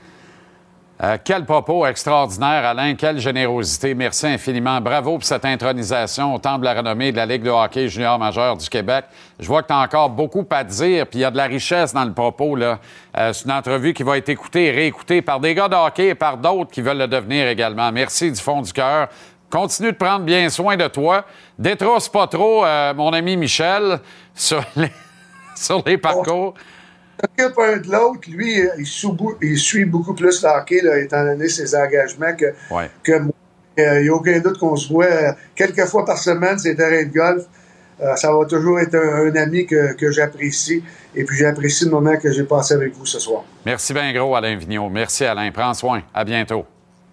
Euh, quel propos extraordinaire, Alain. Quelle générosité. Merci infiniment. Bravo pour cette intronisation au temple de la renommée de la Ligue de hockey junior majeur du Québec. Je vois que tu as encore beaucoup à dire, puis il y a de la richesse dans le propos, là. Euh, c'est une entrevue qui va être écoutée et réécoutée par des gars de hockey et par d'autres qui veulent le devenir également. Merci du fond du cœur. Continue de prendre bien soin de toi. Détrousse pas trop, euh, mon ami Michel, sur les, sur les parcours. S'occupe un de l'autre, lui, il, sou- il suit beaucoup plus le hockey, là, étant donné ses engagements, que, ouais. que moi. Il n'y a aucun doute qu'on se voit euh, quelques fois par semaine, c'est terrain de golf. Euh, ça va toujours être un, un ami que, que j'apprécie. Et puis, j'apprécie le moment que j'ai passé avec vous ce soir. Merci bien gros, Alain Vigneault. Merci, Alain. Prends soin. À bientôt.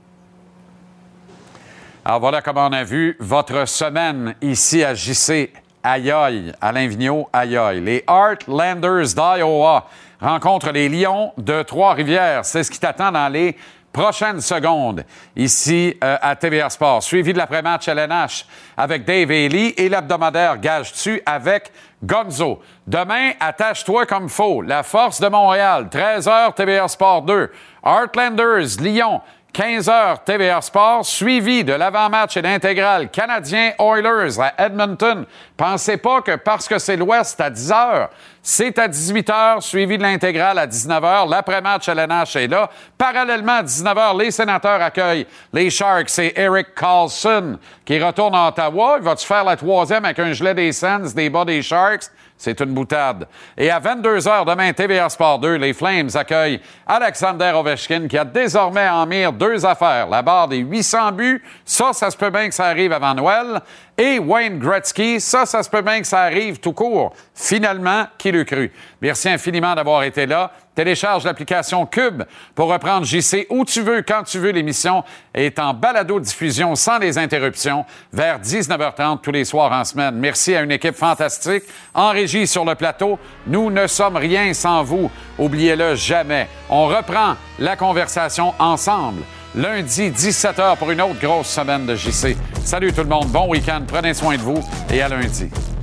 Alors, voilà comment on a vu votre semaine ici à J C. Aïe aïe. Alain Vigneault, aïe aïe. Les Heartlanders d'Iowa rencontrent les Lions de Trois-Rivières. C'est ce qui t'attend dans les prochaines secondes ici euh, à T V R Sport. Suivi de l'après-match L N H avec Dave Haley et l'hebdomadaire Gage-tu avec Gonzo. Demain, attache-toi comme faux. La Force de Montréal, treize heures T V R Sport deux. Heartlanders, Lyon, quinze heures T V R Sport, suivi de l'avant-match et l'intégrale Canadien-Oilers à Edmonton. Pensez pas que parce que c'est l'Ouest à dix heures, c'est à dix-huit heures, suivi de l'intégrale à dix-neuf heures. L'après-match L N H est là. Parallèlement, à dix-neuf heures, les Sénateurs accueillent les Sharks. C'est Eric Carlson qui retourne à Ottawa. Il va-tu faire la troisième avec un gilet des Sens, des bas des Sharks? C'est une boutade. Et à vingt-deux heures, demain, T V R Sport deux, les Flames accueillent Alexander Ovechkin qui a désormais en mire deux affaires. La barre des huit cents buts, ça, ça se peut bien que ça arrive avant Noël. Et Wayne Gretzky, ça, ça se peut bien que ça arrive tout court. Finalement, qui l'eût cru? Merci infiniment d'avoir été là. Télécharge l'application Cube pour reprendre J C où tu veux, quand tu veux. L'émission est en balado-diffusion sans les interruptions vers dix-neuf heures trente tous les soirs en semaine. Merci à une équipe fantastique. En régie sur le plateau, nous ne sommes rien sans vous. Oubliez-le jamais. On reprend la conversation ensemble. Lundi, dix-sept heures pour une autre grosse semaine de J C. Salut tout le monde, bon week-end, prenez soin de vous et à lundi.